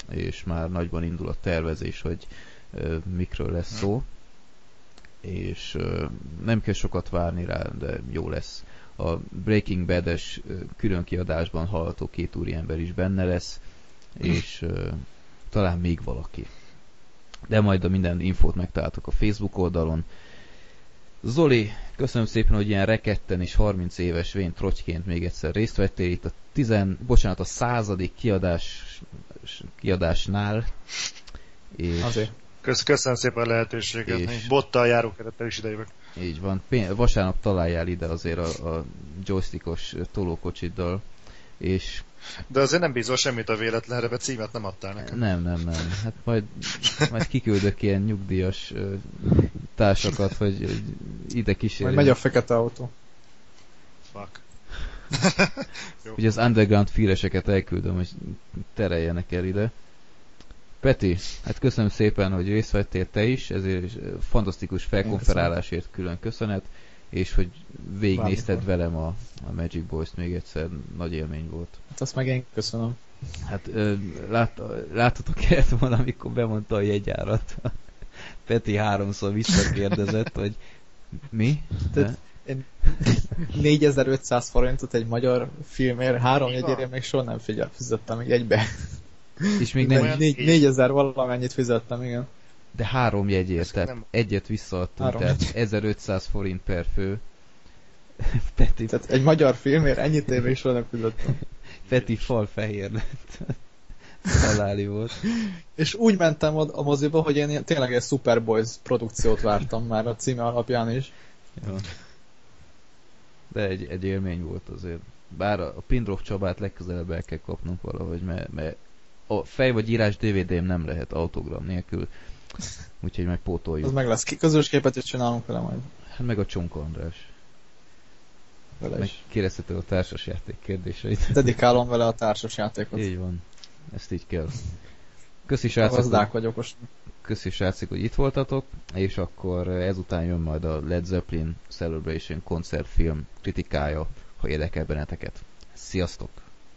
és már nagyban indul a tervezés, hogy ö, mikről lesz szó, és ö, nem kell sokat várni rá, de jó lesz. A Breaking Bad-es külön kiadásban hallható két úriember is benne lesz, és ö, talán még valaki. De majd a minden infót megtaláltok a Facebook oldalon. Zoli, köszönöm szépen, hogy ilyen reketten és harminc éves vén trotyként még egyszer részt vettél itt a tizen, bocsánat, a századik kiadás, kiadásnál. És Azért. Köszönöm szépen a lehetőséget. És bottal járókerettel is idejövök. Így van. Vasárnap találjál ide azért a, a joystickos tolókocsiddal. És de azért nem bízol semmit a véletlenre, mert címet nem adtál nekem. Nem, nem, nem. Hát majd, majd kiküldök ilyen nyugdíjas uh, társakat, hogy ide kísérjen. Majd megy a fekete autó. Fuck. Ugye az underground fíreseket elküldöm, hogy tereljenek el ide. Peti, hát köszönöm szépen, hogy részt vettél te is, ezért fantasztikus felkonferálásért külön köszönet, és hogy végignézted velem a, a Magic Boys-t még egyszer, nagy élmény volt. Hát azt meg én köszönöm. Hát lát, láttatok kellett volna, amikor bemondta a jegyárat. Peti háromszor visszakérdezett, hogy mi? Tehát én négyezer-ötszáz forintot egy magyar filmért, három jegyért még soha nem figyel, fizettem még egybe. És még nem... négyezer valamennyit fizettem, igen. De három jegyért, tehát nem... egyet visszaadtunk, három tehát jegy. ezerötszáz forint per fő. Peti... Tehát egy magyar filmért ennyit én még soha nem fizettem. Peti falfehér lett. Haláli volt. És úgy mentem a moziba, hogy én tényleg egy Superboys produkciót vártam már a címe alapján is. Ja. De egy, egy élmény volt azért. Bár a Pindrov Csabát legközelebb el kell kapnunk valahogy, mert, mert a fej vagy írás dé vé dém nem lehet autogram nélkül. Úgyhogy megpótoljuk. Az meg lesz. Közös képet is csinálunk vele majd. Hát meg a Csonka András. Vele meg kérdezhető a társasjáték kérdéseit. Dedikálom vele a társasjátékot. Így van. Ezt így kell. Köszi srácok, vagyok most. Köszi srácok, hogy itt voltatok, és akkor ezután jön majd a Led Zeppelin Celebration koncertfilm kritikája, ha érdekel benneteket. Sziasztok!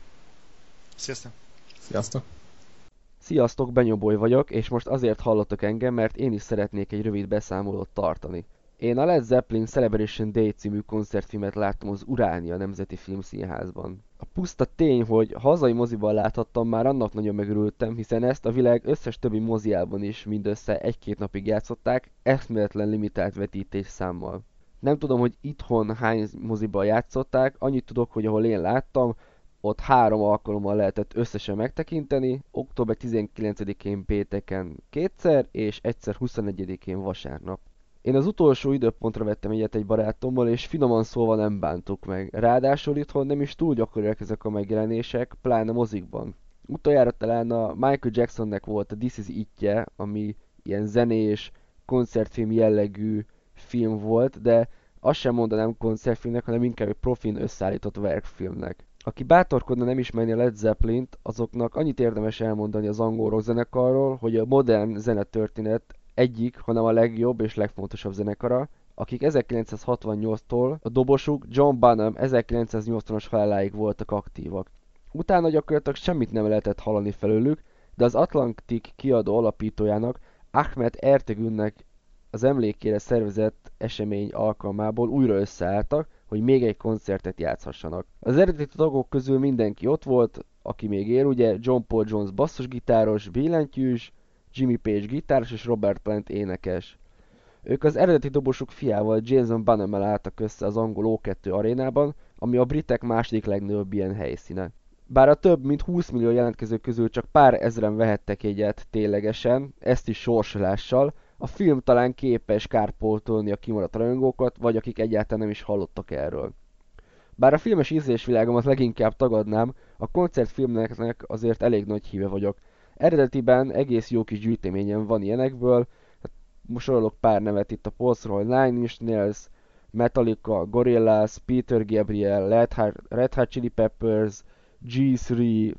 Sziasztok! Sziasztok! Sziasztok, Benyoboly vagyok, és most azért hallottok engem, mert én is szeretnék egy rövid beszámolót tartani. Én a Led Zeppelin Celebration Day című koncertfilmet láttam az Uránia Nemzeti Filmszínházban. A puszta tény, hogy hazai moziban láthattam, már annak nagyon megörültem, hiszen ezt a világ összes többi moziában is mindössze egy-két napig játszották, eszméletlen limitált vetítés számmal. Nem tudom, hogy itthon hány moziban játszották, annyit tudok, hogy ahol én láttam, ott három alkalommal lehetett összesen megtekinteni, október tizenkilencedikén pénteken kétszer, és egyszer huszonegyedikén vasárnap. Én az utolsó időpontra vettem egyet egy barátommal, és finoman szólva nem bántuk meg. Ráadásul itthon nem is túl gyakoriak ezek a megjelenések, pláne mozikban. Utoljára talán a Michael Jacksonnek volt a This Is It-je, ami ilyen zenés, koncertfilm jellegű film volt, de azt sem mondanám koncertfilmnek, hanem inkább egy profin összeállított verkfilmnek. Aki bátorkodna nem ismerni a Led Zeppelint, azoknak annyit érdemes elmondani az angol rock zenekarról, hogy a modern zenetörténet egyik, hanem a legjobb és legfontosabb zenekara, akik ezerkilencszázhatvannyolctól a dobosuk John Bonham ezerkilencszáznyolcvanas haláláig voltak aktívak. Utána gyakorlatilag semmit nem lehetett hallani felőlük, de az Atlantic kiadó alapítójának, Ahmet Ertegünnek az emlékére szervezett esemény alkalmából újra összeálltak, hogy még egy koncertet játszhassanak. Az eredeti tagok közül mindenki ott volt, aki még él, ugye John Paul Jones basszusgitáros, billentyűs, Jimmy Page gitáros és Robert Plant énekes. Ők az eredeti dobosuk fiával, Jason Bonham-mel álltak össze az angol ó kettő arénában, ami a britek második legnagyobb ilyen helyszíne. Bár a több mint húsz millió jelentkező közül csak pár ezren vehettek egyet ténylegesen, ezt is sorsolással, a film talán képes kárpótolni a kimaradt rajongókat, vagy akik egyáltalán nem is hallottak erről. Bár a filmes ízlésvilágomat leginkább tagadnám, a koncertfilmeknek azért elég nagy híve vagyok. Eredetiben egész jó kis gyűjteményem van ilyenekből, most sorolok pár nevet itt a polcról: Nine Inch Nails, Metallica, Gorillaz, Peter Gabriel, Red Hot, Red Hot Chili Peppers, G három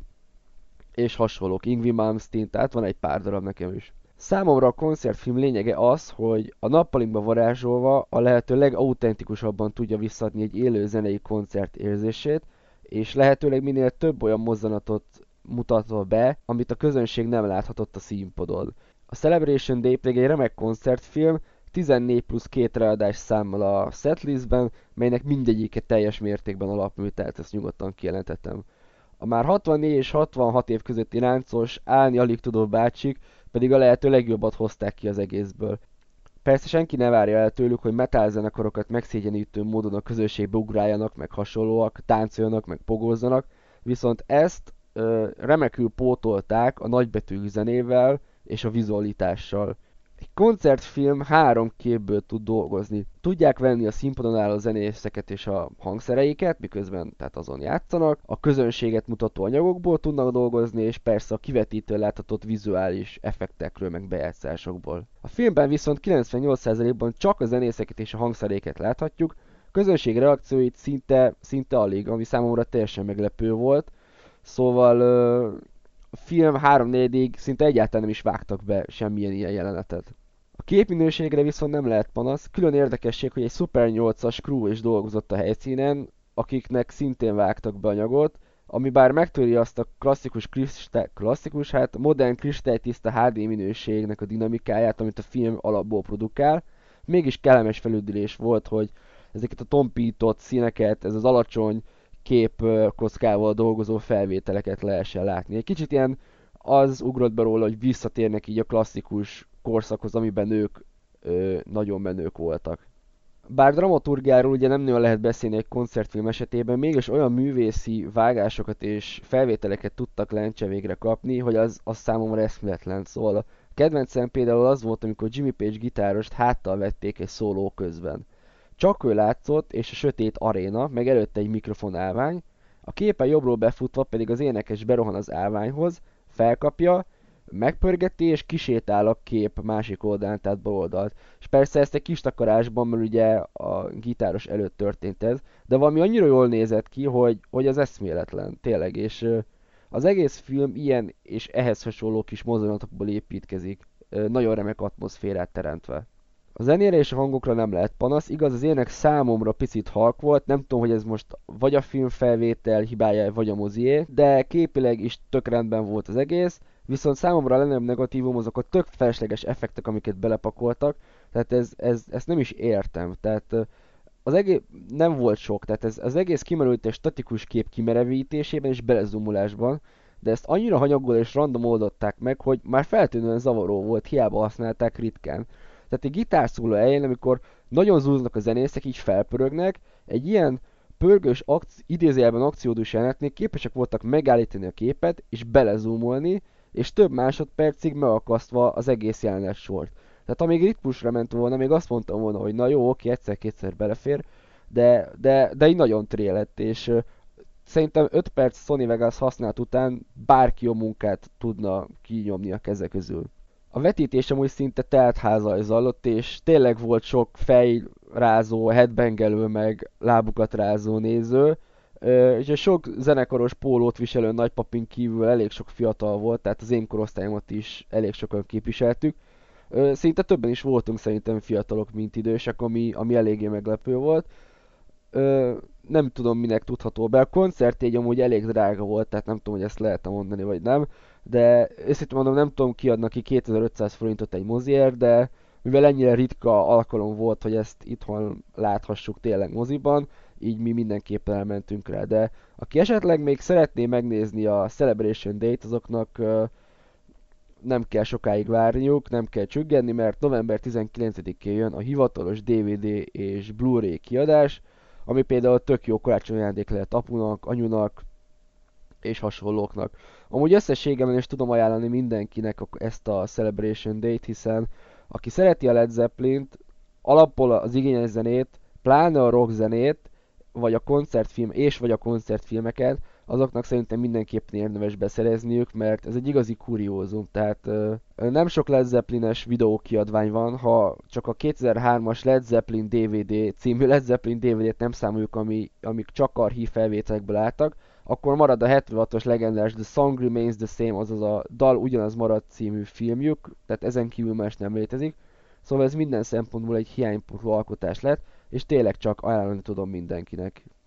és hasonlók, Yngwie Malmsteen, tehát van egy pár darab nekem is. Számomra a koncertfilm lényege az, hogy a nappalinkba varázsolva a lehető legauthentikusabban tudja visszaadni egy élő zenei koncert érzését, és lehetőleg minél több olyan mozzanatot mutatva be, amit a közönség nem láthatott a színpadon. A Celebration Day pedig egy remek koncertfilm, tizennégy plusz két ráadás számmal a setlistben, melynek mindegyike teljes mértékben alapmű, tehát ezt nyugodtan kijelentettem. A már hatvannégy és hatvanhat év közötti ráncos, állni alig tudó bácsik pedig a lehető legjobbat hozták ki az egészből. Persze senki ne várja el tőlük, hogy metal zenekarokat megszégyenítő módon a közönségbe ugráljanak, meg hasonlóak, táncoljanak, meg pogózzanak, viszont ezt ö, remekül pótolták a nagybetűs zenével és a vizualitással. Egy koncertfilm három képből tud dolgozni. Tudják venni a színpadon álló zenészeket és a hangszereiket, miközben tehát azon játszanak, a közönséget mutató anyagokból tudnak dolgozni, és persze a kivetítő láthatott vizuális effektekről meg bejátszásokból. A filmben viszont kilencvennyolc százalékban csak a zenészeket és a hangszereiket láthatjuk, közönség reakcióit szinte, szinte alig, ami számomra teljesen meglepő volt. Szóval a film háromnegyedig szinte egyáltalán nem is vágtak be semmilyen ilyen jelenetet. A képminőségre viszont nem lehet panasz, külön érdekesség, hogy egy Super nyolcas crew is dolgozott a helyszínen, akiknek szintén vágtak be anyagot, ami bár megtöri azt a klasszikus, kristály, klasszikus hát modern kristálytiszta há dé minőségnek a dinamikáját, amit a film alapból produkál, mégis kellemes felüldülés volt, hogy ezeket a tompított színeket, ez az alacsony kép kockával dolgozó felvételeket lehessen látni. Egy kicsit ilyen az ugrott be róla, hogy visszatérnek így a klasszikus korszakhoz, amiben ők ö, nagyon menők voltak. Bár dramaturgiáról ugye nem nagyon lehet beszélni egy koncertfilm esetében, mégis olyan művészi vágásokat és felvételeket tudtak lencse végre kapni, hogy az, az számomra eszméletlen. Szóval a kedvencem például az volt, amikor Jimmy Page gitárost háttal vették egy szóló közben. Csak ő látszott, és a sötét aréna, meg előtte egy mikrofonálvány, a képen jobbról befutva pedig az énekes berohan az állványhoz, felkapja, megpörgeti és kisétál a kép másik oldalán, tehát bal oldalt. És persze ezt egy kis takarásban, mert ugye a gitáros előtt történt ez, de valami annyira jól nézett ki, hogy, hogy az eszméletlen, tényleg, és az egész film ilyen és ehhez hasonló kis mozzanatokból építkezik, nagyon remek atmoszférát teremtve. A zenére és a hangokra nem lehet panasz, igaz az ének számomra picit halk volt, nem tudom, hogy ez most vagy a filmfelvétel hibája, vagy a mozié, de képileg is tök rendben volt az egész, viszont számomra a legnagyobb negatívum azok a tök felesleges effektek, amiket belepakoltak, tehát ez, ez, ezt nem is értem, tehát az egész nem volt sok, tehát ez, az egész kimerült egy statikus kép kimerevítésében és belezumulásban, de ezt annyira hanyagol és random oldották meg, hogy már feltűnően zavaró volt, hiába használták ritkán. Tehát egy gitárszóló elején, amikor nagyon zúznak a zenészek, így felpörögnek, egy ilyen pörgős, akci- idézőjelben akciódús jelenetnél képesek voltak megállítani a képet, és belezúmolni, és több másodpercig megakasztva az egész jelenet sort. Tehát amíg ritmusra ment volna, még azt mondtam volna, hogy na jó, oké, egyszer-kétszer belefér, de, de, de így nagyon tré lett, és uh, szerintem öt perc Sony Vegas használat után bárki jó munkát tudna kinyomni a keze közül. A vetítés amúgy szinte teltházal zajlott, és tényleg volt sok fejrázó, headbangelő, meg lábukat rázó néző, és sok zenekaros pólót viselő nagypapin kívül elég sok fiatal volt, tehát az én korosztályomat is elég sokan képviseltük. Szinte többen is voltunk szerintem fiatalok, mint idősek, ami, ami eléggé meglepő volt. Nem tudom, minek tudható be. A koncertjegy amúgy elég drága volt, tehát nem tudom, hogy ezt lehet mondani, vagy nem. De őszintén mondom, nem tudom, kiadnak ki kétezer-ötszáz forintot egy moziért, de mivel ennyire ritka alkalom volt, hogy ezt itthon láthassuk tényleg moziban, így mi mindenképpen elmentünk rá. De aki esetleg még szeretné megnézni a Celebration Day-t, azoknak uh, nem kell sokáig várniuk, nem kell csüggenni, mert november tizenkilencedikén jön a hivatalos dé vé dé és Blu-ray kiadás, ami például tök jó karácsonyi ajándék lehet apunak, anyunak és hasonlóknak. Amúgy összességében is tudom ajánlani mindenkinek ezt a Celebration Day-t, hiszen aki szereti a Led Zeppelint, alapból az igényes zenét, pláne a rock zenét, vagy a koncertfilm és vagy a koncertfilmeket, azoknak szerintem mindenképpen érdemes beszerezniük, mert ez egy igazi kuriózum, tehát ö, nem sok Led Zeppelines videókiadvány van, ha csak a kétezer-hármas Led Zeppelin dé vé dé című Led Zeppelin dé vé dét nem számoljuk, ami, amik csak archív felvételekből álltak, akkor marad a hetvenhatos legendás The Song Remains the Same, azaz a Dal ugyanaz marad című filmjük, tehát ezen kívül más nem létezik. Szóval ez minden szempontból egy hiánypótló alkotás lett, és tényleg csak ajánlani tudom mindenkinek.